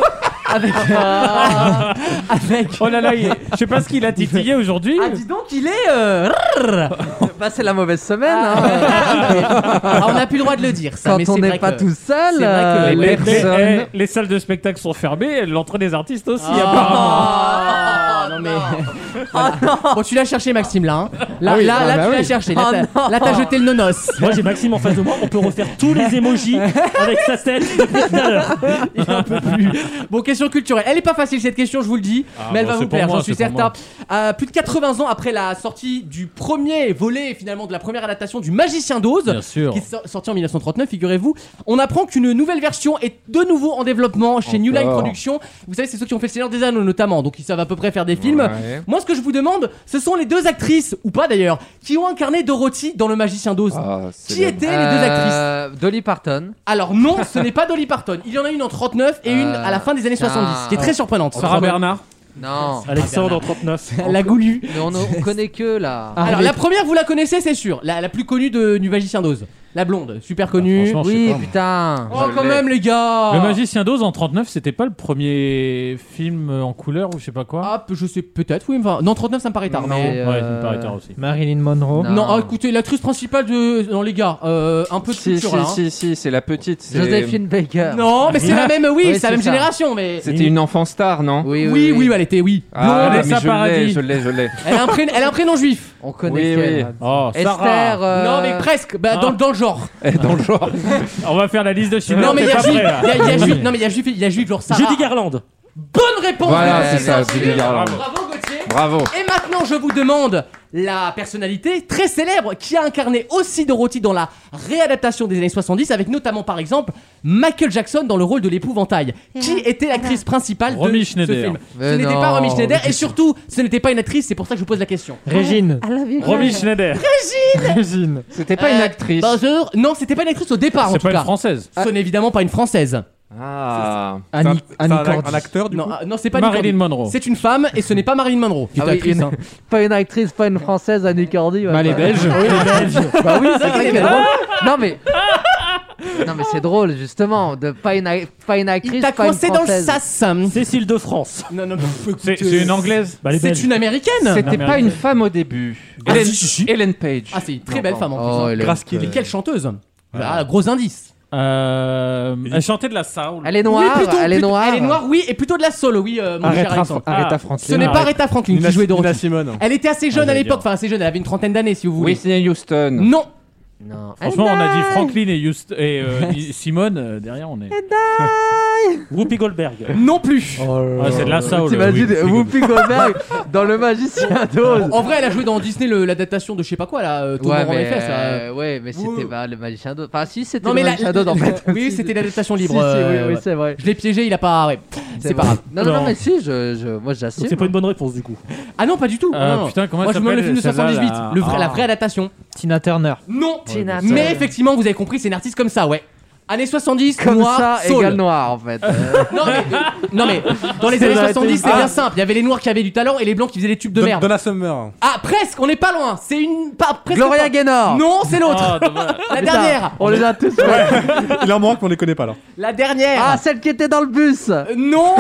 avec... Oh là là, je sais pas ce qu'il a titillé aujourd'hui. Ah dis donc, il est... Bah c'est la mauvaise semaine. On n'a plus le droit de le dire. Ça, quand mais on n'est pas tout seul, c'est vrai que les salles de spectacle sont fermées, l'entrée des artistes aussi apparemment. Non mais bon, tu l'as cherché Maxime là. Hein. Là, tu l'as cherché. Là t'as jeté le nonos. Moi j'ai Maxime en face de moi. On peut refaire tous les emojis avec sa tête depuis tout à l'heure. Il en peut plus. Bon, question culturelle. Elle est pas facile cette question, je vous le dis, mais elle va vous plaire, j'en suis certain. Plus de 80 ans après la sortie du premier volet finalement de la première adaptation du Magicien d'Oz, qui est sorti en 1939, figurez-vous, on apprend qu'une nouvelle version est de nouveau en développement chez New Line Productions. Vous savez, c'est ceux qui ont fait le Seigneur des Anneaux notamment, donc ils savent à peu près faire des films. Ouais. Moi, ce que je vous demande, ce sont les 2 actrices, ou pas d'ailleurs, qui ont incarné Dorothy dans Le Magicien d'Oz. Qui étaient les 2 actrices? Dolly Parton. Alors non, ce n'est pas Dolly Parton. Il y en a une en 39 et une à la fin des années 70, qui est très surprenante. Sarah Bernard. Non. Alexandre en 39. La goulue. Mais on connaît que la... Alors la première, vous la connaissez, c'est sûr. La plus connue du Magicien d'Oz. La blonde, super connue. Oui, putain. Oh, quand même, les gars. Le Magicien d'Oz en 39, c'était pas le premier film en couleur ou je sais pas quoi. Ah, je sais, peut-être, oui. Enfin, non, 39, ça me paraît tard. Ouais, ça me paraît tard aussi. Marilyn Monroe. Non, écoutez, l'actrice principale de. Non, les gars, un peu de culture là. Si, c'est la petite. Joséphine Baker. Non, mais c'est la même, c'est la même génération. Mais c'était une enfant star, non? Oui, elle était, oui. Vanessa Paradis. Je l'ai. Elle a un prénom juif. On connaît. Oui. Oh, Esther. Non, mais presque. Dans le genre. Dans le genre. On va faire la liste de Schindler. Non, mais il y a juif, genre Sarah. Judy Garland. Bonne réponse. Voilà, c'est ça, Judy Garland. Bravo Gauthier. Bravo. Et maintenant, je vous demande la personnalité très célèbre qui a incarné aussi Dorothy dans la réadaptation des années 70, avec notamment, par exemple, Michael Jackson dans le rôle de l'épouvantail. Qui était l'actrice principale de ce film? Ce n'était pas Romy Schneider, et surtout, ce n'était pas une actrice, c'est pour ça que je vous pose la question. Régine. Romy Schneider. Régine. C'était pas une actrice. Bonjour. Non, c'était pas une actrice au départ, en tout cas. C'est pas une française. Ce n'est évidemment pas une française. Ah. Annie un acteur du coup. Non, c'est pas Marilyn Annie Cordy. Monroe. C'est une femme et ce n'est pas Marilyn Monroe. Qui est actrice, hein. Pas une actrice, pas une française, Annie Cordy. Bah, les Belges. Oui, les Belges. Bah oui, c'est vrai qu'elle est drôle. Non mais c'est drôle justement de pas une actrice. Il t'a pas une coincé dans le française. sas. Cécile de France. Non. C'est une anglaise. Bah, les C'est Belges. une américaine. C'était pas une femme au début. Ellen Page. Ah, c'est une très belle femme en plus. Grace Kelly. Mais quelle chanteuse. Ah, gros indice. Elle chantait de la soul. Elle est noire. Oui, Elle est noire. Elle est noire, oui, et plutôt de la soul, oui, mon cher Alexandre. Aretha Franklin. Ce n'est pas Aretha Franklin qui jouait Dorothy. Simone. Elle était assez jeune à l'époque, enfin assez jeune, elle avait une trentaine d'années si vous voulez. Whitney Houston. Non. Franchement, on a dit Franklin et Simone. Derrière, on est. Whoopi Goldberg. Non plus. Ah, c'est de la soul. T'imagines Whoopi Goldberg dans Le Magicien d'Oz. En vrai, elle a joué dans Disney l'adaptation de je sais pas quoi là, tout le monde les fesses. Ouais, mais c'était pas Le Magicien d'Oz. Enfin, si, c'était Non, Le mais Magicien d'Oz en fait. Oui, c'était l'adaptation libre. Oui, c'est vrai. Je l'ai piégé, il a pas. Ouais. C'est pas grave. Non, mais si, moi j'assume. Donc c'est pas une bonne réponse du coup. Ah non, pas du tout. Non. Putain, comment Moi, je me demande le film de celle-là, 78, là la vraie adaptation. Tina Turner. Non. Tina Mais Turner. effectivement, vous avez compris, c'est une artiste comme ça, ouais. Années 70, Comme noir, ça, soul. égale noir en fait. Non mais dans les années 70, c'est bien simple. Il y avait les noirs qui avaient du talent et les blancs qui faisaient des tubes de merde. Donna Summer. Ah, presque, on n'est pas loin. C'est une. Presque Gloria pas. Gaynor. Non, c'est l'autre. La dernière. On les a tous. Il en manque, mais on les connaît pas là. La dernière. Ah, celle qui était dans le bus. Non.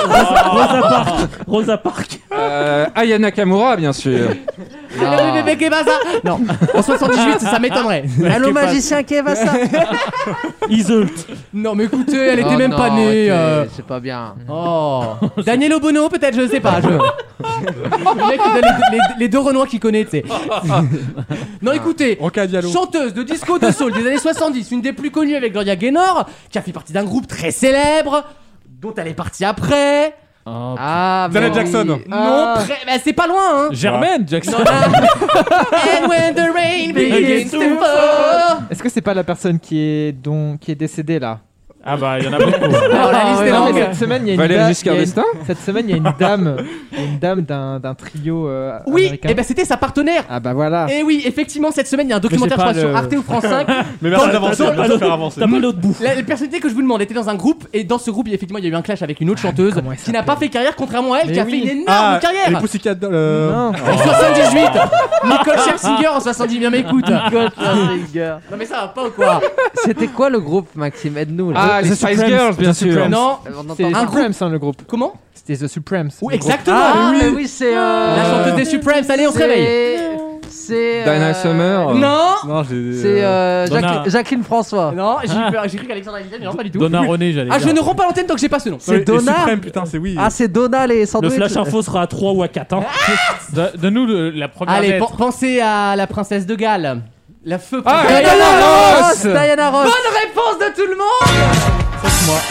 Rosa Parks. Aya Nakamura, bien sûr. Le bébé Kebasa. Non, en 78, ça m'étonnerait. Allô, magicien Kebasa. Iseult. Non, mais écoutez, elle était même pas née. C'est pas bien. Oh. Daniel Obono, peut-être, je sais pas. Le mec qui donne les deux Renois qu'il connaît, tu sais. Non, écoutez, chanteuse de disco de soul des années 70, une des plus connues avec Gloria Gaynor, qui a fait partie d'un groupe très célèbre, dont elle est partie après. Janet Jackson. Non, bah, c'est pas loin, hein. Germaine Jackson. And when the rain begins to fall. Est-ce que c'est pas la personne qui est décédée là? Ah bah il y en a beaucoup. Alors la liste est longue. Cette semaine, il y a une Valérie dame. Giscard d'Estaing. Cette semaine, il y a une dame d'un trio Oui, américain. et ben c'était sa partenaire. Ah bah voilà. Et oui, effectivement, cette semaine, il y a un documentaire je crois, sur Arte ou France 5. Mais merci d'avancer, merci de faire avancer. T'as pas l'autre bout. La personnalité que je vous demande était dans un groupe, et dans ce groupe, effectivement, il y a eu un clash avec une autre chanteuse qui n'a pas fait carrière, contrairement à elle, qui a fait une énorme carrière. Les Pussycat En 78, Nicole Scherzinger en 70, bien m'écoute. Nicole Scherzinger. Non mais ça va pas ou quoi? C'était quoi le groupe, Maxime? Aide-nous. Ah, les Spice Girls, bien sûr. Non, c'est les un Supremes, le groupe. Comment? C'était The Supremes. Oui, exactement. Ah oui, c'est la chanteuse des Supremes. Allez, on se réveille. C'est Dinah Summer. Non, c'est Jacqueline François. non, j'ai cru qu'Alexandre Aguilera, mais non, pas du tout. Donna René, j'allais Ah, dire. je ne romps pas l'antenne tant que j'ai pas ce nom. C'est Donna. Suprême, putain, c'est oui. Ah, c'est Donna les Le sandwichs. flash info sera à 3 ou à 4. Hein. Donne-nous la première Allez, lettre. pensez à la princesse de Galles. La feu. Ah, princesse. Diana Ross. Diana Ross. Bonne réponse de tout le monde. C'est moi.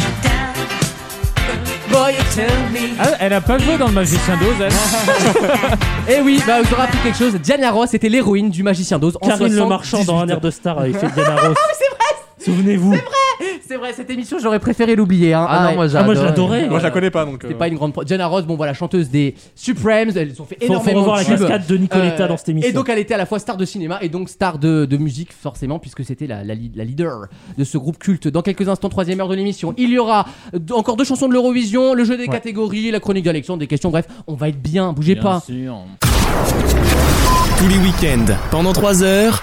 Boy, you tell me. Ah, elle a pas joué dans le Magicien d'Oz, elle. Eh oui, bah vous aurez appris quelque chose. Diana Ross était l'héroïne du Magicien d'Oz en Karine Le 78. Marchand dans un air de star avait fait Diana Ross. C'est vrai. Souvenez-vous. C'est vrai, cette émission, j'aurais préféré l'oublier. Hein. Ah non, moi je l'adorais. Moi, je la connais pas donc. C'est pas une grande. Diana Ross, bon voilà, chanteuse des Supremes, elles ont fait Faut énormément revoir la de tubes. cascade de Nicoletta dans cette émission. Et donc elle était à la fois star de cinéma et donc star de musique forcément puisque c'était la leader de ce groupe culte. Dans quelques instants, troisième heure de l'émission, il y aura encore 2 chansons de l'Eurovision, le jeu des catégories, la chronique d'Alexandre, des questions, bref, on va être bien, bougez pas. Sûr. Tous les week-ends, pendant 3 heures.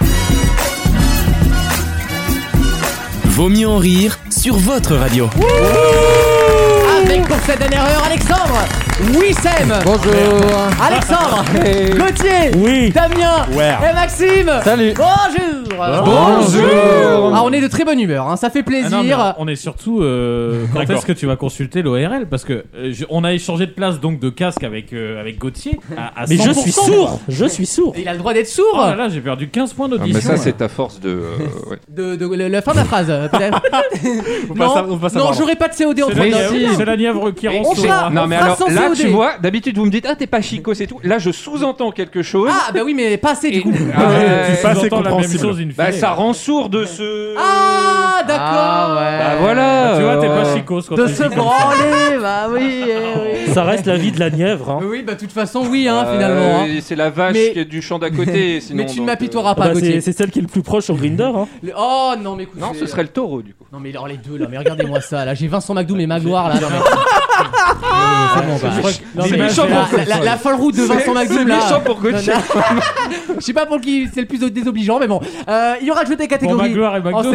Vaut mieux en rire sur votre radio. Avec pour cette dernière heure, Alexandre, Wissem, Bonjour. Alexandre, Gauthier, Oui. Damien Ouais. et Maxime. Salut. Bonjour. Ah, on est de très bonne humeur, hein, ça fait Ah plaisir. non, mais on est surtout. Quand est-ce que tu vas consulter l'ORL? Parce que on a échangé de place donc de casque avec Gauthier. À Mais 100%. je suis sourd. Je suis sourd. Il a le droit d'être sourd. Oh là là, j'ai perdu 15 points Ah, d'audition. mais ça, c'est ta force de. Ouais. La fin de la phrase, peut-être. On va pas Non, savoir. j'aurais pas de COD entre C'est la nous. Nièvre requérant sourd. Non, mais alors là, tu vois, d'habitude, vous me dites, ah, t'es pas chico, c'est tout. Là, je sous-entends quelque chose. Ah, bah oui, mais pas assez du coup. Tu pas assez compréhensible. Bah, ça rend sourd de ce. Ah, d'accord. Bah voilà. Tu vois, t'es pas chico. De se branler, bah oui. Ça reste la vie de la Nièvre. Hein. Oui, bah de toute façon, oui, finalement. Hein. C'est la vache qui est du champ d'à côté. Sinon, mais tu ne m'apitoieras pas, Gauthier. C'est celle qui est le plus proche sur Grindr. Hein. Oh non, mais écoute. Non, ce serait le taureau du coup. Non, mais alors les deux là, mais regardez-moi ça. Là, j'ai Vincent McDoom et Magloire là. La folle route de Vincent McDoom là. C'est méchant pour Gauthier. Je sais pas pour qui c'est le plus désobligeant, mais bon. Il y aura ajouté catégorie. Pour Magloire et McDoom.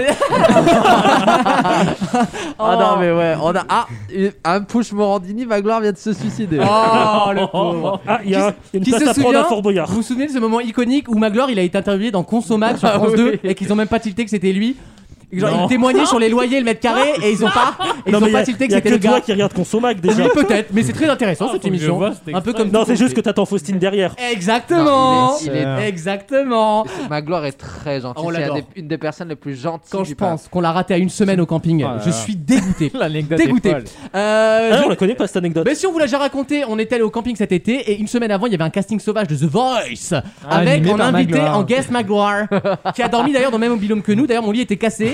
Ah non, mais ouais, on a. Ah, un push Morandini, Magloire vient de se suicider. Oh le pauvre. Ah, il y a une Qui place se à prendre à souvient Fort Boyard. Vous vous souvenez de ce moment iconique où Magloire il a été interviewé dans Consomac sur France 2 et qu'ils ont même pas tilté que c'était lui? Genre, il témoignait sur les loyers le mètre carré et ils ont pas tilté que c'était le gars. Toi qui regarde Consomac déjà. Oui, peut-être, mais c'est très intéressant cette émission. Un peu comme non, c'est juste que t'attends Faustine derrière. Exactement. Il est exactement. Magloire est très gentil. C'est une des personnes les plus gentilles. Quand je pense qu'on l'a raté à une semaine au camping, je suis dégoûté. L'anecdote dégoûté. est folle. On la connaît pas cette anecdote. Mais si on vous l'a déjà raconté, on était allé au camping cet été et une semaine avant il y avait un casting sauvage de The Voice avec en invité en guest Magloire qui a dormi d'ailleurs dans le même mobil-home que nous. D'ailleurs mon lit était cassé.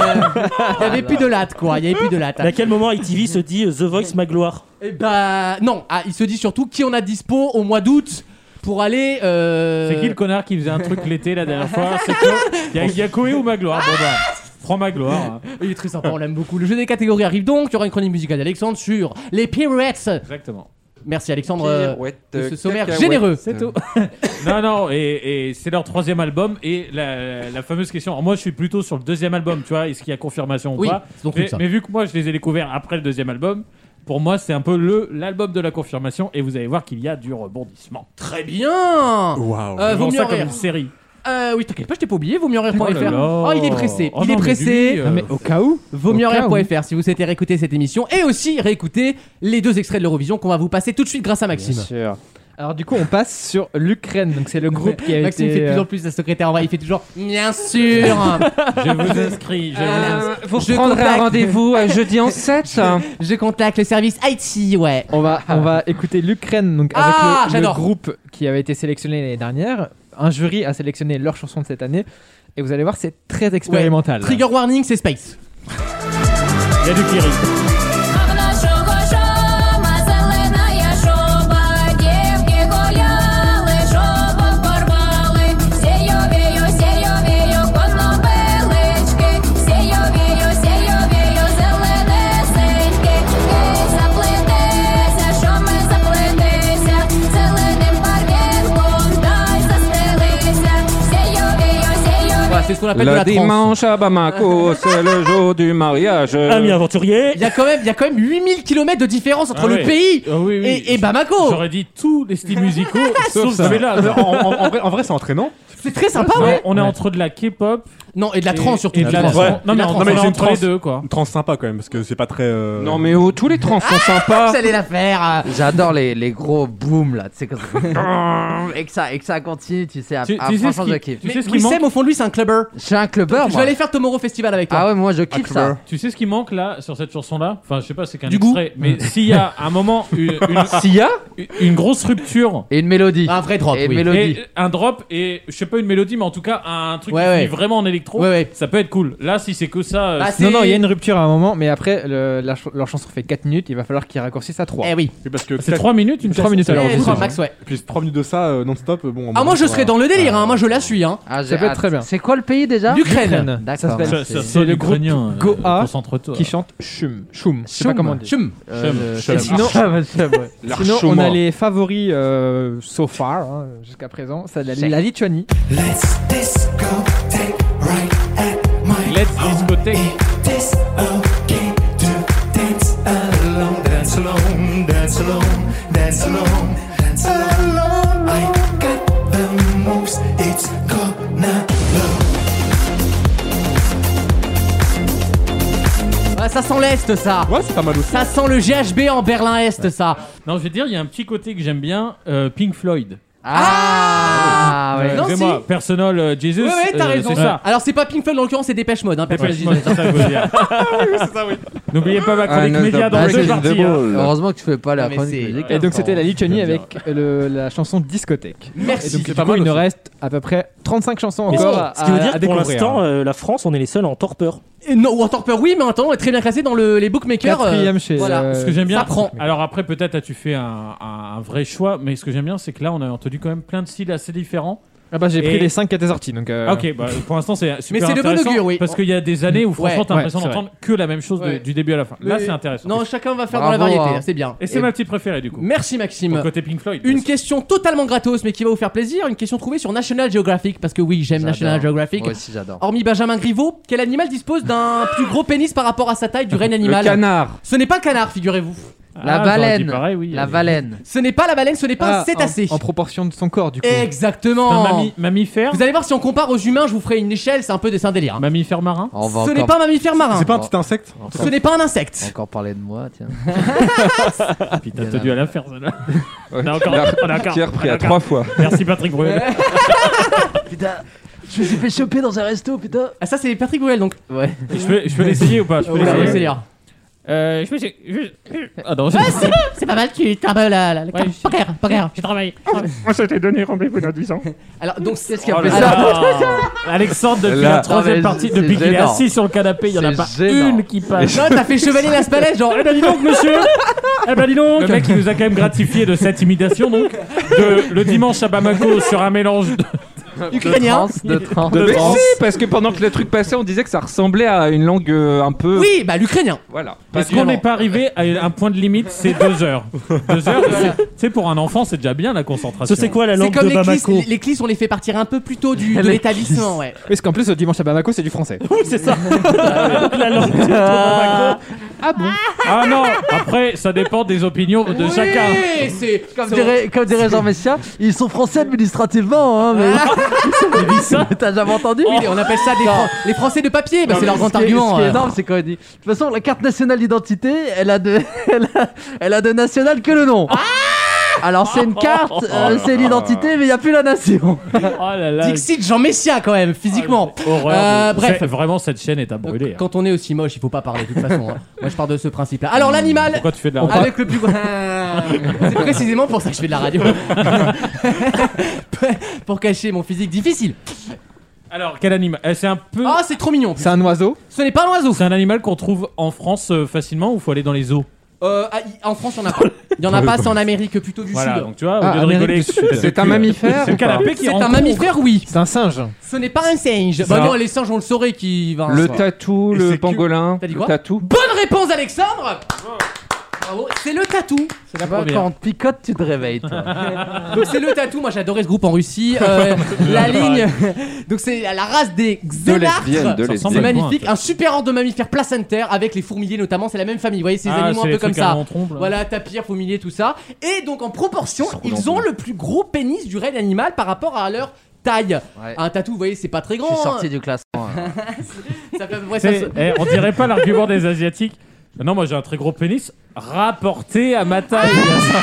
Il n'y avait plus de latte quoi, il y avait plus de latte. À quel moment ITV se dit The Voice Magloire? Eh bah non, il se dit surtout qui on a dispo au mois d'août pour aller. C'est qui le connard qui faisait un truc l'été la dernière fois? Il y a Koé ou Magloire? Bon bah. Prends Magloire. Il est très sympa, on l'aime beaucoup. Le jeu des catégories arrive donc. Il y aura une chronique musicale d'Alexandre sur les Pirouettes. Exactement. Merci Alexandre de ce sommaire cacahuète. généreux. C'est tout. Non, et c'est leur 3e album. Et la fameuse question. Alors moi, je suis plutôt sur le 2e album, tu vois. Est-ce qu'il y a confirmation ou pas? Mais vu que moi, je les ai découverts après le 2e album, pour moi, c'est un peu l'album de la confirmation. Et vous allez voir qu'il y a du rebondissement. Très bien. Waouh. Vaut mieux ça comme rire. une série. Oui, t'inquiète pas, je t'ai pas oublié. Vaut mieux rire.fr. Oh, il est pressé. Oh il non, est pressé. Mais au cas où. Vaut mieux rire.fr si vous souhaitez réécouter cette émission et aussi réécouter les 2 extraits de l'Eurovision qu'on va vous passer tout de suite grâce à Maxime. Bien sûr. Alors du coup on passe sur l'Ukraine, donc c'est le groupe qui a Maxime été... fait de plus en plus la secrétaire en vrai, il fait toujours bien sûr. Je vous inscris. Vous prendrez un rendez-vous jeudi en 7. Je contacte le service IT, ouais. On va écouter l'Ukraine, donc avec le groupe qui avait été sélectionné l'année dernière. Un jury a sélectionné leur chanson de cette année et vous allez voir c'est très expérimental. Ouais. Trigger warning, c'est Space. Il y a du Kiri. C'est ce qu'on appelle de le la trance. dimanche à Bamako, c'est le jour du mariage. Ami aventurier. Il y a quand même 8000 km de différence entre le pays et Bamako. J'aurais dit tous les styles musicaux sauf ça. celui-là. En vrai, c'est entraînant. C'est très sympa, ouais. On est entre de la K-pop. Non, et de la trance surtout. Et de la trance. trance. Non, mais Non, mais c'est entre les deux, quoi. Une trance sympa quand même, parce que c'est pas très. Non, mais tous les trans sont sympas. Vous allez la faire. J'adore les gros booms là, tu sais, comme ça. et que ça continue, tu sais. Franchement, je kiffe. Tu sais ce qui Wissem, manque au fond de lui, c'est un clubber. Je suis un clubber, Je vais aller faire Tomorrow Festival avec toi. Ah ouais, moi je kiffe ça. Tu sais ce qui manque là sur cette chanson-là? Enfin, je sais pas, c'est qu'un Du extrait. Mais s'il y a un moment, une grosse rupture et une mélodie, un vrai drop, et oui. Et un drop et je sais pas une mélodie, mais en tout cas un truc qui finit vraiment en électro. Ça peut être cool. Là, si c'est que ça. Non, il y a une rupture à un moment, mais après leur chanson fait 4 minutes, il va falloir qu'ils raccourcissent à 3. Eh oui. Parce que c'est 3 minutes, 3 minutes alors. 3 max, ouais. Puis 3 minutes de ça non-stop, bon. Ah, moi je serais dans le délire, moi je la suis. Ah, ça peut être très bien. C'est quoi le pays déjà? L'Ukraine. D'accord. C'est le groupe Goa Concentre-toi. qui chante Shum. Je sais pas comment on dit. Shum. Sinon, on a les favoris so far jusqu'à présent. C'est la Lituanie. Let's discothèque. Ça sent l'Est, ça. Ouais, c'est pas mal aussi. Ça sent le GHB en Berlin-Est, ça. Non, je veux dire, il y a un petit côté que j'aime bien, Pink Floyd. Ouais. Non, Excusez-moi, si. Personal Jesus. Ouais, t'as raison. C'est ça. Alors, c'est pas Pink Floyd en l'occurrence, c'est Dépêche Mode. Hein, Dépêche Personal Mode, c'est ça que je veux dire. c'est ça, oui. N'oubliez pas ma chronique média dans 2 parties. Heureusement que tu fais pas la mais chronique c'est- musicale. Et donc c'était la Lituanie avec la chanson Discothèque. Merci. Et donc C'est du pas coup mal il nous aussi. reste à peu près 35 chansons Mais encore à ce qui veut dire que pour découvrir. l'instant, la France, on est les seuls en torpeur. Et non, ou en torpeur, oui, mais en attendant, on est très bien classé dans les bookmakers. Quatrième chez voilà. Ce que j'aime bien, Ça prend. alors après peut-être as-tu fait un vrai choix, mais ce que j'aime bien c'est que là on a entendu quand même plein de styles assez différents. Ah bah j'ai pris Et- les 5 qui étaient sortis donc Ok, bah, pour l'instant c'est super Mais c'est de bon intéressant augure, oui. parce qu'il y a des années où franchement t'as Ouais, l'impression c'est d'entendre que la même chose Ouais. du début à la fin. Là Mais- c'est intéressant. Non, chacun va faire Bravo, dans la variété, hein. c'est bien. Et c'est ma petite préférée du coup. Merci Pour Maxime. le côté Pink Floyd. Une question totalement gratos, mais qui va vous faire plaisir. Une question trouvée sur National Geographic, parce que oui, j'aime National Geographic. Moi aussi j'adore. Hormis Benjamin Griveaux, quel animal dispose d'un plus gros pénis par rapport à sa taille du règne Le animal? canard. Ce n'est pas le canard, figurez-vous. La j'aurais dit baleine. pareil, oui. La baleine. Ce n'est pas la baleine, ce n'est pas un cétacé. en proportion de son corps du coup. Exactement. C'est un mammifère. Vous allez voir, si on compare aux humains, je vous ferai une échelle, c'est un peu des délire. hein. Mammifère marin. On va Ce n'est encore- pas un mammifère marin. C'est pas un petit insecte? Ce n'est pas un insecte. Encore parler de moi, tiens. Putain, t'as dû à la faire celle-là. Ouais. On a encore. Qui a repris on a à encore. 3 fois. Merci Patrick Bruel. Putain, je me suis fait choper dans un resto, putain. Ah, ça, c'est Patrick Bruel donc. Ouais. Je peux l'essayer ou pas? Je peux Ouais, l'essayer. c'est lire. Ah non, C'est pas mal, tu t'as la pas grave, je travaille. Moi, ça t'ai donné rendez-vous dans 10 ans. Alors, donc, qu'est-ce qui a Oh fait là ça là. Alexandre, depuis Là. la troisième Ah, mais partie, c'est depuis qu'il est gênant. assis sur le canapé, il y en a C'est pas gênant. une qui passe. Non, t'as fait chevalier Las Palais, genre. Eh ben dis donc, monsieur. Eh ben dis donc. Le mec, il nous a quand même gratifié de cette imitation, donc, de le dimanche à Bamako sur un mélange de... Ukrainien. De trans. Mais si, parce que pendant que le truc passait, on disait que ça ressemblait à une langue un peu. Oui, bah l'ukrainien. Voilà. Est-ce qu'on n'est pas arrivé à un point de limite? C'est 2 heures. 2 heures, tu sais, pour un enfant, c'est déjà bien la concentration. Ça, c'est quoi la C'est langue comme de les clisses, Bamako? les clisses, on les fait partir un peu plus tôt de l'établissement, ouais. Parce qu'en plus, le dimanche à Bamako, c'est du français. Oui, c'est ça. La langue de Bamako. Ah bon? Ah non, après, ça dépend des opinions de chacun. Oui, c'est Comme dirait Jean Messia, ils sont français administrativement, hein, mais. Il dit ça. T'as jamais entendu? Oui, on appelle ça les Français de papier, bah, c'est leur grand Ce qui est argument. énorme, c'est quand il dit. De toute façon, la carte nationale d'identité, elle a de national que le nom. Alors c'est une carte, c'est l'identité, mais il n'y a plus la nation. Oh là là. Dixit Jean Messia quand même, physiquement. Horreur. Bref. Vraiment, cette chaîne est à brûler. hein. Quand on est aussi moche, il faut pas parler de toute façon. hein. Moi je pars de ce principe-là. Alors l'animal. Pourquoi tu fais de la radio? Avec le plus gros. C'est précisément pour ça que je fais de la radio. Pour cacher mon physique difficile. Alors, quel animal? C'est un peu. Ah, c'est trop mignon. en plus. C'est un oiseau? Ce n'est pas un oiseau. C'est un animal qu'on trouve en France facilement ou faut aller dans les zoos? En France, il n'y en a pas. Il n'y en a pas, c'est en Amérique plutôt du Voilà, Sud. donc tu vois, au Ah, lieu de Amérique rigoler, du Sud. C'est un mammifère? C'est le canapé qui C'est un rencontre. mammifère, oui. C'est un singe. Ce n'est pas un singe. Ça. Bah non, les singes, on le saurait qui va. Le tatou, Et le c'est pangolin. T'as dit le quoi? tatou. Bonne réponse, Alexandre. Bravo. C'est le tatou. C'est la Bah, première. quand on te picote, tu te réveilles, toi. Donc c'est le tatou. Moi, j'adorais ce groupe en Russie. La ligne. Donc c'est la race des xélartres. lesbiennes, Ça ressemble C'est à quoi, magnifique. en fait Un super ordre de mammifères placentaires avec les fourmiliers notamment. C'est la même famille. Vous voyez ces Ah, animaux c'est un les peu comme trucs à ça. long trompe, là. Voilà, tapir, fourmilier, tout ça. Et donc en proportion, Ils sont ils ont roulants. le plus gros pénis du règne animal par rapport à leur taille. Ouais. Un tatou, vous voyez, c'est pas très Je grand. suis hein. sorti du classement. Ça fait à peu près ça. C'est- on dirait pas l'argument des Asiatiques. Non, moi j'ai un très gros pénis rapporté à ma taille.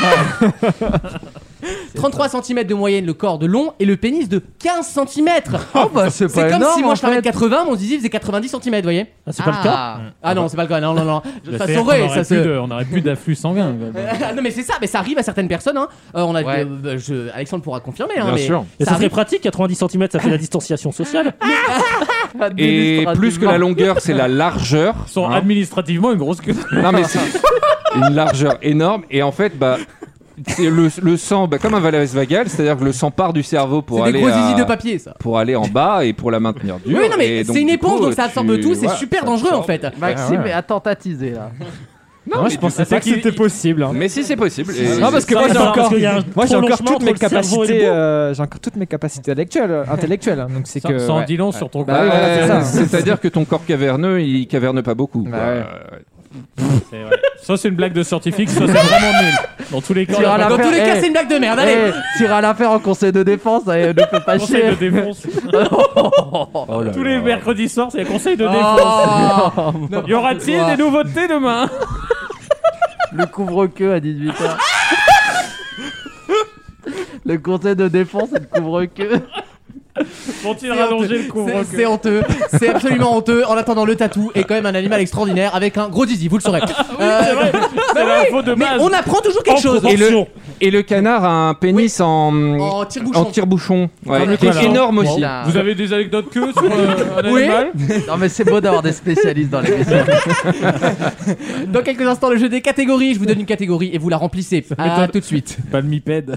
33 cm de moyenne le corps de long et le pénis de 15 cm. Oh bah c'est C'est pas comme énorme. si moi en je fais fait. 1m80, mon zizi faisait 90 cm, vous voyez. Ah, c'est pas le cas. Ah non, c'est pas le cas, non. Ça C'est-à-dire saurait, qu'on ça aurait se. plus de- on aurait plus d'afflux sanguin. Ah non mais c'est ça, mais ça arrive à certaines personnes. Hein. On a, Ouais. Alexandre pourra confirmer. Hein, Bien mais sûr. Et ça ça serait arrive. pratique, 90 cm, ça fait la distanciation sociale. Et plus que la longueur, c'est la largeur. Ils sont Hein. administrativement une grosse queue. Non mais c'est une largeur énorme et en fait bah c'est le sang bah, comme un Valais vagal, c'est-à-dire que le sang part du cerveau pour C'est des aller gros zizi de papier, ça. pour aller en bas et pour la maintenir dure. Oui, non mais Et donc, c'est une du éponge, coup, donc ça absorbe tu- tout. C'est voilà, super ça dangereux en absorbe. fait. Maxime est attentisé là. Non, Moi, mais je pensais c'est pas que qu'il- c'était possible. hein. Mais si c'est possible. Et- Non, parce que Ça, moi c'est j'ai parce encore, qu'il y a un moi j'ai encore prolongement toutes mes entre le cerveau et le capacités, bout. j'ai encore toutes mes capacités intellectuelles. Hein, donc c'est Ça que. en ouais. dit long sur ton Bah corps. oui, voilà, c'est ça. C'est-à-dire que ton corps caverneux, il caverne pas beaucoup. quoi. Bah ouais. C'est vrai. Soit c'est une blague de scientifique, soit c'est vraiment nul. Dans tous les cas, Tira la- Dans tous les cas, Eh, c'est une blague de merde. Allez. T'iras l'affaire en conseil de défense, ne fais pas conseil de chier. défense. Oh là Tous là. les mercredis soirs, c'est un conseil de défense. Oh. Y aura-t-il des nouveautés demain? Le couvre-queue à 18h. Le conseil de défense et de couvre-queue. Vont-ils rallonger le couvre-queue? C'est honteux, c'est absolument honteux. En attendant, le tatou est quand même un animal extraordinaire avec un gros zizi, vous le saurez. C'est vrai, c'est l'info de mais base. on apprend toujours quelque chose. Et le canard a un pénis en tire-bouchon. Ouais, qui est énorme aussi. Vous avez des anecdotes que sur un animal? Non mais c'est beau d'avoir des spécialistes dans l'émission. Dans quelques instants, le jeu des catégories. Je vous donne une catégorie et vous la remplissez. À tout de suite. Palmipède.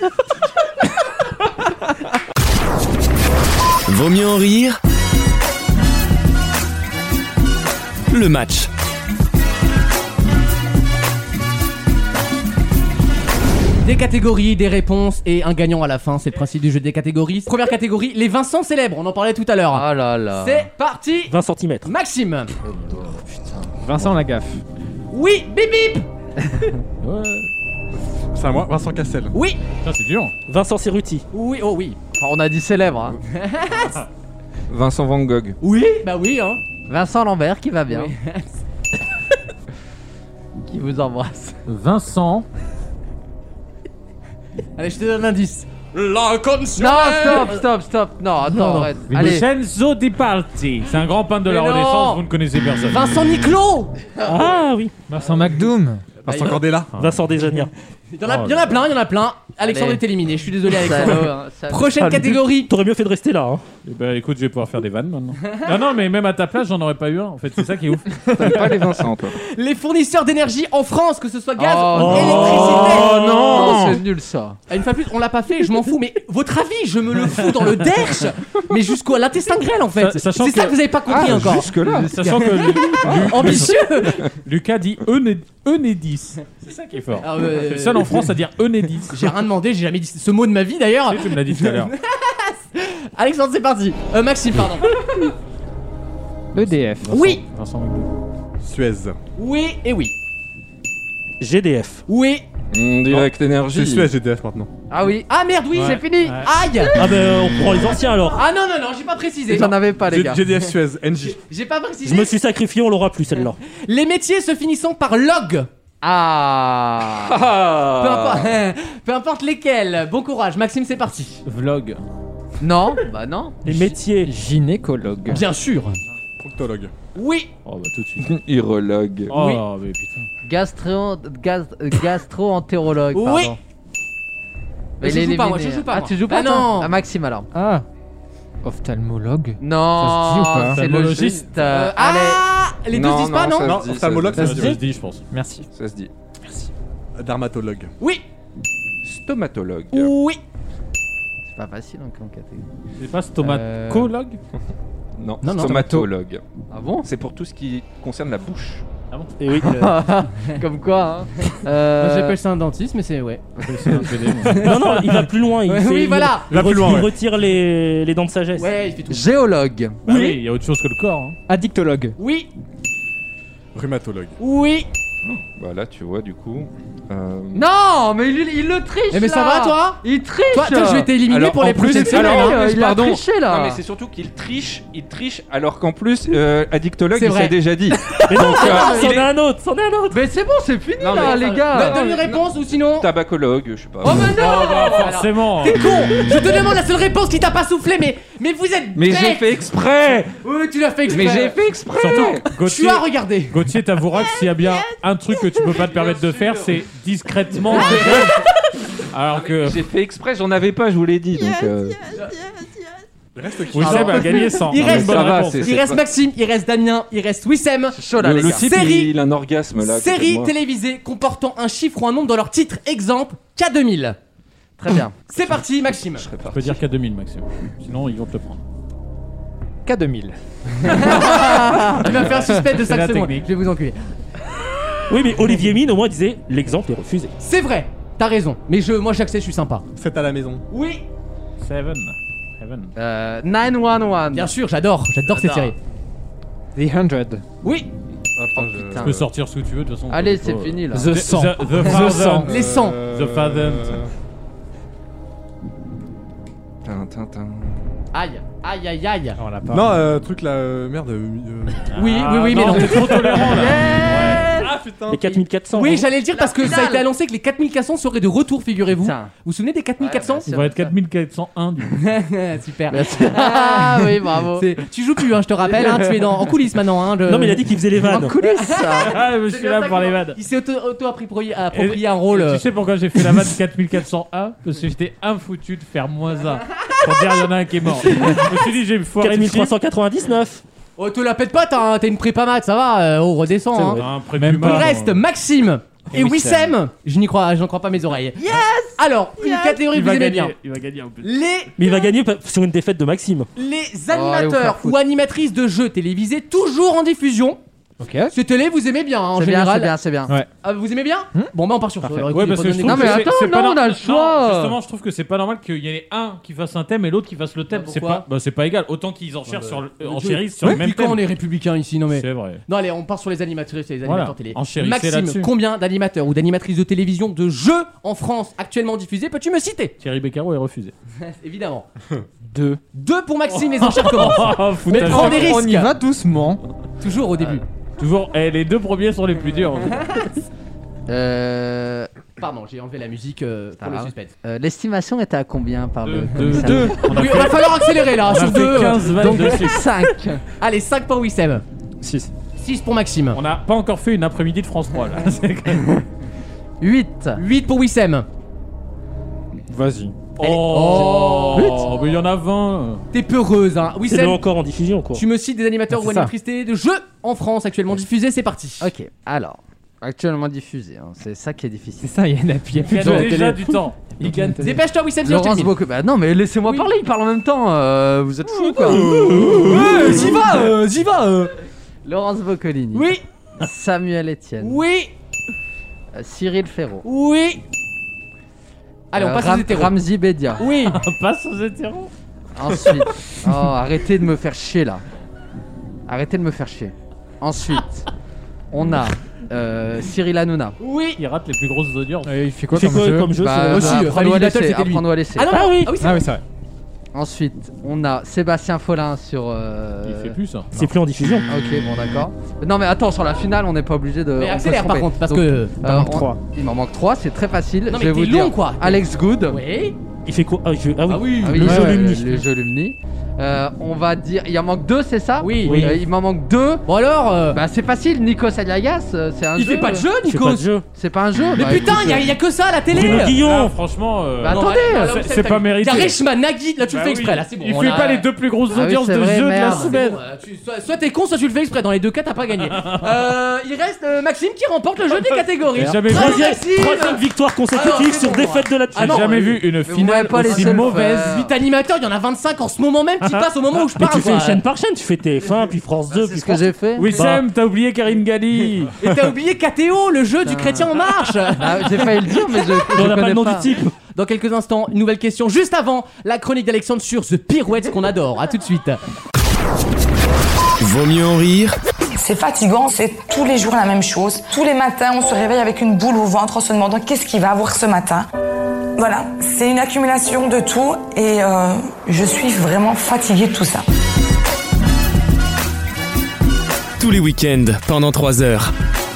Vaut mieux en rire. Le match. Des catégories, des réponses et un gagnant à la fin. C'est le principe du jeu des catégories. Première catégorie, les Vincent célèbres. On en parlait tout à l'heure. Ah là là. C'est parti. 20 cm. Maxime. Vincent Lagaffe. Oui, bip bip. C'est à moi, Vincent Cassel. Oui. Putain, c'est dur. Vincent Cerruti. Oui, oh oui. Enfin, on a dit célèbre. Hein. Vincent Van Gogh. Oui, bah oui, hein. Vincent Lambert qui va bien. Oui. Qui vous embrasse. Vincent. Allez, je te donne un indice. Non, stop. Non, attends, arrête. Allez. Vincenzo Di Palti. C'est un grand peintre de la Mais non. Renaissance, vous ne connaissez personne. Vincent Niclot. Ah oui. Vincent McDoom. Vincent Cordella. Vincent Desania. Il y en a plein. Alexandre Allez. est éliminé, je suis désolé Alexandre. Salaud, hein, salaud. Prochaine catégorie. T'aurais mieux fait de rester là. Hein. Eh ben, écoute, je vais pouvoir faire des vannes maintenant. Non, mais même à ta place, j'en aurais pas eu un. En fait, c'est ça qui est ouf. T'aimes pas les Vincent, toi? Les fournisseurs d'énergie en France, que ce soit gaz Oh, ou électricité. Oh non, c'est nul ça. Une fois de plus, on l'a pas fait, je m'en fous. Mais votre avis, je me le fous dans le derche. Mais jusqu'à l'intestin grêle en fait. C'est ça que vous avez pas compris encore. Jusque-là. Sachant que Ambitieux. Lucas dit Enedis. C'est ça qui est fort. Ah, C'est le seul en France à dire Enedis. J'ai rien demandé, j'ai jamais dit ce mot de ma vie d'ailleurs. Tu me l'as dit tout à l'heure. Alexandre, c'est parti. Maxime, pardon. EDF. Oui. Vincent McDoom. Suez. Oui et oui. GDF. Oui. Direct Énergie. C'est Suez GDF maintenant. Ah oui. Ah merde, oui, Ouais. c'est fini. Ouais. Aïe. Ah ben on prend les anciens alors. Ah non, j'ai pas précisé. J'en avais pas les gars. GDF Suez, NJ. J'ai pas précisé. Je me suis sacrifié, on l'aura plus celle-là. Les métiers se finissant par log. Ah. Peu importe lesquels. Bon courage, Maxime, c'est parti. Vlog. Non, bah non. Les métiers. Gynécologue. Bien sûr. Proctologue. Oui. Oh bah tout de suite. Urologue. Oh Oui. mais putain. Gastro-entérologue. Oui. Pardon. Mais je joue pas, moi, je joue pas. Ah, moi. tu joues pas Ah toi non. Ah, Maxime alors. Ah. Ophtalmologue. Non, Ça se dit ou pas c'est le Ophtalmologiste. juste. Allez. Les deux se disent pas, non Non, ophtalmologue, Ça ça se se dit. dit, je pense. Merci. Ça se dit. Dermatologue. Oui. Stomatologue. Oui. C'est pas facile en catégorie. C'est pas stomatologue Non, Non, non. stomatologue. Ah bon? C'est pour tout ce qui concerne la bouche. Et oui. Comme quoi, hein. J'appelle ça un dentiste, mais c'est ouais. Non, il va plus loin. Il Ouais, fait- oui, il- voilà. Il, Va plus loin, il ouais. retire les dents de sagesse. Ouais, il fait tout. Géologue. Bah oui, il y a autre chose que le corps. Hein. Addictologue. Oui. Rhumatologue. Oui. Bah là, tu vois, du coup. Non, mais il le triche. Eh mais ça là. va, toi? Il triche. Toi, je vais t'éliminer Alors, pour en les plus, prochaines semaines. alors, hein. il a triché là. Non, mais c'est surtout qu'il triche, alors qu'en plus, addictologue, C'est il vrai. s'est déjà dit. Mais non, Donc, c'en il est est un autre, c'en est un autre. Mais c'est bon, c'est fini Non, là, mais- les gars. Donne une réponse ou sinon. tabacologue, je sais pas. Oh mais non. Forcément. T'es con. Je te demande la seule réponse qui t'a pas soufflé, mais vous êtes. Mais bête. j'ai fait exprès. Oui, tu l'as fait exprès. Mais j'ai fait exprès. Surtout, Gauthier, Tu as regardé. Gauthier t'avouera que s'il y a bien un truc que tu peux pas te permettre de faire, c'est discrètement. Alors que J'ai fait exprès, j'en avais pas, je vous l'ai dit. Donc, Reste qui? Wissem a gagné 100. Il Non, mais reste- bonne ça va, réponse. c'est- Il reste Maxime, il reste Damien, il reste Wissem. Chaud là, les le gars. type, Série. il a un orgasme là. à côté de Série moi. télévisée comportant un chiffre ou un nombre dans leur titre. Exemple, K2000. Très bien. C'est parti, Maxime. Je peux dire qu'à 2000 Maxime. Sinon ils vont te le prendre. K2000. Il m'a fait un suspect de C'est 5 la secondes. technique. Je vais vous enculer. Oui, mais Olivier Mine au moins disait l'exemple est refusé. C'est vrai, t'as raison. Mais moi j'accepte, je suis sympa. C'est à la maison. Oui. Heaven. 911. Bien sûr, j'adore cette série. The 100. Oui. Tu peux sortir ce que tu veux de toute façon. Allez, c'est fini là. The 100. The Thousand. Les 100. The Thousand. Tintin. Aïe, aïe, aïe, aïe. On l'a pas. Non, truc là, merde. Oui, mais non. T'es trop tolérant là. Yes. Ah Les 4400. Oui, j'allais le dire parce que ça a été annoncé que les 4400 seraient de retour, figurez-vous. Vous vous souvenez des 4400? Il va être 4401 du coup. Super. Ah oui, bravo. Tu joues plus, hein, je te rappelle, hein, tu es en coulisses maintenant. Hein, Non, mais il a dit qu'il faisait les vannes. En coulisses. Je suis là pour les vannes. Il s'est auto-approprié un rôle. Tu sais pourquoi j'ai fait la vanne 4401? Parce que j'étais infoutu de faire -1. Pour dire il y en a un qui est mort. Je me suis dit j'ai foiré 4399. Oh, te la pète pas, t'as une prépa maths, ça va, redescends. Hein. Il reste Maxime et Wissem. J'en crois pas mes oreilles. Yes. Alors, une catégorie que vous aimez bien. Il va gagner en plus. Mais il va gagner sur une défaite de Maxime. Les animateurs ou animatrices de jeux télévisés toujours en diffusion. Ok. Ce télé, vous aimez bien, hein, en C'est général. bien, c'est bien. Ouais. Vous aimez bien Bon, bah on part sur ça. Ouais, parce que je trouve Non, mais attends, on a le choix. Justement, je trouve que c'est pas normal qu'il y ait un qui fasse un thème et l'autre qui fasse le thème. C'est pas égal. Autant qu'ils en cherchent enchérissent sur le même quand thème. on est républicains ici, non mais. C'est vrai. Non, allez, on part sur les animatrices et les animateurs télé. Enchérissez là-dessus. Maxime, combien d'animateurs ou d'animatrices de télévision de jeux en France actuellement diffusés peux-tu me citer? Thierry Beccaro est refusé. Évidemment. 2. 2 pour Maxime, les enchères commencent. Mais prends des risques. On y va doucement. Toujours au début. Toujours, les 2 premiers sont les plus durs. Pardon, j'ai enlevé la musique pour le suspense. L'estimation était à combien par le 2. Oui, il va falloir accélérer là, sur 2. 15 Donc 5. Allez, 5 pour Wissem. 6. 6 pour Maxime. On n'a pas encore fait une après-midi de France 3 là. 8. 8 pour Wissem. Vas-y. Oh, mais il y en a 20. T'es peureuse, hein. C'est Wissem, encore en diffusion, quoi. tu me cites des animateurs C'est ou ça. animatrices télé de jeux en France actuellement diffusés, c'est parti. Ok, alors, actuellement diffusé, hein, c'est ça qui est difficile. C'est ça, il y a plus Il de gagne déjà du temps. Il gagne. Dépêche-toi, Wissem, sinon je Laurence termine. Boccolini. Bah non, mais laissez-moi parler, il parle en même temps. Vous êtes fous quoi. J'y va. Laurence Boccolini. Oui, Samuel Etienne. oui, Cyril Ferraud. oui. Allez, on passe aux hétéros. Ramzi Bedia. Oui. On passe aux hétéros. Ensuite. Oh, arrêtez de me faire chier là. Arrêtez de me faire chier. Ensuite, on a Cyril Hanouna. Oui. Il rate les plus grosses audiences. Il fait quoi C'est quoi comme jeu comme jeu Bah, aussi, apprendre Family ou à Battle, laisser, c'était lui. apprendre ou à laisser. Ah non, Ah oui. c'est Ah vrai. oui, c'est vrai. Ensuite, on a Sébastien Follin sur. Il fait plus ça. C'est plus en diffusion. Ok, bon d'accord. Non mais attends, sur la finale, on n'est pas obligé de. Mais on peut accélère se par tromper. contre, parce Donc, que. il m'en manque 3, c'est très facile. Non, Je mais vais vous t'es dire. long, quoi. Alex Good. Oui. Il fait quoi? Ah oui. Ah oui. Ah oui, Le jeu ouais, Lumni. Le jeu Lumni. On va dire. Il en manque 2, c'est ça? Oui. Il m'en manque 2. Bon alors. Bah c'est facile, Nikos Aliagas, c'est un Il jeu. fait pas de jeu, Il fait Nikos. pas de jeu. C'est pas un jeu. Mais Bah, putain, écoute, y a que ça à la télé. Bruno Guillon. Franchement. Bah, Non, attendez, là, c'est pas mérité. Y'a Reichmann, Nagui, là tu le Bah fais oui. exprès, là c'est bon. Il on fait a- pas les 2 plus grosses Ah oui, audiences c'est de vrai, jeux de la merde. semaine. Soit t'es con, soit tu le fais exprès. Dans les deux cas, t'as pas gagné. Il reste Maxime qui remporte le jeu des catégories. J'ai jamais vu. Bravo, Troisième Maxime. victoire Alors, consécutive c'est sur bon, défaite de la J'ai jamais vu une vous finale m'avez pas aussi laissé le mauvaise. faire. 8 animateurs, il y en a 25 en ce moment même qui passent au moment où je Mais parle. tu fais quoi. chaîne par chaîne, tu fais TF1, puis France 2, C'est puis ce que France... j'ai fait. Wissem, t'as oublié Karine Galli. Et t'as oublié KTO, le jeu du chrétien en marche. Ah, j'ai failli le dire, mais je. On n'a pas connais le nom du type. Dans quelques instants, une nouvelle question juste avant la chronique d'Alexandre sur The Pirouettes qu'on adore. À tout de suite. Vaut mieux en rire. C'est fatigant, c'est tous les jours la même chose. Tous les matins, on se réveille avec une boule au ventre en se demandant qu'est-ce qu'il va avoir ce matin. Voilà, c'est une accumulation de tout et je suis vraiment fatiguée de tout ça. Tous les week-ends, pendant 3 heures.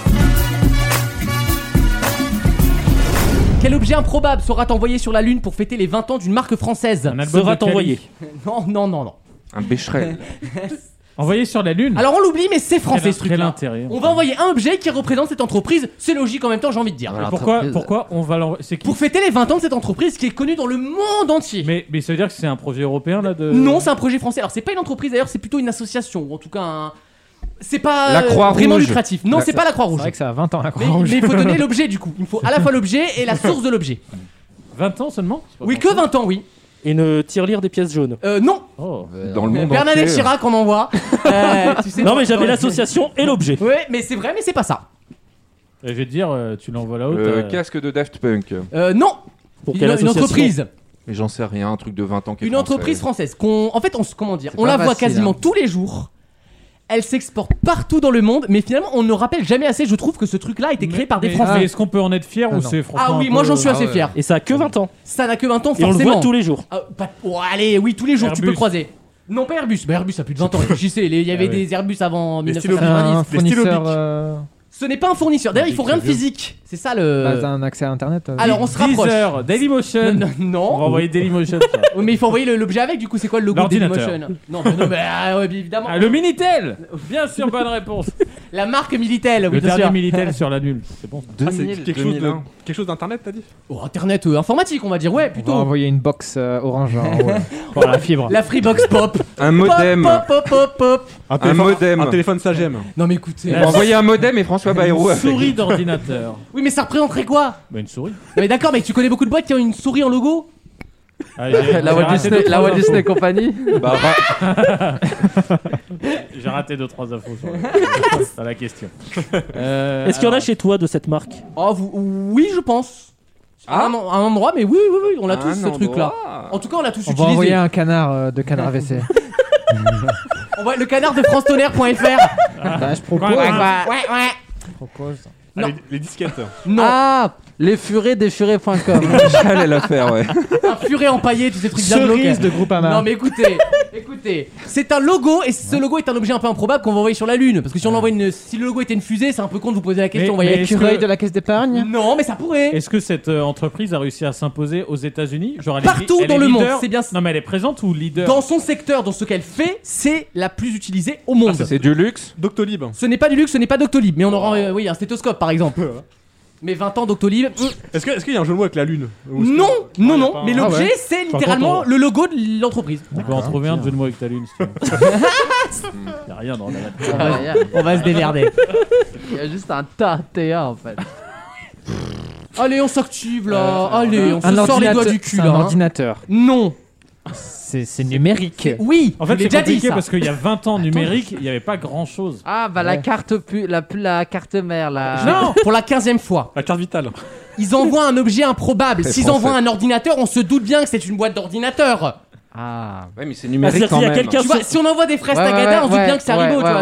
Quel objet improbable sera envoyé sur la Lune pour fêter les 20 ans d'une marque française? Un album Sera de Cali. envoyé. Non. Un Becherel. Envoyé sur la Lune. Alors on l'oublie, mais c'est français ce Quel truc-là. intérêt. On va envoyer un objet qui représente cette entreprise. C'est logique en même temps, j'ai envie de dire. Voilà. Pourquoi on va l'envoyer? C'est qui? Pour fêter les 20 ans de cette entreprise qui est connue dans le monde entier. Mais ça veut dire que c'est un projet européen là de. Non, c'est un projet français. Alors c'est pas une entreprise d'ailleurs, c'est plutôt une association ou en tout cas un. C'est pas La Croix-Rouge. vraiment lucratif. Non, c'est pas la C'est Croix-Rouge. vrai que ça a 20 ans la Mais Croix-Rouge. il faut donner l'objet du coup. Il faut à la fois l'objet et la source de l'objet. 20 ans seulement? C'est pas Oui, que 20 ans, oui. Et une tirelire des pièces jaunes. Non. Oh. Dans le monde Bernadette entier. Chirac, on envoie. Tu sais, Non, mais j'avais l'association et l'objet. Ouais, mais c'est vrai, mais c'est pas ça. Je vais te dire, tu l'envoies là-haut. Casque de Daft Punk. Non. Pour quelle Une association? entreprise. Mais j'en sais rien, un truc de 20 ans qui est Une français. entreprise française. En fait, comment dire, C'est on pas la voit facile, quasiment hein. tous les jours. Elle s'exporte partout dans le monde, mais finalement, on ne rappelle jamais assez. Je trouve que ce truc-là a été créé par des Français. Est-ce qu'on peut en être fier ou non. c'est franchement Ah oui, un moi peu- j'en suis assez fier. Et ça a que 20 ans. Ça n'a que 20 ans, Et on forcément. le voit tous les jours. Allez, oui, tous les jours, tu Airbus. peux croiser. Non, pas Airbus. Bah, Airbus a plus de 20 ans. Réfléchissez, il y avait Ah ouais. des Airbus avant Les stylos 1990. Un Les stylos fournisseur. Bic. Ce n'est pas un fournisseur. D'ailleurs, il faut rien de physique. C'est ça le. Bah, un accès à internet. Alors, on se rapproche. Deezer, Dailymotion. Non. On va envoyer Dailymotion. Oui, mais il faut envoyer l'objet avec. Du coup, c'est quoi le logo de L'ordinateur. Dailymotion? Non, mais ouais, évidemment. Le Minitel. Bien sûr, bonne réponse. La marque Minitel. Oui, Le bien sûr. dernier Minitel sur la nulle. C'est bon. C'est quelque chose d'internet, t'as dit? Oh, internet informatique, on va dire, ouais, plutôt. On va envoyer une box orange pour la fibre. La Freebox Pop. Un modem. Pop. Un modem. Un téléphone SAGEM. Non mais écoutez. On va envoyer un modem et François Bayrou. Souris d'ordinateur. Oui, mais ça représenterait quoi? Bah, une souris. Non, mais d'accord, mais tu connais beaucoup de boîtes qui ont une souris en logo? La Walt Disney Company. J'ai raté 2-3 infos sur la question. Est-ce qu'il y en a chez toi de cette marque? Oh, oui, je pense. Un endroit, mais oui, on a tous ce truc-là. En tout cas, on l'a tous utilisé. On va envoyer un canard de canard WC. On voit le canard de francetonnerre.fr. Bah, je propose. Ouais. Non. Les disquettes. Non. Ah, lesfurets.com. J'allais la faire, ouais. Un furet empaillé, tous ces trucs bien glauques. Cerise de Groupama. Non mais écoutez, c'est un logo et ce logo est un objet un peu improbable qu'on va envoyer sur la Lune. Parce que si on envoie si le logo était une fusée, c'est un peu con de vous poser la question. Mais L'écureuil de la caisse d'épargne. Non, mais ça pourrait. Est-ce que cette entreprise a réussi à s'imposer aux États-Unis? Genre, Partout dans le monde, c'est bien. Non, mais elle est présente ou leader? Dans son secteur, dans ce qu'elle fait, c'est la plus utilisée au monde. C'est du luxe. Doctolib. Ce n'est pas du luxe, ce n'est pas Doctolib, mais on aura un stéthoscope par exemple. Mais 20 ans Doctolib. Est-ce qu'il y a un jeu de mots avec la Lune? Non, mais l'objet c'est littéralement le logo de l'entreprise. On peut en trouver un de jeu de mots avec ta Lune. Si tu veux. Y a rien dans la On va se démerder. Il y a juste un TA en fait. Allez, on s'active là. Allez, on se sort les doigts du cul là. Un ordinateur. Non. C'est numérique. Oui. En fait, c'est déjà compliqué dit ça. parce qu'il y a 20 ans numérique, il n'y avait pas grand chose. Ah bah la carte la carte mère là. Non, pour la 15e fois. La carte vitale. Ils envoient un objet improbable. C'est S'ils français. envoient un ordinateur, on se doute bien que c'est une boîte d'ordinateur. Ah. Ouais, mais c'est numérique c'est-à-dire quand qu'il y a même. quelqu'un Tu vois, si on envoie des fraises Tagada, on se doute bien que c'est Haribo, tu vois.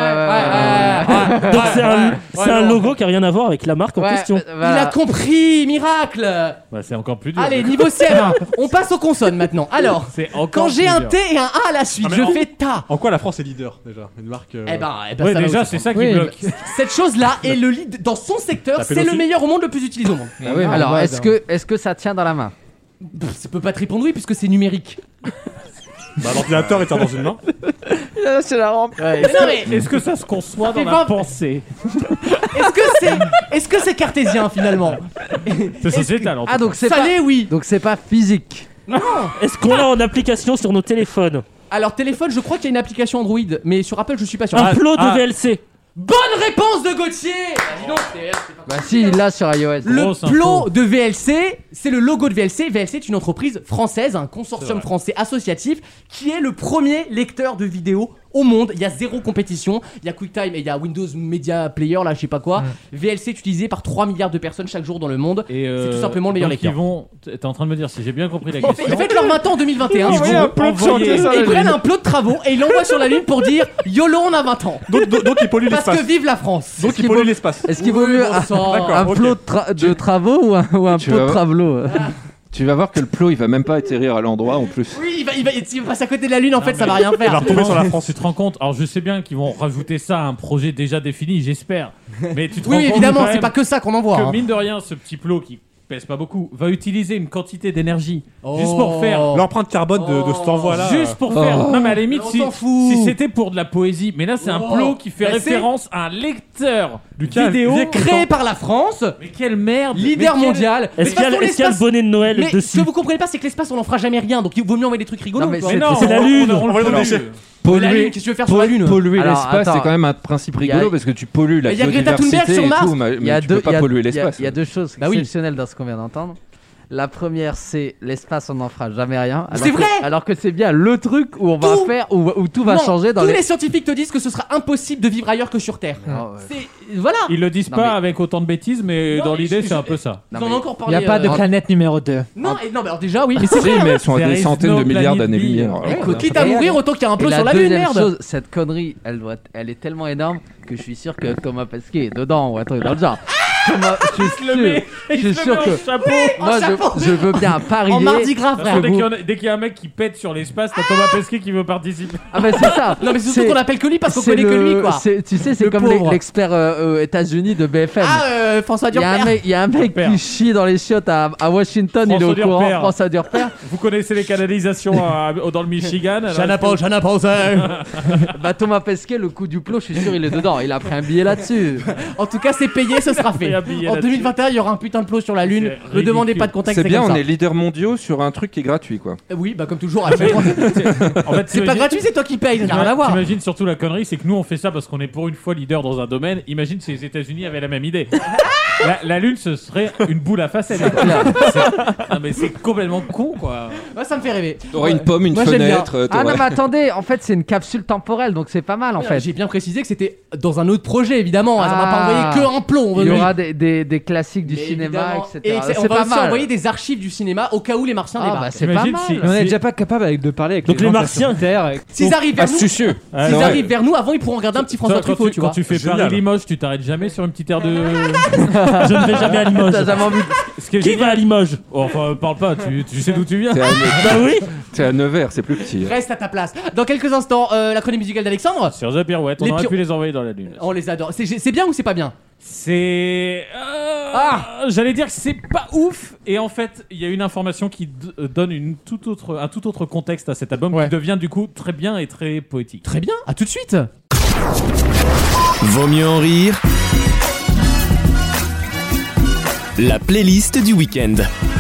Donc c'est un logo qui a rien à voir avec la marque en question. Il a compris, miracle. Bah, c'est encore plus dur. Allez, niveau CM1, on passe aux consonnes maintenant. Alors, C'est encore quand j'ai plus un dur. T et un A à la suite, Ah, mais je fais ta. En quoi la France est leader déjà? Une marque. Eh ben, Ouais, ça va déjà, aussi. c'est ça qui Oui. bloque. Cette chose-là est le lead dans son secteur, T'appelles c'est le aussi meilleur au monde, le plus utilisé au monde. Ah oui, Alors mais est-ce que ça tient dans la main? Ça peut pas te répondre oui puisque c'est numérique. Bah, l'ordinateur est dans une main. c'est la rampe. Mais non, mais Est-ce que ça se conçoit fait dans la 20 pensée? est-ce que c'est cartésien finalement? C'est sociétal en tout Ah donc c'est Ça pas l'est, oui. donc c'est pas physique. Est-ce qu'on l'a en application sur nos téléphones? Alors téléphone, je crois qu'il y a une application Android, mais sur Apple, je suis pas sûr. Un plot de VLC. Bonne réponse de Gauthier. Dis donc, Bah si, il l'a sur iOS. le Grosse plot info. de VLC, c'est le logo de VLC. VLC est une entreprise française, un consortium français associatif qui est le premier lecteur de vidéos au monde. Il y a zéro compétition. Il y a QuickTime et il y a Windows Media Player, là, je sais pas quoi. VLC est utilisé par 3 milliards de personnes chaque jour dans le monde. C'est tout simplement le meilleur donc lecteur. T'es en train de me dire, si j'ai bien compris la Ils question. fêtent leur 20 ans en 2021. Ils vont envoyer- Ils prennent un plot de travaux et ils l'envoient sur la Lune pour dire YOLO, on a 20 ans. Donc ils polluent Parce l'espace. que vive la France. Donc ils polluent l'espace. Est-ce qu'il vaut mieux un plot de travaux ou un Tu plot de vas- travelot? Tu vas voir que le plot, il va même pas atterrir à l'endroit en plus. Oui, il passe à côté de la Lune, en fait, ça va rien Il va faire. retomber sur la France. Tu te rends compte? Alors je sais bien qu'ils vont rajouter ça à un projet déjà défini, j'espère. Mais tu te rends Oui, compte évidemment, quand c'est même pas que ça qu'on envoie. que hein. mine de rien, ce petit plot qui pèse pas beaucoup va utiliser une quantité d'énergie juste pour faire. L'empreinte carbone de cet envoi-là. Juste pour faire. Non, mais à la limite, On si, s'en fout. si c'était pour de la poésie, mais là c'est un plot qui fait Bah, référence à un lecteur Lucas, vidéo Créé par la France, Mais quelle merde! leader Mais quel- mondial. Est-ce qu'il y a le bonnet de Noël Mais ce dessus? que vous comprenez pas, c'est que l'espace, on en fera jamais rien. Donc il vaut mieux envoyer des trucs rigolos. Non, mais quoi. Mais non, c'est la on- Lune. on va le le fait. La Lune, qu'est-ce que tu veux faire sur la Lune? Polluer Alors, l'espace, attends. c'est quand même un principe Il y a- rigolo parce que tu pollues la Mais il y a Greta biodiversité Thunberg sur et Mars. tout, mais tu peux pas polluer l'espace. Il y a deux choses Bah oui. exceptionnelles dans ce qu'on vient d'entendre. La première, c'est l'espace, on n'en fera jamais rien. C'est vrai. Alors que c'est bien le truc où on va Tout- faire, où tout va Non, changer dans tous les. les scientifiques te disent que ce sera impossible de vivre ailleurs que sur Terre. Ah ouais. Voilà. Ils le disent Non, pas mais- avec autant de bêtises, mais Non, dans mais l'idée, je- c'est un peu ça. Ils Non, en mais- ont encore Il n'y parlé. a pas de planète numéro 2. Non, non, mais alors déjà, oui. Mais c'est Si, vrai. mais elles sont à There des is centaines no de milliards planet B. d'années-lumière. Écoute, quitte à mourir, autant qu'il y a un peu Et sur la deuxième Lune, merde. chose, cette connerie, elle est tellement énorme que je suis sûr que Thomas Pesquet est dedans ou un truc dans le genre. Je suis sûr que moi je veux bien parier. En mardi gras, frère. Dès qu'il y a un mec qui pète sur l'espace, t'as Thomas Pesquet qui veut participer. Ah bah c'est ça. Non mais c'est surtout qu'on appelle que lui parce qu'on connaît que lui quoi. Tu sais, c'est comme l'expert États-Unis de BFM. François Durper. Il y a un mec qui chie dans les chiottes à Washington, il est au courant. François Durper. Vous connaissez les canalisations dans le Michigan? J'en ai posé. Bah Thomas Pesquet, le coup du plot, je suis sûr il est dedans. Il a pris un billet là-dessus. En tout cas, c'est payé, ce sera fait. En 2021, il y aura un putain de plot sur la Lune. Ne demandez pas de contexte. C'est bien, on est leaders mondiaux sur un truc qui est gratuit, quoi. Oui, bah comme toujours. En fait, c'est pas gratuit, c'est toi qui payes. Ça n'a rien à voir. T'imagines surtout la connerie, c'est que nous on fait ça parce qu'on est pour une fois leader dans un domaine. Imagine si les États-Unis avaient la même idée. La Lune, ce serait une boule à facettes. Mais c'est complètement con, quoi. Moi, ça me fait rêver. T'aurais une pomme, une fenêtre. Ah non, mais attendez, en fait, c'est une capsule temporelle, donc c'est pas mal en fait. J'ai bien précisé que c'était dans un autre projet, évidemment. Ça m'a pas envoyé que un plomb. Il y aura des classiques du cinéma, etc. Et on va aussi envoyer des archives du cinéma au cas où les Martiens débarquent. Bah, c'est pas mal. On n'est déjà pas capable de parler avec les Martiens. S'ils arrivent vers nous, avant ils pourront regarder un petit François Truffaut, tu vois. Quand tu fais Paris-Limoges, tu t'arrêtes jamais sur une petite aire de. Je ne vais jamais à Limoges. T'as jamais envie. Qui va à Limoges? Enfin, parle pas, tu sais d'où tu viens. Bah oui. T'es à Nevers, c'est plus petit. Reste à ta place. Dans quelques instants, la chronique musicale d'Alexandre. Sur The Pirouette, on aurait pu les envoyer dans la Lune. On les adore. C'est bien ou c'est pas bien? C'est. J'allais dire que c'est pas ouf. Et en fait, il y a une information qui donne un tout autre contexte à cet album qui devient du coup très bien et très poétique. Très bien, à tout de suite. Vaut mieux en rire. La playlist du week-end.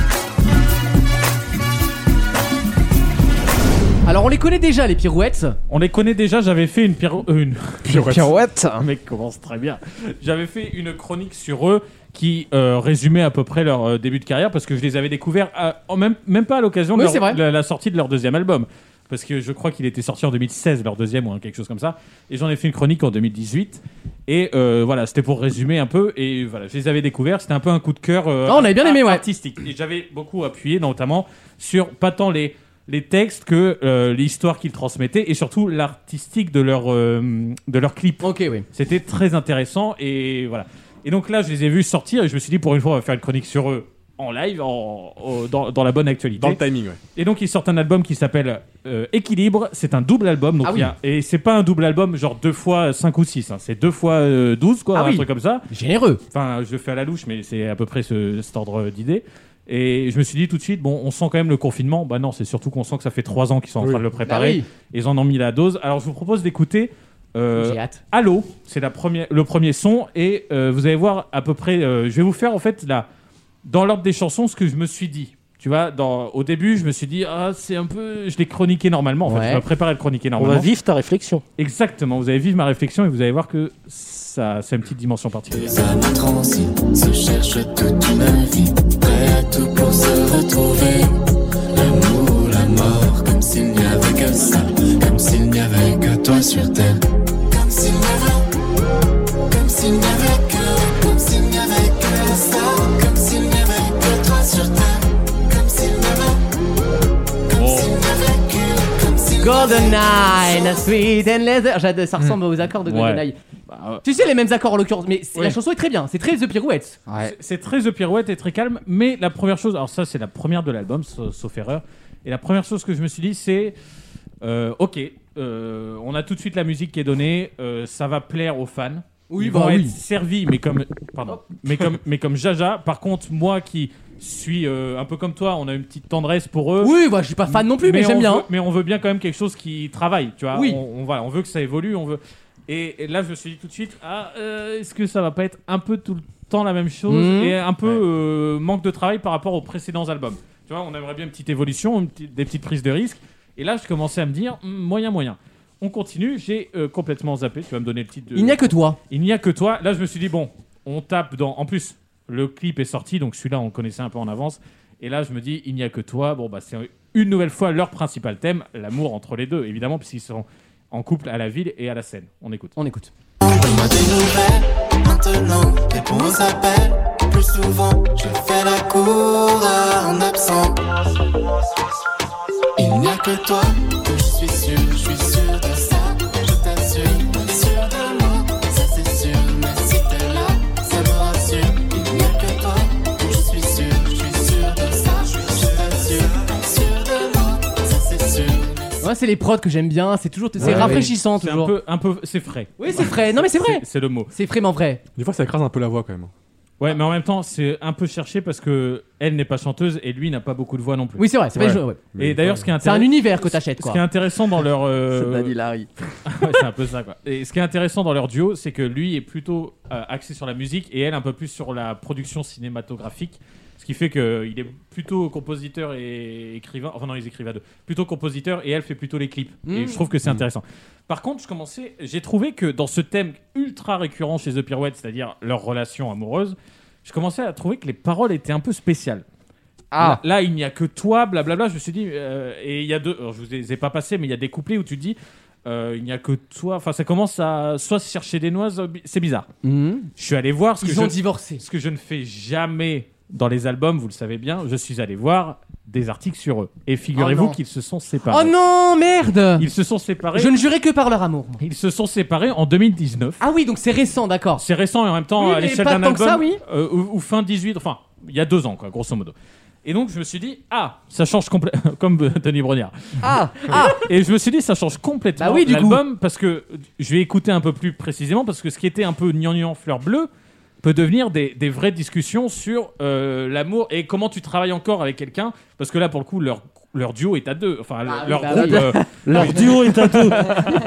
Alors on les connaît déjà les pirouettes. On les connaît déjà, j'avais fait une pirouette. Un mec commence très bien. J'avais fait une chronique sur eux qui résumait à peu près leur début de carrière parce que je les avais découverts même pas à l'occasion de la sortie de leur deuxième album. Parce que je crois qu'il était sorti en 2016, leur deuxième ou quelque chose comme ça. Et j'en ai fait une chronique en 2018. Et voilà, c'était pour résumer un peu. Et voilà, je les avais découverts. C'était un peu un coup de cœur on avait bien aimé, artistique. Et j'avais beaucoup appuyé, notamment, sur pas tant les textes que l'histoire qu'ils transmettaient et surtout l'artistique de leur clip. Ok, oui. C'était très intéressant. Et voilà. Et donc là, je les ai vus sortir et je me suis dit, pour une fois, on va faire une chronique sur eux. En live, dans la bonne actualité. Dans le timing, ouais. Et donc, ils sortent un album qui s'appelle Équilibre. C'est un double album. Donc et c'est pas un double album genre 2 fois 5 ou 6. Hein. C'est 2 fois 12, quoi, un truc comme ça. Généreux. Enfin, je le fais à la louche, mais c'est à peu près cet ordre d'idée. Et je me suis dit tout de suite, bon, on sent quand même le confinement. Bah non, c'est surtout qu'on sent que ça fait 3 ans qu'ils sont en train de le préparer. Ils en ont mis la dose. Alors, je vous propose d'écouter j'ai hâte. Allo. C'est le premier son. Et vous allez voir à peu près... je vais vous faire, en fait, dans l'ordre des chansons, ce que je me suis dit. Tu vois, au début, je me suis dit, c'est un peu... Je l'ai chroniqué normalement, en fait. Je me préparais à le chroniquer normalement. On va vivre ta réflexion. Exactement, vous allez vivre ma réflexion et vous allez voir que ça a une petite dimension particulière. Ça m'attransit, se cherche toute ma vie, prêt à tout pour se retrouver. L'amour ou la mort, comme s'il n'y avait que ça, comme s'il n'y avait que toi sur terre. Comme s'il n'y avait que ça, comme s'il n'y avait que toi sur terre. Comme s'il n'y avait que GoldenEye, Sweet and Leather. J'adore, ça ressemble aux accords de GoldenEye. Tu sais les mêmes accords en l'occurrence, mais la chanson est très bien. C'est très The Pirouette. C'est très The Pirouette et très calme. Mais la première chose, alors ça c'est la première de l'album, sauf erreur. Et la première chose que je me suis dit, c'est ok, on a tout de suite la musique qui est donnée, ça va plaire aux fans. Ils vont être servis, mais comme Jaja. Par contre, moi qui suis un peu comme toi, on a une petite tendresse pour eux. Oui, je suis pas fan non plus, mais j'aime bien. Mais on veut bien quand même quelque chose qui travaille, tu vois. Oui. On veut que ça évolue, on veut. Et là, je me suis dit tout de suite, est-ce que ça va pas être un peu tout le temps la même chose et un peu manque de travail par rapport aux précédents albums. Tu vois, on aimerait bien une petite évolution, des petites prises de risque. Et là, je commençais à me dire, moyen. On continue, j'ai complètement zappé. Tu vas me donner le titre de... Il n'y a que toi. Il n'y a que toi. Là, je me suis dit, bon, on tape dans... En plus, le clip est sorti, donc celui-là, on le connaissait un peu en avance. Et là, je me dis, il n'y a que toi. Bon, bah, c'est une nouvelle fois leur principal thème, l'amour entre les deux, évidemment, puisqu'ils sont en couple à la ville et à la scène. On écoute. Donne-moi des nouvelles, maintenant, réponds aux appels. Plus souvent, je fais la cour en absent. Il n'y a que toi, je suis sûr de ça. Je t'assure, sûr de moi, ça c'est sûr. Mais si t'es là, ça me rassure. Il Moi, c'est les prods que j'aime bien. C'est toujours, c'est rafraîchissant C'est toujours. un peu, c'est frais. Oui, c'est frais. Non, mais c'est vrai. C'est le mot. C'est vraiment vrai. Des fois, ça écrase un peu la voix quand même. Ouais, mais en même temps, c'est un peu cherché parce que elle n'est pas chanteuse et lui n'a pas beaucoup de voix non plus. Oui, c'est vrai. C'est pas ouais. Et d'ailleurs, ce qui est c'est un univers que t'achètes, quoi. Ce qui est intéressant dans leur. C'est Daddy Larry. Ouais, c'est un peu ça, quoi. Et ce qui est intéressant dans leur duo, c'est que lui est plutôt axé sur la musique et elle un peu plus sur la production cinématographique. Ce qui fait qu'il est plutôt compositeur et écrivain. Enfin, non, ils écrivent à deux. Plutôt compositeur et elle fait plutôt les clips. Et je trouve que c'est intéressant. Par contre, j'ai trouvé que dans ce thème ultra récurrent chez The Pirouettes, c'est-à-dire leur relation amoureuse, je commençais à trouver que les paroles étaient un peu spéciales. Là, il n'y a que toi, blablabla. Je me suis dit, et il y a deux. Alors, je vous les ai pas passés, mais il y a des couplets où tu dis. Il n'y a que toi. Enfin, ça commence à soit chercher des noises. C'est bizarre. Je suis allé voir. Ils ont divorcé. Ce que je ne fais jamais dans les albums, vous le savez bien. Je suis allé voir des articles sur eux. Et figurez-vous qu'ils se sont séparés. Oh non, merde! Ils se sont séparés. Je ne jurais que par leur amour. Ils se sont séparés en 2019. Ah oui, donc c'est récent, d'accord. C'est récent et en même temps, à l'échelle d'un album. Ça, oui. Ou fin 18. Enfin, il y a 2 ans, quoi, grosso modo. Et donc, je me suis dit, ça change complètement. Comme Denis Brognard. Et je me suis dit, ça change complètement l'album parce que je vais écouter un peu plus précisément parce que ce qui était un peu gnangnan fleur bleue peut devenir des vraies discussions sur l'amour et comment tu travailles encore avec quelqu'un. Parce que là, pour le coup, leur duo est à deux. Enfin, leur groupe. Leur duo est à deux.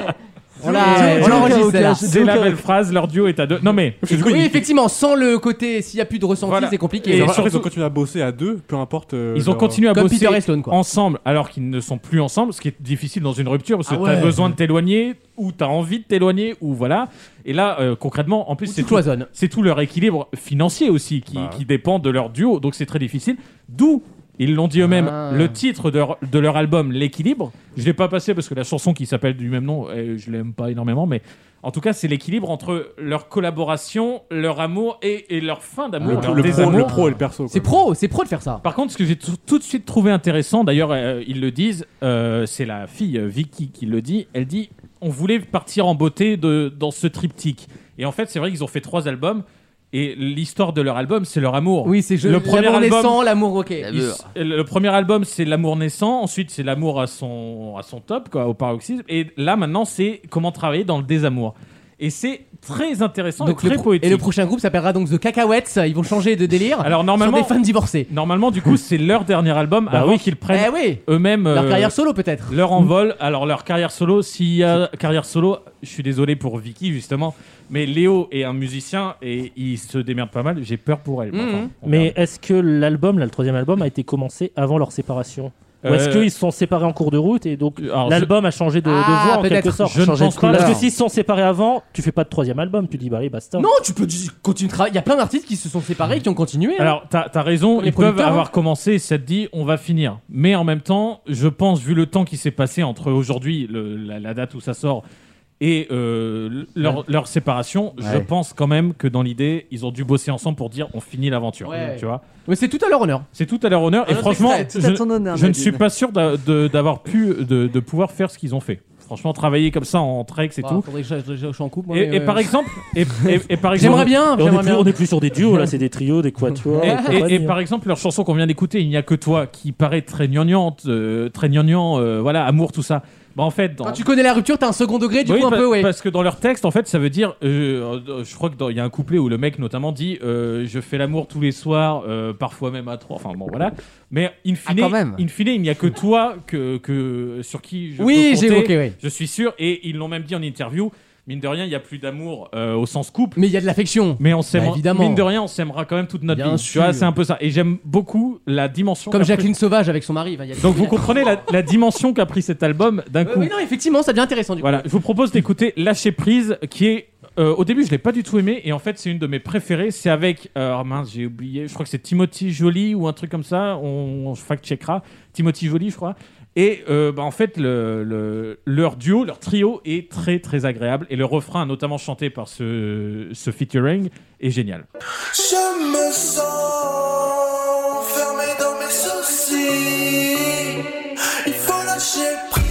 On l'enregistre là. C'est la belle phrase, leur duo est à deux. Non mais oui, effectivement, sans le côté s'il y a plus de ressenti, c'est compliqué. Et surtout, ils ont continué à bosser à deux, peu importe. Ils ont continué à bosser Peter et Sloan, quoi. ensemble alors qu'ils ne sont plus ensemble, ce qui est difficile dans une rupture parce que tu as besoin de t'éloigner ou tu as envie de t'éloigner ou voilà. Et là, concrètement, en plus, c'est tout leur équilibre financier aussi qui dépend de leur duo, donc c'est très difficile. D'où ils l'ont dit eux-mêmes, le titre de leur album, L'équilibre. Je ne l'ai pas passé parce que la chanson qui s'appelle du même nom, je ne l'aime pas énormément, mais en tout cas, c'est l'équilibre entre leur collaboration, leur amour et leur fin d'amour. Le pro et le perso. C'est pro de faire ça. Par contre, ce que j'ai tout de suite trouvé intéressant, d'ailleurs, ils le disent, c'est la fille Vicky qui le dit, elle dit on voulait partir en beauté dans ce triptyque. Et en fait, c'est vrai qu'ils ont fait 3 albums. Et l'histoire de leur album, c'est leur amour. Oui, c'est le premier album naissant, l'amour, ok. Le premier album, c'est l'amour naissant. Ensuite, c'est l'amour à son top, quoi, au paroxysme. Et là, maintenant, c'est comment travailler dans le désamour. Et c'est très intéressant et très poétique. Et le prochain groupe s'appellera donc The Cacahuètes. Ils vont changer de délire. Alors normalement, sur des fans divorcés. Normalement, du coup, c'est leur dernier album avant qu'ils prennent eux-mêmes leur carrière solo peut-être. Leur envol. Alors leur carrière solo, s'il y a carrière solo, je suis désolé pour Vicky justement, mais Léo est un musicien et il se démerde pas mal. J'ai peur pour elle. Mais est-ce que le troisième album a été commencé avant leur séparation? Ou est-ce qu'ils se sont séparés en cours de route et donc l'album a changé de voix en quelque sorte? Je ne pense pas. Parce que s'ils se sont séparés avant, tu fais pas de troisième album, tu dis bah allez basta. Non, tu peux continuer de travailler. Il y a plein d'artistes qui se sont séparés et qui ont continué. Alors t'as raison, ils peuvent avoir commencé et ça te dit on va finir. Mais en même temps, je pense vu le temps qui s'est passé entre aujourd'hui, la date où ça sort, et leur séparation, je pense quand même que dans l'idée, ils ont dû bosser ensemble pour dire on finit l'aventure. Tu vois. Mais c'est tout à leur honneur. C'est tout à leur honneur. Et franchement, je ne suis pas sûr d'avoir pu de pouvoir faire ce qu'ils ont fait. Franchement, travailler comme ça en treks et tout. Faudrait que je sois en couple. Et par exemple, j'aimerais bien. On est plus sur des duos là, c'est des trios, des quatuors. Et par exemple, leur chanson qu'on vient d'écouter, Il n'y a que toi, qui paraît très gnangnan, voilà, amour, tout ça. Bah en fait, quand tu connais la rupture, t'as un second degré du coup un peu, parce que dans leur texte, en fait, ça veut dire, je crois qu'il y a un couplet où le mec notamment dit, je fais l'amour tous les soirs, parfois même à 3. Enfin bon, voilà. Mais in fine, il n'y a que toi sur qui je peux compter. J'ai évoqué, je suis sûr. Et ils l'ont même dit en interview. Mine de rien, il n'y a plus d'amour au sens couple. Mais il y a de l'affection. Mais on s'aime. Évidemment. Mine de rien, on s'aimera quand même toute notre vie. Tu vois, c'est un peu ça. Et j'aime beaucoup la dimension. Comme Jacqueline Sauvage avec son mari. Donc vous comprenez la dimension qu'a pris cet album d'un coup. Oui, non, effectivement, ça devient intéressant du coup. Voilà, je vous propose d'écouter Lâcher prise, qui est. Au début, je l'ai pas du tout aimé, et en fait, c'est une de mes préférées. C'est avec. Mince, j'ai oublié. Je crois que c'est Timothy Joly ou un truc comme ça. On fact-checkera. Timothy Joly, je crois. Et en fait, leur duo, leur trio est très très agréable. Et le refrain, notamment chanté par ce featuring, est génial. Je me sens enfermé dans mes soucis. Il faut lâcher prise.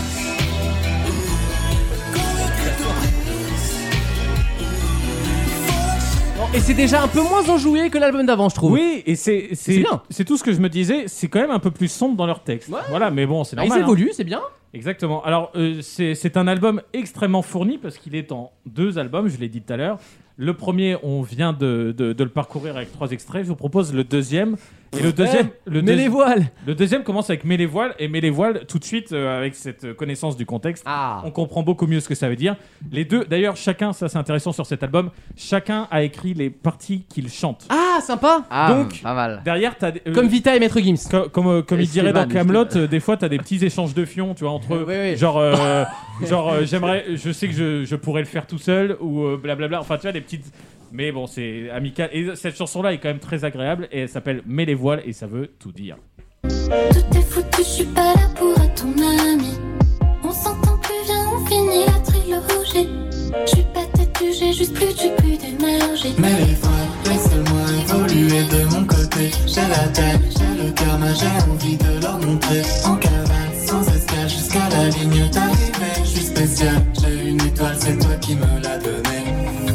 Et c'est déjà un peu moins enjoué que l'album d'avant, je trouve. Oui, et c'est tout ce que je me disais. C'est quand même un peu plus sombre dans leur texte. Voilà, mais bon, c'est normal. Ils évoluent, c'est bien. Exactement. Alors, c'est un album extrêmement fourni parce qu'il est en 2 albums, je l'ai dit tout à l'heure. Le premier, on vient de le parcourir avec 3 extraits. Je vous propose le deuxième. Et le deuxième, Mets les voiles. Le deuxième commence avec Mets les voiles. Et Mets les voiles, tout de suite, avec cette connaissance du contexte, on comprend beaucoup mieux ce que ça veut dire. Les deux, d'ailleurs, chacun, ça c'est intéressant sur cet album, chacun a écrit les parties qu'il chante. Ah, sympa. Donc, pas mal. Derrière, t'as comme Vita et Maître Gims. Comme il dirait dans Kaamelott, des fois, t'as des petits échanges de fions, tu vois, entre eux. Oui. Genre, je sais que je pourrais le faire tout seul, ou blablabla. Enfin, tu vois, des petites. Mais bon, c'est amical. Et cette chanson-là est quand même très agréable. Et elle s'appelle Mets les voiles et ça veut tout dire. Tout est foutu, je suis pas là pour être ton ami. On s'entend plus, viens, on finit la trilogie. Je suis pas têtu, j'ai juste plus d'énergie. Mets les voiles, laisse-moi évoluer de mon côté. J'ai la tête, j'ai le cœur, mais j'ai envie de leur montrer. En cavale, sans escale, jusqu'à la ligne d'arrivée. Je suis spécial, j'ai une étoile, c'est toi qui me l'as donnée.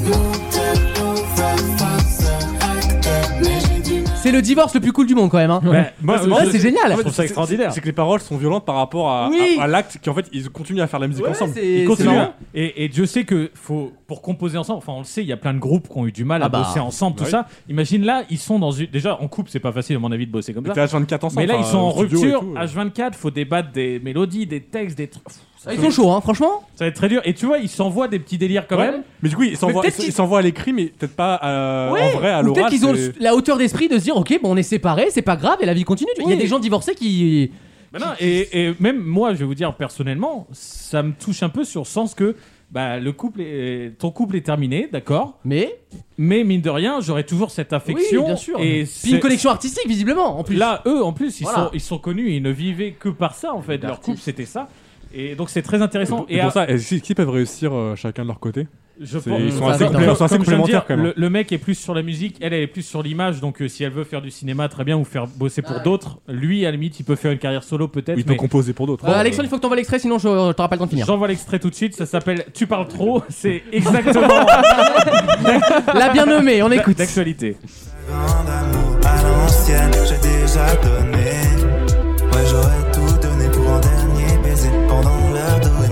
C'est le divorce le plus cool du monde quand même. Hein. C'est génial. Je trouve ça extraordinaire. C'est que les paroles sont violentes par rapport à l'acte qu'en fait ils continuent à faire la musique ensemble. Ils continuent. Et Dieu sait que pour composer ensemble, enfin on le sait, il y a plein de groupes qui ont eu du mal à bosser ensemble, tout ça. Imagine là, ils sont dans une. Déjà en couple, c'est pas facile à mon avis de bosser comme ça. H24 ensemble. Mais là ils sont en rupture. H24, faut débattre des mélodies, des textes, des trucs. Ils sont chauds, hein, franchement. Ça va être très dur. Et tu vois, ils s'envoient des petits délires quand même. Mais du coup, ils s'envoient à l'écrit, mais peut-être pas en vrai à l'oral. Peut-être qu'ils ont la hauteur d'esprit de se dire, ok, bon, on est séparés, c'est pas grave, et la vie continue. Il y a des gens divorcés qui. Et même moi, je vais vous dire personnellement, ça me touche un peu sur le sens que ton couple est terminé, d'accord. Mais mine de rien, j'aurais toujours cette affection. Oui, bien sûr. Et puis une connexion artistique, visiblement. En plus. Là, eux, en plus, ils sont connus, ils ne vivaient que par ça, en fait. Leur couple, c'était ça. Et donc c'est très intéressant. Et pour ça, est-ce qu'ils peuvent réussir chacun de leur côté? Je pense. Ils sont assez complémentaires quand même. Le mec est plus sur la musique, elle est plus sur l'image. Donc si elle veut faire du cinéma, très bien, ou faire bosser pour d'autres, lui à la limite il peut faire une carrière solo peut-être. Il peut composer pour d'autres. Alexandre, il faut que t'envoies l'extrait, sinon je t'aurai pas le temps de finir. J'envoie l'extrait tout de suite. Ça s'appelle Tu parles trop. C'est exactement la bien nommée. On écoute. D'actualité. À l'ancienne, j'ai déjà donné. Ouais, j'aurais tout donné pour un dernier baiser pendant l'heure de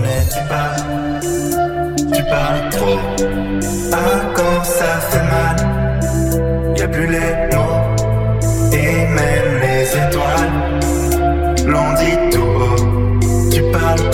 mais tu parles trop. Ah, quand ça fait mal, y'a plus les mots et même les étoiles l'ont dit tout haut. Tu parles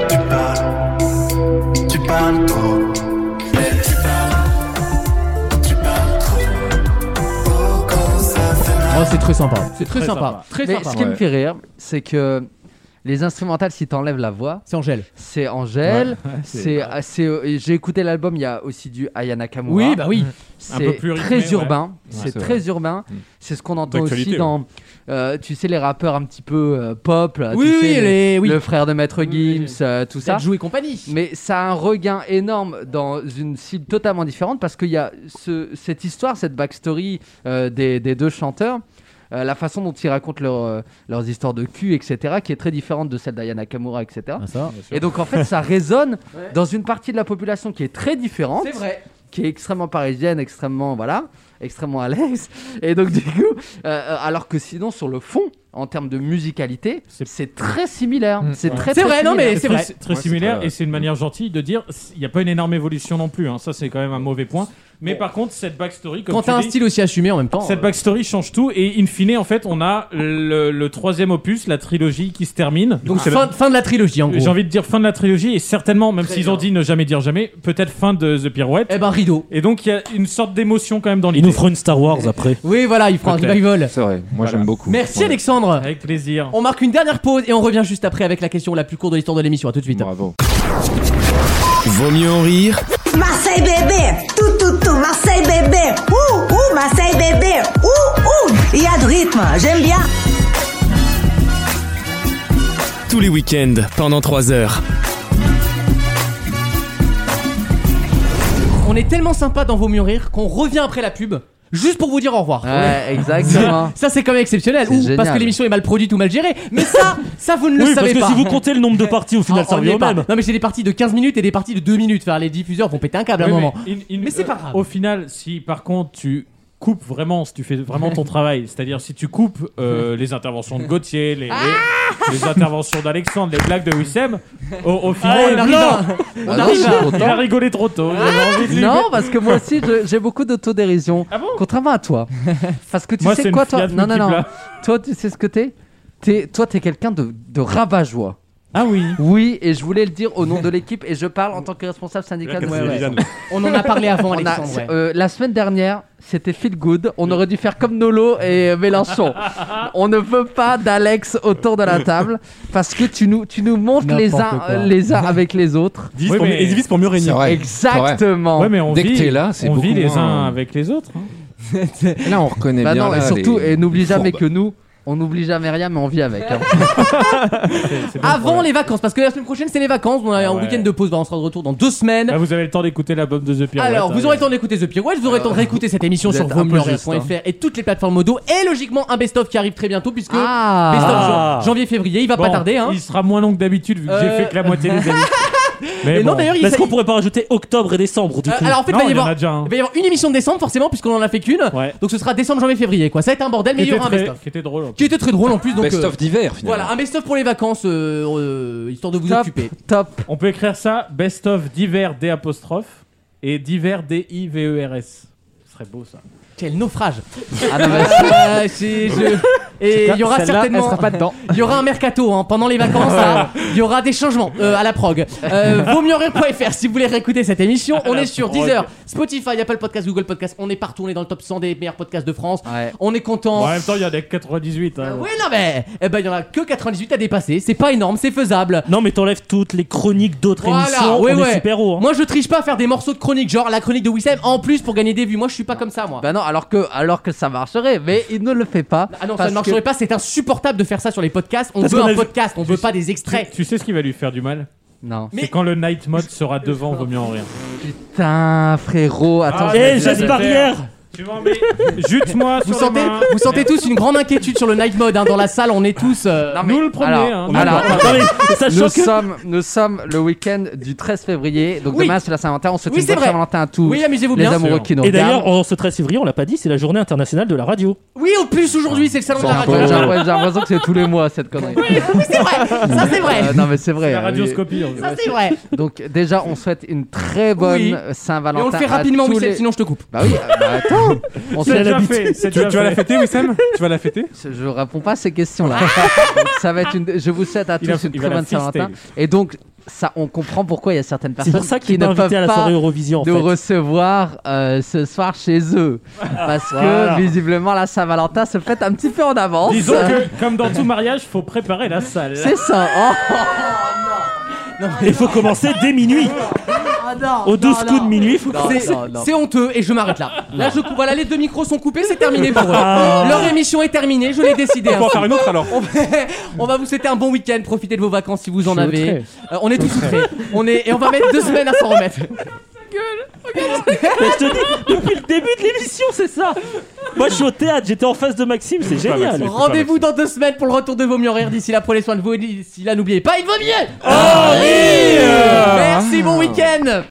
trop. Mais tu parles trop. Oh, quand ça fait mal. Oh, c'est très sympa. C'est très sympa. Très sympa. Ce qui me fait rire, c'est que les instrumentales, si t'enlèves la voix, c'est Angèle. C'est Angèle. J'ai écouté l'album, il y a aussi du Aya Nakamura. Oui, bah oui. C'est très urbain. C'est très urbain. C'est ce qu'on entend aussi dans, tu sais, les rappeurs un petit peu pop. Là, oui, tu sais, oui. Le frère de Maître Gims, tout ça. Jou et compagnie. Mais ça a un regain énorme dans une cible totalement différente parce qu'il y a cette histoire, cette backstory des deux chanteurs. La façon dont ils racontent leurs histoires de cul, etc., qui est très différente de celle d'Aya Nakamura, etc. Et donc en fait, ça résonne dans une partie de la population qui est très différente. C'est vrai. Qui est extrêmement parisienne, extrêmement à l'aise. Et donc du coup, alors que sinon sur le fond, en termes de musicalité, c'est très similaire. C'est très vrai, non mais c'est vrai. Très similaire et c'est une manière gentille de dire il n'y a pas une énorme évolution non plus. Hein. Ça c'est quand même un mauvais point. Mais par contre, cette backstory, comme quand t'as un style aussi assumé en même temps, cette backstory change tout et in fine, en fait, on a le troisième opus, la trilogie qui se termine. Donc fin de la trilogie en gros. J'ai envie de dire fin de la trilogie et certainement, même s'ils ont dit ne jamais dire jamais, peut-être fin de The Pirouette. Eh ben rideau. Et donc il y a une sorte d'émotion quand même dans l'idée. Il nous fera une Star Wars après. Oui, voilà, il fera un revival. C'est vrai. Moi j'aime beaucoup. Merci Alexandre. Avec plaisir. On marque une dernière pause et on revient juste après avec la question la plus courte de l'histoire de l'émission. À tout de suite. Bravo. Vaut mieux en rire. Marseille bébé, tout, Marseille bébé, Marseille bébé, il y a de rythme, j'aime bien. Tous les week-ends, pendant 3 heures. On est tellement sympa dans Vaut mieux rire qu'on revient après la pub. Juste pour vous dire au revoir. Ouais, exactement. Ça c'est quand même exceptionnel. Ou parce que l'émission est mal produite ou mal gérée. Mais ça vous ne le savez pas. Parce que si vous comptez le nombre de parties, au final ça revient au même. Non mais c'est des parties de 15 minutes et des parties de 2 minutes. Enfin, les diffuseurs vont péter un câble à un moment. Mais c'est pas grave. Au final, si par contre tu coupes vraiment, si tu fais vraiment ton travail, c'est-à-dire si tu coupes les interventions de Gauthier, les interventions d'Alexandre, les blagues de Wissem, au final, on arrive. Il a rigolé trop tôt. Non, parce que moi aussi, j'ai beaucoup d'autodérision. Ah bon? Contrairement à toi. Parce que tu Moi, sais c'est quoi, une toi? Fiat Non. multipla. Toi, tu sais ce que t'es? Toi, t'es quelqu'un de rabat-joie. Ah oui. Oui, et je voulais le dire au nom de l'équipe, et je parle en tant que responsable syndical. On en a parlé avant, Alexandre. La semaine dernière, c'était feel good. On aurait dû faire comme Nolo et Mélenchon. On ne veut pas d'Alex autour de la table parce que tu nous montres les uns avec les autres. Ils divisent pour mieux régner. Exactement. Ouais, mais on Dès que vit, t'es là, c'est on vit beaucoup les moins- uns avec les autres. Là, on reconnaît bien. Non, là, et surtout, les- et n'oublie jamais fourbes. que nous. On n'oublie jamais rien, mais on vit avec. Hein. Avant les vacances, parce que la semaine prochaine c'est les vacances, on a un week-end de pause, on sera de retour dans 2 semaines. Là, vous avez le temps d'écouter l'album de The Pirouette. Alors, vous aurez le temps d'écouter The Pirouette, vous aurez le temps de réécouter cette émission vous sur êtes un peu juste, vosmieuxenrire.fr et toutes les plateformes modo, et logiquement un best-of qui arrive très bientôt, puisque Ah. best-of janvier-février, il va pas Bon, tarder. Hein. Il sera moins long que d'habitude vu que j'ai fait que la moitié des émissions. Mais non, d'ailleurs, Est-ce qu'on pourrait pas rajouter octobre et décembre du coup? alors en fait, Non, il il y en va a déjà un. y avoir une émission de décembre, forcément, puisqu'on en a fait qu'une. Ouais. Donc ce sera décembre, janvier, février, quoi. Ça va être un bordel, mais il y aura un best-of. Qui était drôle. Qui était très drôle en plus. Donc, Best-of d'hiver, finalement. voilà, un best-of pour les vacances, histoire de vous occuper. Top. On peut écrire ça best-of d'hiver D apostrophe et d'hiver D-I-V-E-R-S. Ce serait beau ça. Quel naufrage. Ah non, Et il y aura Celle-là, certainement. elle sera pas dedans. Il y aura un mercato hein, pendant les vacances. Là, il y aura des changements à la prog. Vosmieuxenrire.fr si vous voulez réécouter cette émission. On est sur Deezer, Spotify, Apple Podcast, Google Podcast. On est partout. On est dans le top 100 des meilleurs podcasts de France. Ouais. On est content. En même temps, il y a des 98. Hein. Oui, non mais il y en a que 98 à dépasser. C'est pas énorme, c'est faisable. Non, mais t'enlèves toutes les chroniques d'autres émissions. ouais, on ouais. est super haut. Hein. Moi, je triche pas à faire des morceaux de chronique, genre la chronique de Wissem en plus pour gagner des vues. Moi, je suis pas comme ça, moi. Bah non, alors que ça marcherait, mais il ne le fait pas. Ah non, ça parce ne marcherait pas, c'est insupportable de faire ça sur les podcasts. On veut un podcast, on veut pas des extraits. Tu sais ce qui va lui faire du mal? Non. C'est quand le night mode sera devant Vaut mieux en rire. Putain, frérot, attends. Geste barrière. Tu m'en mets. Jute-moi Vous sur les mains. sentez tous une grande inquiétude sur le night mode hein, dans la salle. On est tous. Nous le premier. Alors, hein. alors, Ça nous choque. sommes le week-end du 13 février. Donc Oui. demain, c'est la Saint-Valentin. On souhaite Oui, une c'est bonne vrai. Saint-Valentin à tous. Oui, amusez-vous les bien. amoureux qui nous Et regardent. d'ailleurs, en ce 13 février, on l'a pas dit, c'est la journée internationale de la radio. Oui, en plus aujourd'hui, c'est le salon de la radio. J'ai l'impression que c'est tous les mois cette connerie. Oui, c'est vrai. Ça, c'est vrai. Non, mais c'est vrai. La radioscopie. en fait. Ça, c'est vrai. Donc déjà, on souhaite une très bonne Oui. Saint-Valentin. Mais on le fait à rapidement, tous Wissem, les- sinon je te coupe. Bah oui, attends. On C'est souhaite- déjà fait. C'est Tu déjà vas la fait. fêter, Wissem? Tu vas la fêter? Je réponds pas à ces questions-là. Donc, ça va être je vous souhaite à Il va- tous une il très va la bonne Saint-Valentin. fister. Et donc, ça, on comprend pourquoi il y a certaines C'est personnes pour ça qui qu'il ne est invité peuvent à la pas soirée Eurovision en nous fait. recevoir ce soir chez eux. Parce Voilà. que visiblement, la Saint-Valentin se fête un petit peu en avance. Disons que, comme dans tout mariage, faut préparer la salle. C'est ça. Oh. Il faut commencer dès minuit. Au 12 coups de minuit, il faut C'est honteux et je m'arrête là. Là, je coupe. Voilà, les 2 micros sont coupés, c'est terminé pour eux. Leur émission est terminée, je l'ai décidé. On peut en faire une autre alors. On va vous souhaiter un bon week-end, profitez de vos vacances si vous en Je suis avez. outré. On est tous outrés. Et on va mettre 2 semaines à s'en remettre. Mais je te dis, depuis le début de l'émission, c'est ça. Moi, je suis au théâtre, j'étais en face de Maxime, c'est génial. Rendez-vous dans 2 semaines pour le retour de Vaut mieux en rire. D'ici là, prenez soin de vous et d'ici là, n'oubliez pas, il vaut mieux. Oh, rire. Merci, bon week-end.